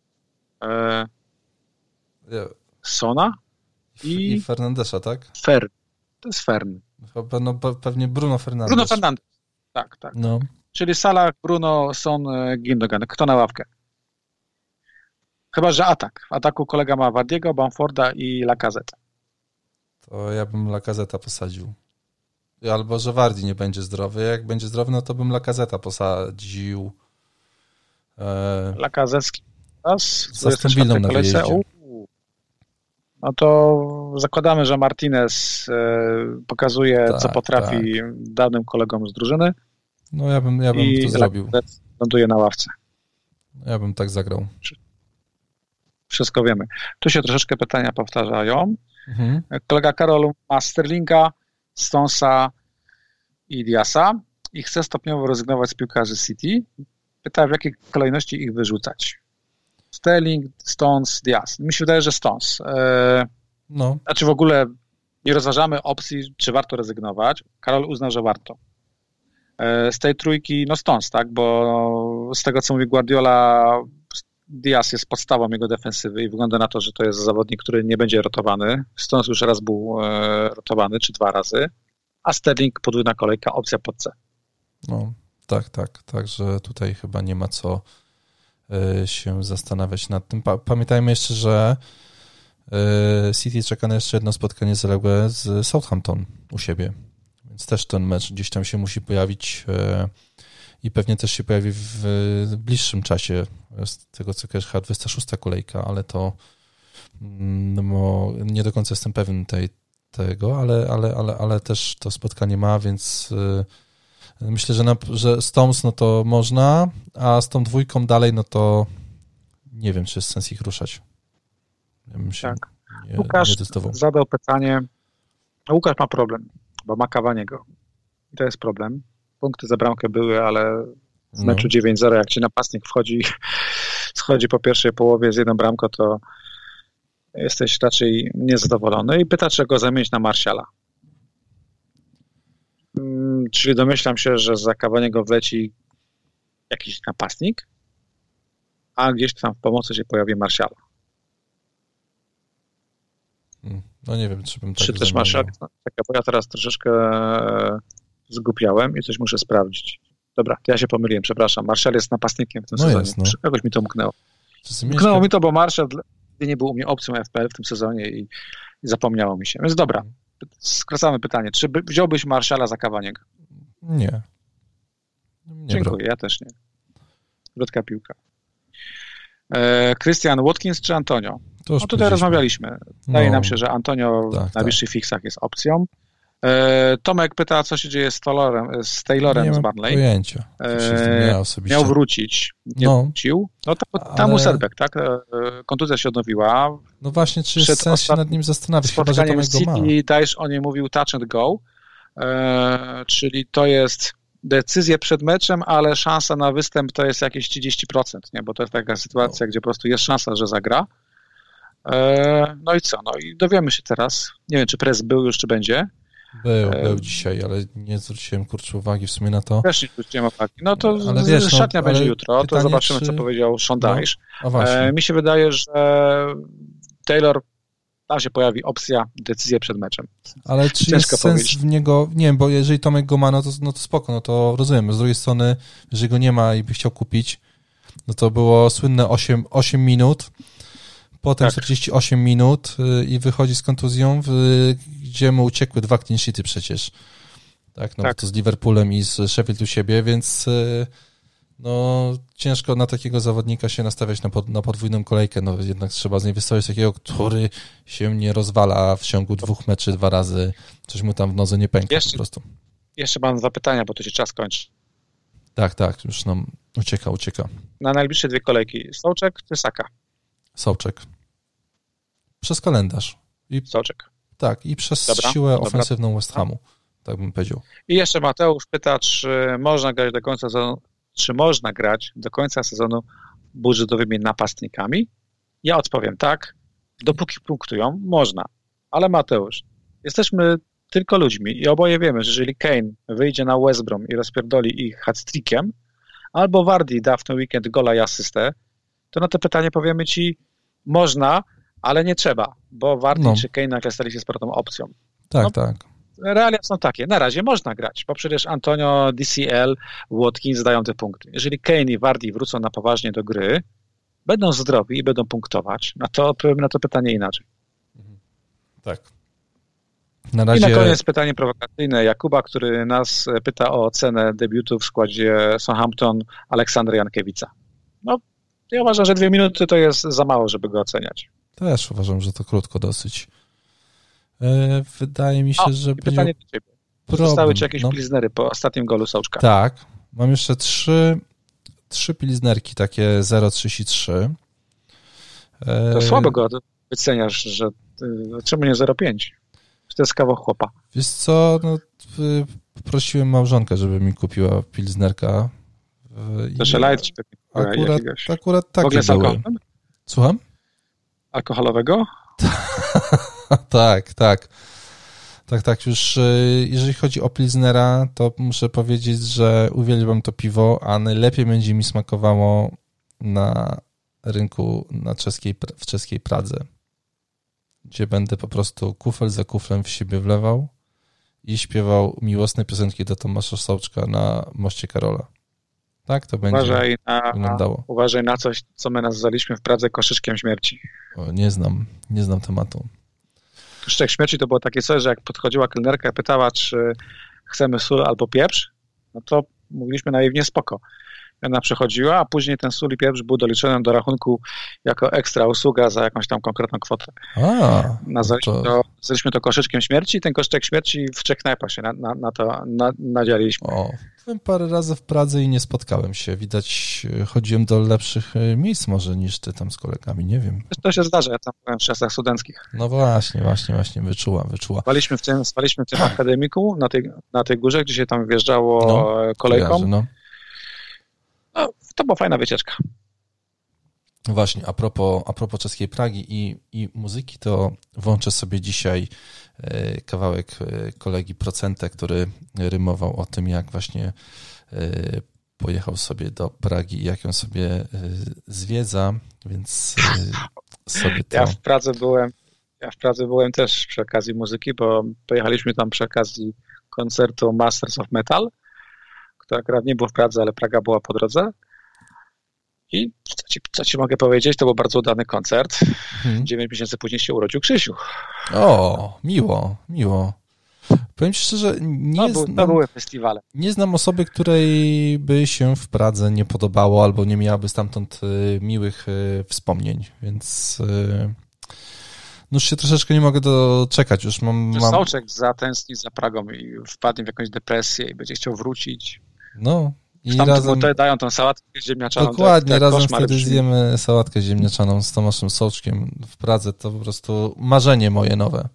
Sona i Fernandesza, tak? To jest Fern. No, pewnie Bruno Fernandes. Bruno Fernandes, tak. No. Czyli Salah, Bruno, Son, Gindogan. Kto na ławkę? Chyba, że atak. W ataku kolega ma Wardiego, Bamforda i Lacazette. To ja bym Lacazetta posadził. Albo, że Wardi nie będzie zdrowy. Jak będzie zdrowy, no to bym Lacazetta posadził. Lacazetski. Z Aston Villą na wyjeździe. No to zakładamy, że Martinez pokazuje, co potrafi danym kolegom z drużyny. No ja bym to zrobił. Ląduje na ławce. Ja bym tak zagrał. Wszystko wiemy. Tu się troszeczkę pytania powtarzają. Kolega Karol ma Sterlinga, Stonesa i Diasa i chce stopniowo rezygnować z piłkarzy City. Pyta, w jakiej kolejności ich wyrzucać. Sterling, Stones, Dias. Mi się wydaje, że Stones. Znaczy w ogóle nie rozważamy opcji, czy warto rezygnować. Karol uzna, że warto. Z tej trójki, Stones, tak? Bo z tego, co mówi Guardiola, Dias jest podstawą jego defensywy i wygląda na to, że to jest zawodnik, który nie będzie rotowany. Stones już raz był rotowany, czy 2 razy, a Sterling podwójna kolejka, opcja pod C. No, tak. Także tutaj chyba nie ma co się zastanawiać nad tym. Pamiętajmy jeszcze, że City czeka na jeszcze jedno spotkanie zaległe z Southampton u siebie, więc też ten mecz gdzieś tam się musi pojawić i pewnie też się pojawi w bliższym czasie, z tego co chyba 26. kolejka, ale to nie do końca jestem pewien tego, ale też to spotkanie ma, więc myślę, że Stones no to można, a z tą dwójką dalej no to nie wiem, czy jest sens ich ruszać. Ja bym się Tak. nie Łukasz decydował. zadał pytanie. Łukasz ma problem, bo ma Cavaniego. I to jest problem. Punkty za bramkę były, ale w meczu 9-0, jak ci napastnik schodzi po pierwszej połowie z jedną bramką, to jesteś raczej niezadowolony i pyta, czy go zamienić na Martiala. Czyli domyślam się, że za Cavaniego wleci jakiś napastnik, a gdzieś tam w pomocy się pojawi Martiala. No nie wiem, czy bym tak czy też Martial, bo ja teraz troszeczkę zgubiałem i coś muszę sprawdzić. Dobra, to ja się pomyliłem, przepraszam. Martial jest napastnikiem w tym sezonie. Jest, Jakoś mi to umknęło. Umknęło mi to, bo Martial nie był u mnie opcją FPL w tym sezonie i zapomniało mi się. Więc dobra, skracamy pytanie. Czy wziąłbyś Martiala za Cavaniego? Nie. Dziękuję, ja też nie. Krótka piłka. Christian Watkins czy Antonio? No tutaj rozmawialiśmy. Wydaje nam się, że Antonio w najbliższych fixach jest opcją. Tomek pyta, co się dzieje z Taylorem z Burnley. Nie mam pojęcia. Miał wrócić, nie wrócił. No tam u Sedbek, tak? Kontuzja się odnowiła. No właśnie, czy jest sens się nad nim zastanawiać? Spotkaniem z City, Daesh o niej mówił touch and go, czyli to jest decyzję przed meczem, ale szansa na występ to jest jakieś 30%, nie? Bo to jest taka sytuacja, gdzie po prostu jest szansa, że zagra. No i co? No i dowiemy się teraz. Nie wiem, czy press był już, czy będzie. Był dzisiaj, ale nie zwróciłem uwagi w sumie na to. Też nie zwróciłem uwagi. No to szatnia będzie jutro, pytanie, to zobaczymy, co powiedział Sean Dyche. Mi się wydaje, że Taylor, tam się pojawi opcja, decyzję przed meczem. Ale czy jest sens w niego, nie wiem, bo jeżeli Tomek go ma, no to spoko, no to rozumiem. Z drugiej strony, jeżeli go nie ma i by chciał kupić, no to było słynne 8 minut, potem 48 minut i wychodzi z kontuzją, gdzie mu uciekły 2 clean sheety przecież. Tak, no to z Liverpoolem i z Sheffield u siebie, więc no ciężko na takiego zawodnika się nastawiać na podwójną kolejkę, no jednak trzeba z niej wystawić takiego, który się nie rozwala w ciągu 2 meczy 2 razy, coś mu tam w nodze nie pęka po prostu. Jeszcze mam 2 pytania, bo to się czas kończy. Tak, już nam ucieka. Na najbliższe 2 kolejki, Souček czy Saka? Souček. Przez kalendarz. Souček. Tak, i przez siłę ofensywną West Hamu, tak bym powiedział. I jeszcze Mateusz pyta, czy można grać do końca sezonu budżetowymi napastnikami? Ja odpowiem tak, dopóki punktują, można. Ale Mateusz, jesteśmy tylko ludźmi i oboje wiemy, że jeżeli Kane wyjdzie na West Brom i rozpierdoli ich hat-trickiem, albo Vardy da w ten weekend gola i asystę, to na to pytanie powiemy ci, można, ale nie trzeba, bo Vardy czy Kane nagle stali się sportową opcją. Tak. Realia są takie. Na razie można grać, bo przecież Antonio, DCL, Watkins dają te punkty. Jeżeli Kane i Vardy wrócą na poważnie do gry, będą zdrowi i będą punktować, no to odpowiem na to pytanie inaczej. Tak. I na koniec pytanie prowokacyjne Jakuba, który nas pyta o cenę debiutu w składzie Southampton Aleksandra Jankiewica. No, ja uważam, że 2 minuty to jest za mało, żeby go oceniać. Też uważam, że to krótko dosyć. Wydaje mi się, że pytanie do ciebie. Zostały ci jakieś pilsnery po ostatnim golu Součka? Tak. Mam jeszcze 3 pilsnerki, takie 0,33. To słabo go wyceniasz, że czemu nie 0,5? To jest kawał chłopa. Wiesz co, prosiłem małżonkę, żeby mi kupiła pilsnerka. Proszę, light ci akurat takie w ogóle z były. alkoholem? Słucham? Alkoholowego? Tak. Już jeżeli chodzi o pilsnera, to muszę powiedzieć, że uwielbiam to piwo, a najlepiej będzie mi smakowało na rynku w czeskiej Pradze, gdzie będę po prostu kufel za kuflem w siebie wlewał i śpiewał miłosne piosenki do Tomasza Součka na Moście Karola. Tak to będzie wyglądało. Uważaj na coś, co my nazwaliśmy w Pradze koszyczkiem śmierci. O, nie znam tematu. Koszyczek śmierci to było takie coś, że jak podchodziła kelnerka i pytała, czy chcemy sól albo pieprz, no to mówiliśmy naiwnie spoko. Ona przechodziła, a później ten sól i pieprz był doliczony do rachunku jako ekstra usługa za jakąś tam konkretną kwotę. Nazwaliśmy to koszyczkiem śmierci i ten koszyczek śmierci w 3 knajpach się na to nadzieliśmy. Byłem parę razy w Pradze i nie spotkałem się. Widać, chodziłem do lepszych miejsc może niż ty tam z kolegami, nie wiem. To się zdarza, ja tam byłem w czasach studenckich. No właśnie, wyczuła. Spaliśmy w tym akademiku, na tej górze, gdzie się tam wjeżdżało kolejką. No, to była fajna wycieczka. Właśnie, a propos czeskiej Pragi i muzyki, to włączę sobie dzisiaj kawałek kolegi Procentę, który rymował o tym, jak właśnie pojechał sobie do Pragi i jak ją sobie zwiedza, więc sobie to... Ja w Pradze byłem też przy okazji muzyki, bo pojechaliśmy tam przy okazji koncertu Masters of Metal, który akurat nie był w Pradze, ale Praga była po drodze. I co ci mogę powiedzieć, to był bardzo udany koncert. 9 miesięcy później się urodził Krzysiu. O, miło. Powiem ci szczerze, były festiwale. Nie znam osoby, której by się w Pradze nie podobało albo nie miałaby stamtąd miłych wspomnień, więc już się troszeczkę nie mogę doczekać. Już mam... Sołczek zatęskni za Pragą i wpadnie w jakąś depresję i będzie chciał wrócić. No. I razem dają tą sałatkę ziemniaczaną. Dokładnie, razem wtedy zjemy sałatkę ziemniaczaną z Tomaszem Sołczkiem w Pradze. To po prostu marzenie moje nowe.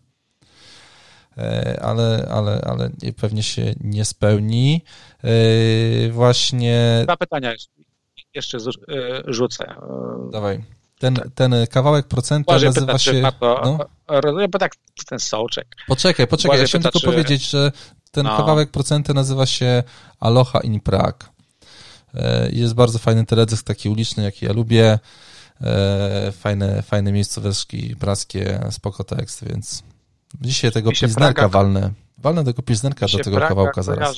Ale pewnie się nie spełni. Właśnie... 2 pytania jeszcze rzucę. Dawaj. Ten kawałek Procenta nazywa się... Bo tak ten Sołczek. Poczekaj, ja chciałem tylko powiedzieć, że ten kawałek Procenta nazywa się Aloha in Prague. Jest bardzo fajny teledysk, taki uliczny, jaki ja lubię. Fajne miejscóweczki praskie, spoko tekst, więc dzisiaj tego pilsnerka walnę tego pilsnerka do tego kawałka zaraz.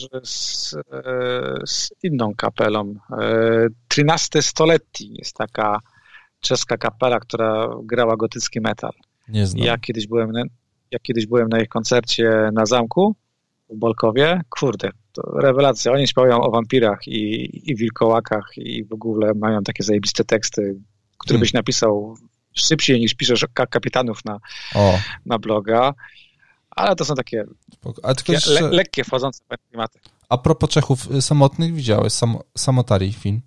Z inną kapelą. 13 Stoletti jest taka czeska kapela, która grała gotycki metal. Nie znam. Ja kiedyś byłem na ich koncercie na zamku w Bolkowie. Kurde, to rewelacja. Oni śpiewają o wampirach i wilkołakach i w ogóle mają takie zajebiste teksty, które byś napisał szybciej niż piszesz kapitanów na bloga. Ale to są takie lekkie, wchodzące w klimaty. A propos Czechów samotnych, widziałeś Samotari film?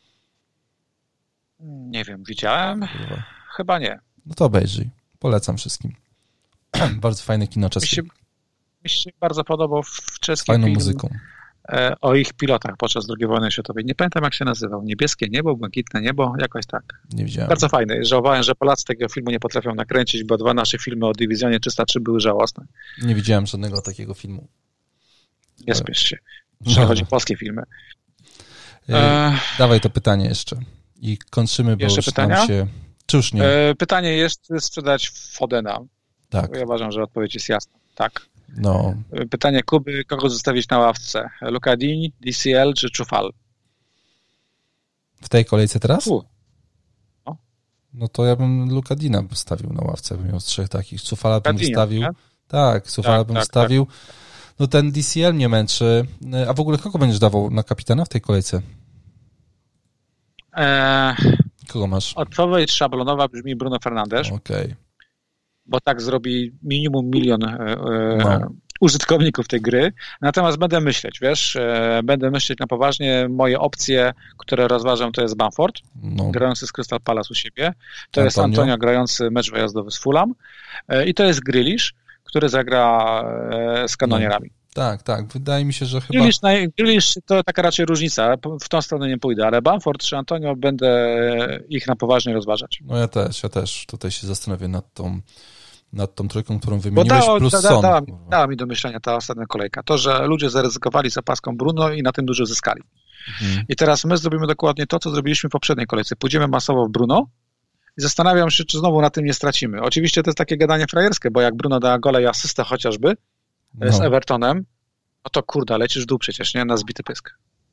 Nie wiem, widziałem? Chyba nie. No to obejrzyj. Polecam wszystkim. Bardzo fajne kino czeskie. Mi się bardzo podobał w czeskim fajną film muzyką. O ich pilotach podczas II wojny światowej. Nie pamiętam, jak się nazywał. Niebieskie niebo, błękitne niebo, jakoś tak. Nie widziałem. Bardzo fajny. Żałowałem, że Polacy tego filmu nie potrafią nakręcić, bo 2 nasze filmy o Dywizjonie 303 były żałosne. Nie widziałem żadnego takiego filmu. Nie spiesz się. Przechodzi polskie filmy. Dawaj to pytanie jeszcze. I kończymy, bo jeszcze już pytania? nam się... Czy już nie? Pytanie jest, sprzedać Fodena. Tak. Ja uważam, że odpowiedź jest jasna. Tak. No. Pytanie Kuby, kogo zostawić na ławce? Luca Dini, DCL czy Czufal? W tej kolejce teraz? No. No to ja bym Luca Dina postawił na ławce, bym miał z 3 takich. Czufala bym wystawił. Nie? Tak, Czufala bym wystawił. Tak. No ten DCL mnie męczy. A w ogóle kogo będziesz dawał na kapitana w tej kolejce? Kogo masz? Odpowiedź szablonowa brzmi Bruno Fernandes. Okej. Bo tak zrobi minimum 1 000 000 użytkowników tej gry. Natomiast będę myśleć, będę myśleć na poważnie. Moje opcje, które rozważam, to jest Bamford, grający z Crystal Palace u siebie. To jest Antonio grający mecz wyjazdowy z Fulham. I to jest Grealish, który zagra z kanonierami. Tak. Wydaje mi się, że chyba... Grealish to taka raczej różnica. W tą stronę nie pójdę, ale Bamford czy Antonio będę ich na poważnie rozważać. No ja też tutaj się zastanowię nad tą trójką, którą wymieniłeś, plus Son. Dała mi do myślenia ta ostatnia kolejka. To, że ludzie zaryzykowali z opaską Bruno i na tym dużo zyskali. I teraz my zrobimy dokładnie to, co zrobiliśmy w poprzedniej kolejce. Pójdziemy masowo w Bruno i zastanawiam się, czy znowu na tym nie stracimy. Oczywiście to jest takie gadanie frajerskie, bo jak Bruno da gola i asystę chociażby z Evertonem, no to kurde, lecisz w dół przecież, nie? Na zbity pysk.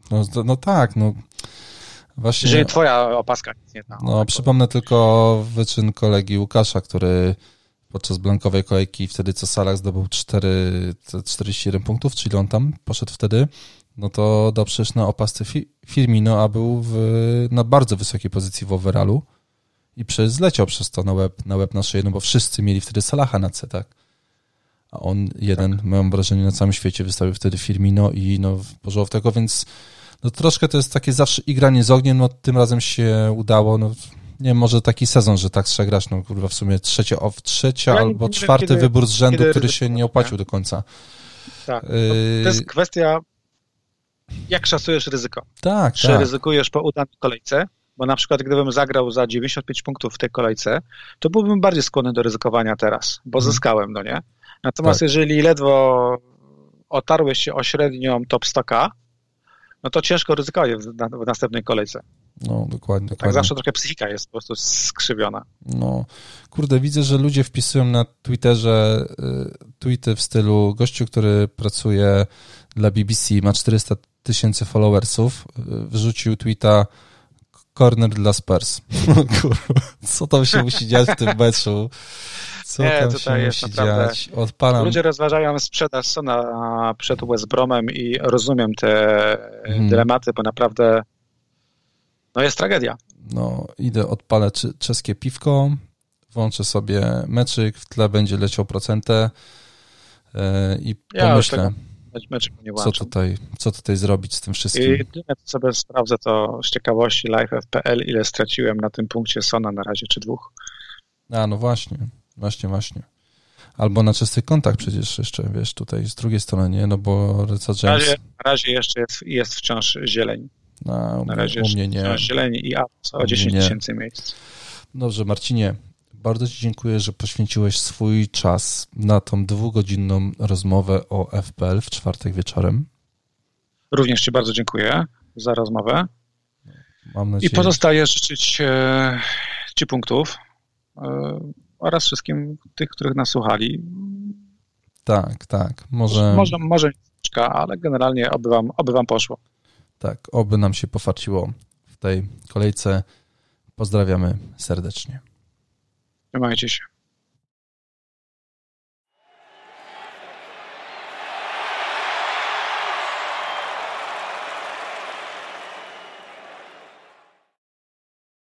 No tak, no właśnie. Jeżeli twoja opaska nic nie da. No, przypomnę tylko wyczyn kolegi Łukasza, który podczas blankowej kolejki wtedy co Salah zdobył 47 punktów, czyli on tam poszedł wtedy, no to dał przecież na opasce Firmino, a był na bardzo wysokiej pozycji w overallu i zleciał przez to na łeb na szyję, no bo wszyscy mieli wtedy Salaha na C, tak? A on jeden, mam wrażenie, na całym świecie wystawił wtedy Firmino i no pożył tego, więc no troszkę to jest takie zawsze igranie z ogniem, no tym razem się udało, no nie wiem, może taki sezon, że tak przegrasz, no kurwa w sumie trzecia albo czwarty wybór z rzędu, który się nie opłacił do końca. Tak, to jest kwestia, jak szacujesz ryzyko. Tak, Czy ryzykujesz po udanej kolejce, bo na przykład gdybym zagrał za 95 punktów w tej kolejce, to byłbym bardziej skłonny do ryzykowania teraz, bo zyskałem, no nie? Natomiast jeżeli ledwo otarłeś się o średnią top 100K, no to ciężko ryzykować w następnej kolejce. No, dokładnie. Tak zawsze trochę psychika jest po prostu skrzywiona. No, kurde, widzę, że ludzie wpisują na Twitterze tweety w stylu gościu, który pracuje dla BBC, ma 400 000 followersów, wrzucił tweeta corner dla Spurs. Kurwa, co tam się musi dziać w tym meczu? Co tam się musi dziać? Odpalam. Ludzie rozważają sprzedaż Sona przed West Bromem i rozumiem te dylematy, bo naprawdę no jest tragedia. No, idę, odpalę czeskie piwko, włączę sobie meczyk, w tle będzie leciał procentę i pomyślę, co tutaj zrobić z tym wszystkim. I jedyne, co sobie sprawdzę, to z ciekawości live.pl, ile straciłem na tym punkcie Sona na razie, czy 2. A, no właśnie. Albo na czysty kontakt przecież jeszcze, wiesz, tutaj z drugiej strony, nie? No bo Reca James... Na razie jeszcze jest wciąż zieleń. Na razie u mnie nie. Wciąż zieleń i o 10 000 miejsc. Dobrze, Marcinie, bardzo Ci dziękuję, że poświęciłeś swój czas na tą 2-godzinną rozmowę o FPL w czwartek wieczorem. Również Ci bardzo dziękuję za rozmowę. Mam nadzieję. I pozostaje życzyć Ci punktów oraz wszystkim tych, których nas słuchali. Tak. Może nie, ale generalnie oby wam poszło. Tak, oby nam się pofarciło w tej kolejce. Pozdrawiamy serdecznie. Trzymajcie się.